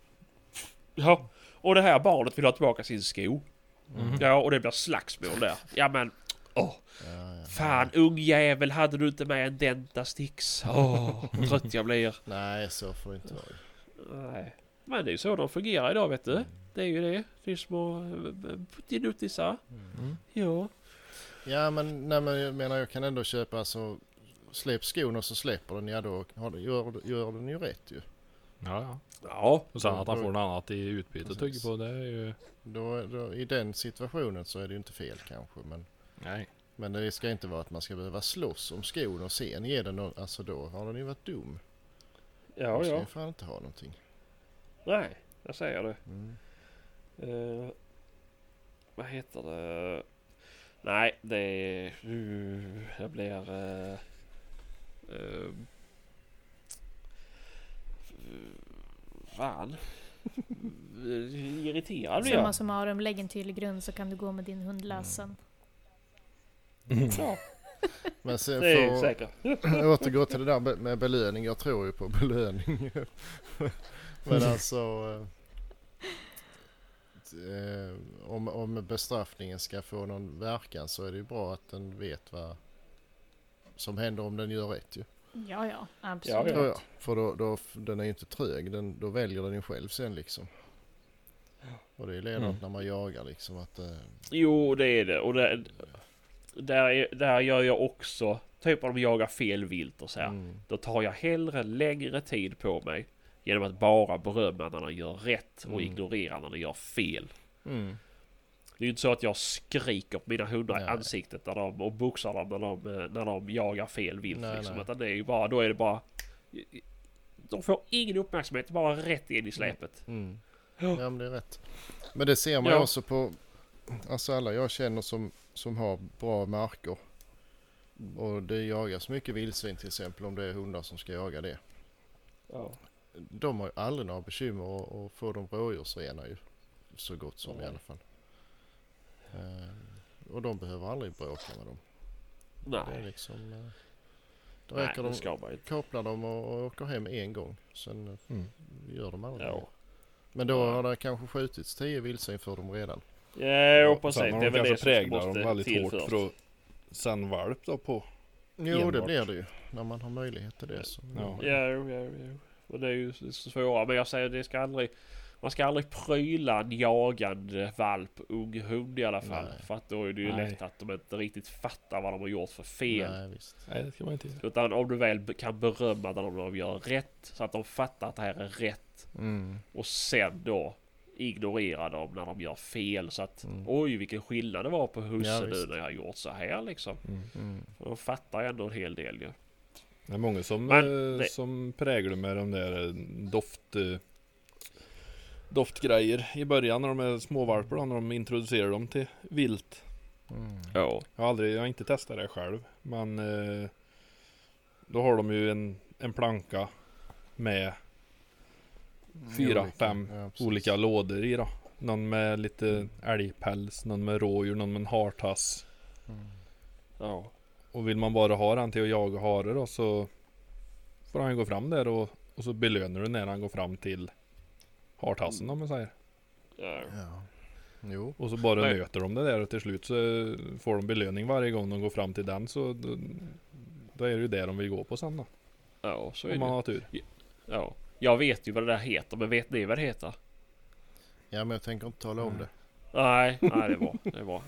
Ja, och det här barnet vill ha tillbaka sin sko. Mm. Ja, och det blir slagsmål där. Ja men, åh, ja, ja. fan ungjävel, hade du inte med en Dentastix? Åh, vad trött jag blir. Nej, så får det inte vara. Nej, men det är ju så de fungerar idag vet du. Det är ju det. Det är små eh, puttinuttisar. Mm. Ja. Ja, men, nej, men jag menar jag kan ändå köpa alltså släpp skon och så släpper den. Ja, då har, det- gör, gör den ju rätt ju. Ja, ja. Ja. Och sen att han får något annat i utbyte att tugga på, det är ju... Då, då, I den situationen så är det ju inte fel kanske. Men, Nej. men det ska inte vara att man ska behöva slåss om skon och sen ge den någon, alltså då har den ju varit dum. Ja, Då ska ja. ju fan inte ha någonting. Nej, jag säger det. Mm. Uh, vad heter det? Nej, det är... Uh, jag blir... Uh, uh, fan. Irriterad blir Summa jag. summarum, lägg en tydlig grund så kan du gå med din hund lösen. Ja, Men sen det är för säkert. att återgå till det där be- med belöning. Jag tror ju på belöning. Men alltså... Eh, om, om bestraffningen ska få någon verkan så är det ju bra att den vet vad som händer om den gör rätt ju. Ja, ja, absolut. Ja, ja. Tror jag. För då, då, den är ju inte trög. Den, då väljer den ju själv sen liksom. Och det är ledande Mm. när man jagar liksom att... Eh, Jo, det är det. Och det, där, är, där gör jag också... Typ om de jagar fel vilt och så här. mm, Då tar jag hellre längre tid på mig genom att bara berömma när den gör rätt och Mm. ignorera när den gör fel. Mm. Det är ju inte så att jag skriker på mina hundar i Nej. ansiktet när de, och boxar dem när de, när de jagar fel vilt. Nej, Liksom. nej. Utan det är ju bara, då är det bara... De får ingen uppmärksamhet, bara rätt in i släpet. Mm. Ja. Ja, men det är rätt. Men det ser man ju Ja. också på, alltså alla jag känner som, som har bra marker. Och det jagas mycket vildsvin till exempel, om det är hundar som ska jaga det. Ja. De har ju aldrig några bekymmer att att få dem rådjursrena ju. Så gott som Nej. i alla fall. Eh, och de behöver aldrig bråka med dem. Det är Nej, liksom... Eh, då nej räcker det de, ska man inte. kopplar dem och, och åker hem en gång. Sen eh, Mm. gör de aldrig Ja. mer. Men då har det kanske skjutits tio vildsvin för dem redan. Ja, precis. Sen har Det är de väl det kanske som präglar måste dem väldigt till hårt först. för att sen valp då på. Jo, det Enbart. blir det ju. När man har möjlighet till det. Så Ja. Ja, jo, ja, jo. Och det är ju så svåra. Men jag säger det ska aldrig... Man ska aldrig pryla en jagande valp, ung hund i alla fall. Nej. För att då är det ju Nej. lätt att de inte riktigt fattar vad de har gjort för fel. Nej, visst. Nej, det ska man inte göra. Utan om du väl be- kan berömma när de gör rätt. Så att de fattar att det här är rätt. Mm. Och sen då ignorera dem när de gör fel. Så att Mm. oj vilken skillnad det var på husse Ja, nu visst. när jag har gjort så här liksom. Mm. Mm. Och de fattar ändå en hel del ju. Det är många som, Men eh, det- som präglar med de där eh, doft, eh, doftgrejer i början när de är småvalpar då, när de introducerar dem till vilt. Mm. Ja. Jag har aldrig, jag har inte testat det själv, men eh, då har de ju en, en planka med fyra, Olika. fem Ja, precis. olika lådor i då. Någon med lite älgpäls, någon med rådjur, någon med en hartass. Mm. Ja. Och vill man bara ha han till att jaga hare då, så får han ju gå fram där och, och så belönar du när han går fram till hartassen om man säger. Ja. Ja. Jo. Och så bara Nej. nöter de det där och till slut så får de belöning varje gång de går fram till den, så då, då är det ju det de vill gå på sen då. Ja, så är Om man det. har tur. Ja. Jag vet ju vad det där heter, men vet ni vad det heter? Ja, men jag tänker inte tala om det. Nej, nej det var det var.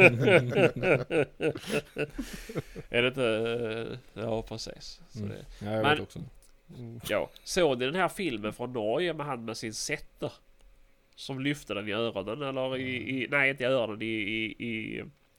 Är det inte? Ja, precis. Så Mm. det, Ja, jag Men- vet också. Mm. ja. Såg ni den här filmen från Norge med han med sin setter? Som lyfte den i öronen eller i, i nej inte i öronen i, i, i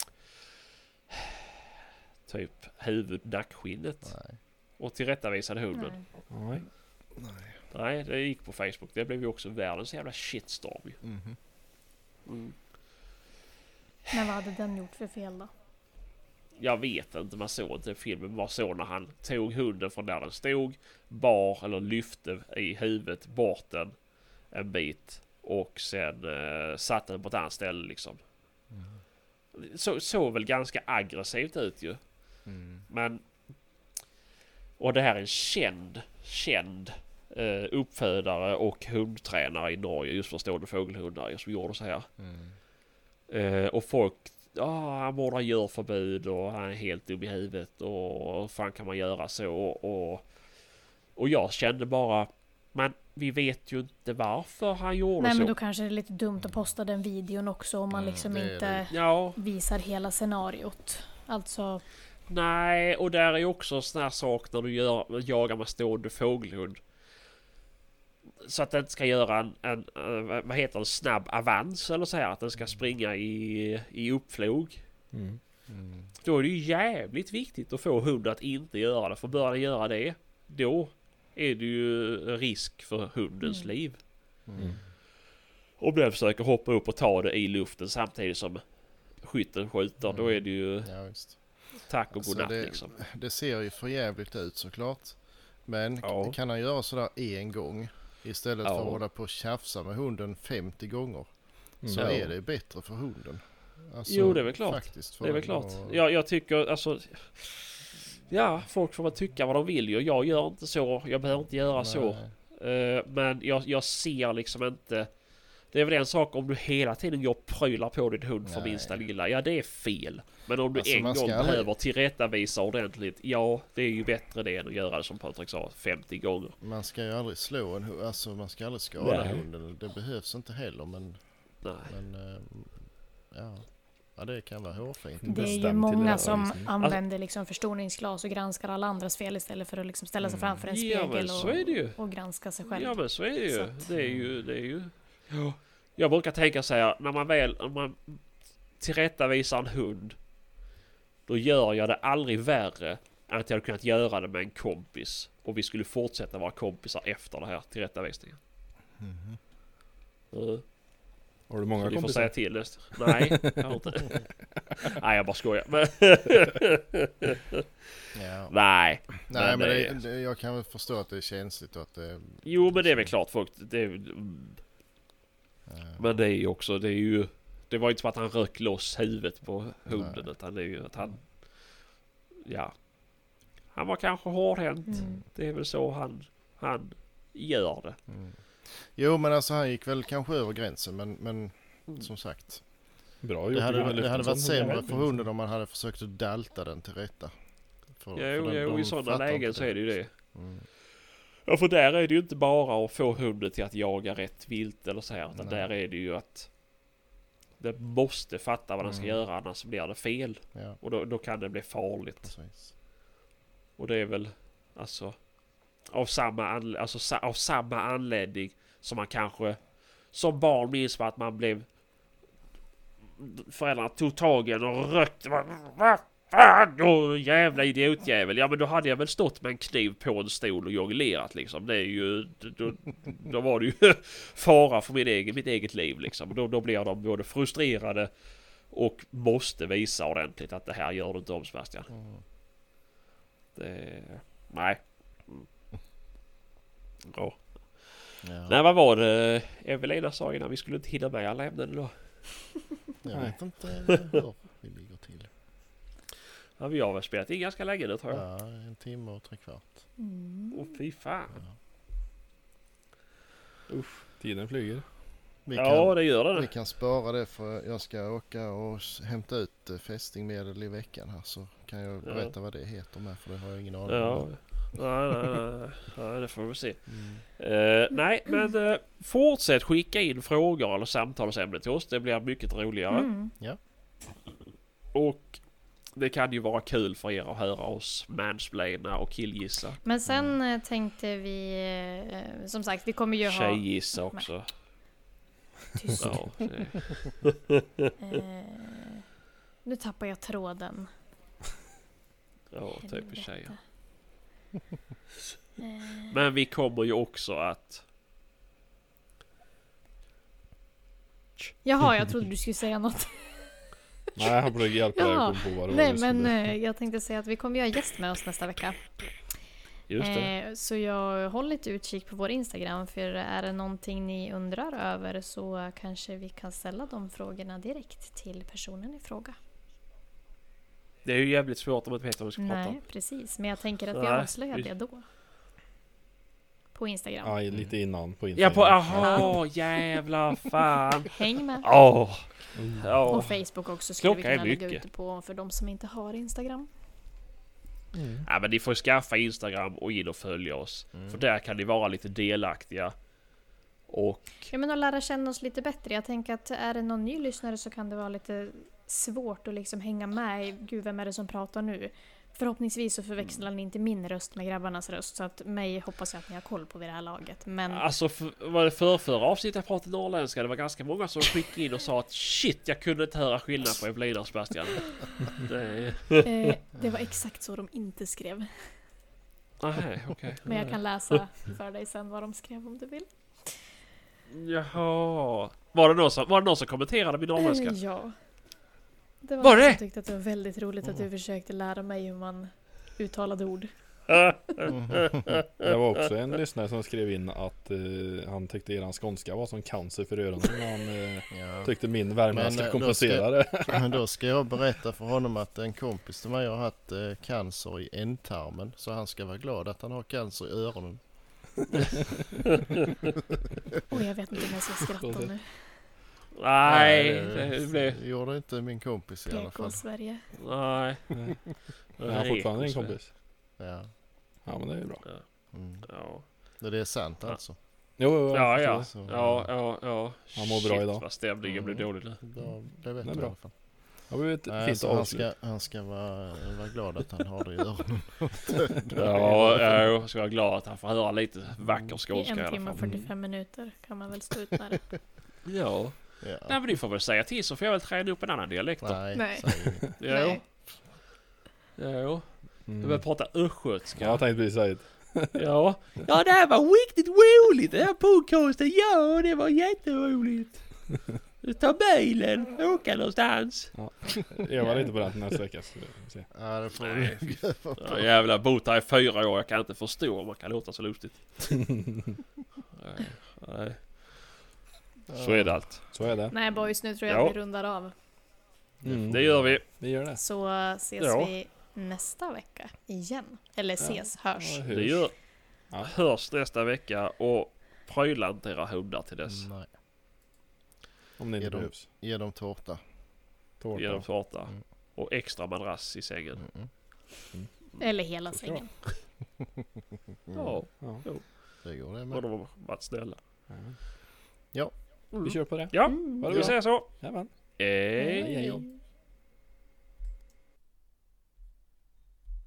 typ huvud nackskinnet Nej. och tillrättavisade hunden. Nej. Nej. Nej. Nej, det gick på Facebook. Det blev ju också världens jävla shitstorm ju. Mhm. Mm. Men vad hade den gjort för fel då? Jag vet inte, man såg inte filmen. Man såg när han tog hunden från där den stod, bar eller lyfte i huvudet bort den en bit och sen eh, satte den på ett annat ställe liksom. Mm. Så, såg väl ganska aggressivt ut ju. Mm. Men och det här är en känd, känd eh, uppfödare och hundtränare i Norge just för stående fågelhundar som gjorde så här. Mm. Eh, och folk, ja han borde ha djurförbud och han är helt dum i huvudet och, och fan kan man göra så och, och, och jag kände bara, men vi vet ju inte varför han gjorde Nej så. men då kanske det är lite dumt att posta den videon också om man Mm, liksom det är inte det. Ja, visar hela scenariot. Alltså, nej och där är också sån här sak när du gör, jagar med stående fågelhund. Så att den ska göra en, en, en vad heter det, snabb avans eller så här, att den ska springa i, i uppflog. Mm. Mm. Då är det ju jävligt viktigt att få hunden att inte göra det. För börjar den göra det, då är det ju risk för hundens Mm. liv. Mm. Om den försöker hoppa upp och ta det i luften samtidigt som skytten skjuter, då är det ju Ja, visst. tack och Alltså, godnatt det- liksom. Det ser ju för jävligt ut såklart. Men Ja. k- kan han göra sådär en gång istället Ja. för att hålla på och tjafsa med hunden femtio gånger, Mm. så Ja. är det bättre för hunden. Alltså, Jo, det är väl klart. Faktiskt, för Det är väl den klart. och- Jag, jag tycker alltså... Ja, folk får väl tycka vad de vill ju. Jag gör inte så. Jag behöver inte göra så. Nej. Eh, men jag, jag ser liksom inte... Det är väl en sak om du hela tiden går och prylar på din hund för Nej. minsta lilla. Ja, det är fel. Men om du Alltså, en man gång ska aldrig- behöver tillrättavisa ordentligt. Ja, det är ju bättre det än att göra det som Patrik sa, femtio gånger. Man ska ju aldrig slå en hund, alltså man ska aldrig skada Nej. hunden. Det behövs inte heller, men, Nej. men eh, ja. Ja, det kan vara hårfint. Mm. Det är ju Bestämt till många det som här, liksom. använder liksom förstoringsglas och granskar alla andras fel istället för att liksom ställa sig Mm. framför en Ja, men spegel så är det ju. och, och granska sig själv. Ja men så är det ju. Så att- Det är ju, det är ju. Ja. Jag brukar tänka så här, när man väl, när man tillrättavisar en hund, då gör jag det aldrig värre än att jag hade kunnat göra det med en kompis. Och vi skulle fortsätta vara kompisar efter det här tillrättavisningen. Mhm. Mm. Har du många Så du får kompisar? säga till nästa. Nej, jag har inte. Nej, jag bara skojar. Men Ja. nej. Nej, Men men det- det, det, jag kan väl förstå att det är känsligt och att det... Jo, men det är väl klart folk. Det är, eh, men det är ju också, det är ju. Det var inte som att han rök loss huvudet på hunden, Nej. utan det är ju att han. Ja. Han var kanske hårdhänt. Mm. Det är väl så han, han gör det. Mm. Jo, men alltså han gick väl kanske över gränsen, men, men Mm. som sagt. Bra gjort. Det Du hade, kan det lyfta hade en varit sån sämre hund. för hunden om man hade försökt att dalta den till rätta. För, Jo, för den- jo, de i sådana fattar lägen inte så är det ju det. Mm. Ja, för där är det ju inte bara att få hunden till att jaga rätt vilt eller så här. Utan Nej. där är det ju att det måste fatta vad den ska Mm. göra, annars blir det fel. Ja, Och då, då kan det bli farligt. precis. Och det är väl alltså av samma, anle- alltså, sa- av samma anledning som man kanske som barn minns att man blev föräldrarna tog tag i en och rökte. Vad fan, åh, jävla idiotjävel. Ja, men då hade jag väl stått med en kniv på en stol och jonglerat liksom. Det är ju då, då var det ju fara för min egen, mitt eget liv liksom. Då, då blir de både frustrerade och måste visa ordentligt att det här gör du inte om, Sebastian. Mm. Det, nej. Mm. Ja. Ja. Nej, vad var det Evelina sa innan? Vi skulle inte hinna med alla ämnen då. Jag Nej. vet inte hur vi ligger till. Ja, vi har väl spelat in ganska länge nu tror jag. Ja, en timme och tre kvart. Mm. Åh, fy fan. Usch. Tiden flyger. Vi Ja, kan, det gör det. vi kan spara det för jag ska åka och s- hämta ut eh, fästingmedel i veckan här, så kan jag Ja. berätta vad det heter med, för det har jag ingen aning Ja. om. Nej, nej, nej, nej, det får vi se. Mm. Eh, nej, men uh, fortsätt skicka in frågor eller samtalsämnen till oss. Det blir mycket roligare. Mm. Och det kan ju vara kul för er att höra oss mansplaina och killgissa. Men sen eh, tänkte vi, eh, som sagt, vi kommer ju ha... Tjejgissa också. Tyst. Ja, det, Eh, nu tappar jag tråden. ja typ tjejer. Eh, Men vi kommer ju också att... Jaha, jag trodde du skulle säga något. Nej, jag borde hjälpa dig Ja. att komma på vad det var Nej, du men skulle- eh, jag tänkte säga att vi kommer ju ha gäst med oss nästa vecka. Just det. Eh, så jag håller lite utkik på vår Instagram, för är det någonting ni undrar över så kanske vi kan ställa de frågorna direkt till personen i fråga. Det är ju jävligt svårt om man inte vet vad vi ska prata Nej, om. precis. Men jag tänker att vi Nej, avslöjar vi- det då. På Instagram. Ja, lite innan på Ja, Instagram. på... Aha, jävla fan. Häng med. Åh! Mm. Ja. Och Facebook också skulle vi Klockan är kunna lägga mycket. ut det på för de som inte har Instagram. Mm. Ja, men ni får skaffa Instagram och in och följa oss. Mm. För där kan ni vara lite delaktiga. Och... Ja, men att lära känna oss lite bättre. Jag tänker att är det någon ny lyssnare så kan det vara lite svårt att liksom hänga med i gud, vem är det som pratar nu? Förhoppningsvis så förväxlar ni inte min röst med grabbarnas röst, så att mig hoppas jag att ni har koll på vid det här laget. Men Alltså, för, var det för förra avsnittet jag pratade norrländska? Det var ganska många som skickade in och sa att shit, jag kunde inte höra skillnad på Evelina och Sebastian. Det... eh, det var exakt så de inte skrev. Nej, okej. Men jag kan läsa för dig sen vad de skrev om du vill. Jaha. Var det någon som, var det någon som kommenterade min norrländska? Eh, Ja. Det var, Var någon det? som tyckte att det var väldigt roligt att du försökte lära mig hur man uttalade ord. Det var också en lyssnare som skrev in att eh, han tyckte eran skånska var som cancer för öronen. Men han eh, Ja. tyckte min Men, värmländska eh, då kompenserade. Men då ska jag berätta för honom att en kompis till mig har haft eh, cancer i ändtarmen, så han ska vara glad att han har cancer i öronen. Och jag vet inte om jag ska skratta nu. Nej, Eh, det blev... det gjorde inte min kompis i alla P K fall. Sverige. Nej. Men han har fortfarande en kompis. Ja. Ja, men det är ju bra. Mm. Ja. Det är sant alltså. Jo, jo, Ja, jag ja. förstår. Så, Ja, ja, ja. Han mår bra Shit, idag. vad stämningen blev dålig nu. Bra, det vet Det är jag i bra. alla fall. Ja, men det är Nej, fint så att han, avsluta. ska, han ska vara, vara glad att han har det i öronen. Ja, jag ska vara glad att han får höra lite vacker I skånska i en alla timme och fall. fyrtiofem minuter kan man väl stå ut med det. Ja. Ja. Nej, men det får väl säga till så får jag väl träna upp en annan dialekt då. Nej, Nej. säg inget. Jo. Nej. Jo. Mm. Du vill prata östgötska. Ja, jag tänkte precis säga det. Ja. Ja, det här var riktigt roligt. Det här podcasten. Ja, det var jätteroligt. Ta bilen, åka någonstans. Jag var lite på den till nästa vecka. Så vi får se. Ja, det får Nej. du öva på. Ja, jävla bott här i fyra år. Jag kan inte förstå om man kan låta så lustigt. Nej, nej. Så är det allt. Så är det. Nej boys, nu tror jag Ja. att vi rundar av. Mm. Det gör vi. Vi gör det. Så ses Ja. vi nästa vecka igen. Eller ses, hörs. Ja, Det gör. Ja. Hörs nästa vecka och pryla inte era hundar till dess. Nej, Om det inte Är de- behövs. ge dem tårta. Tårta. Genom svarta. Mm. Och extra madrass i sängen. Mm. Eller hela Så ska sängen. Mm. Ja, Ja. Det går det och med. de har varit snälla. Ja. Mm. Vi kör på det. Ja, Mm. vi säger så. Jajamän. Hej. Hej, hej.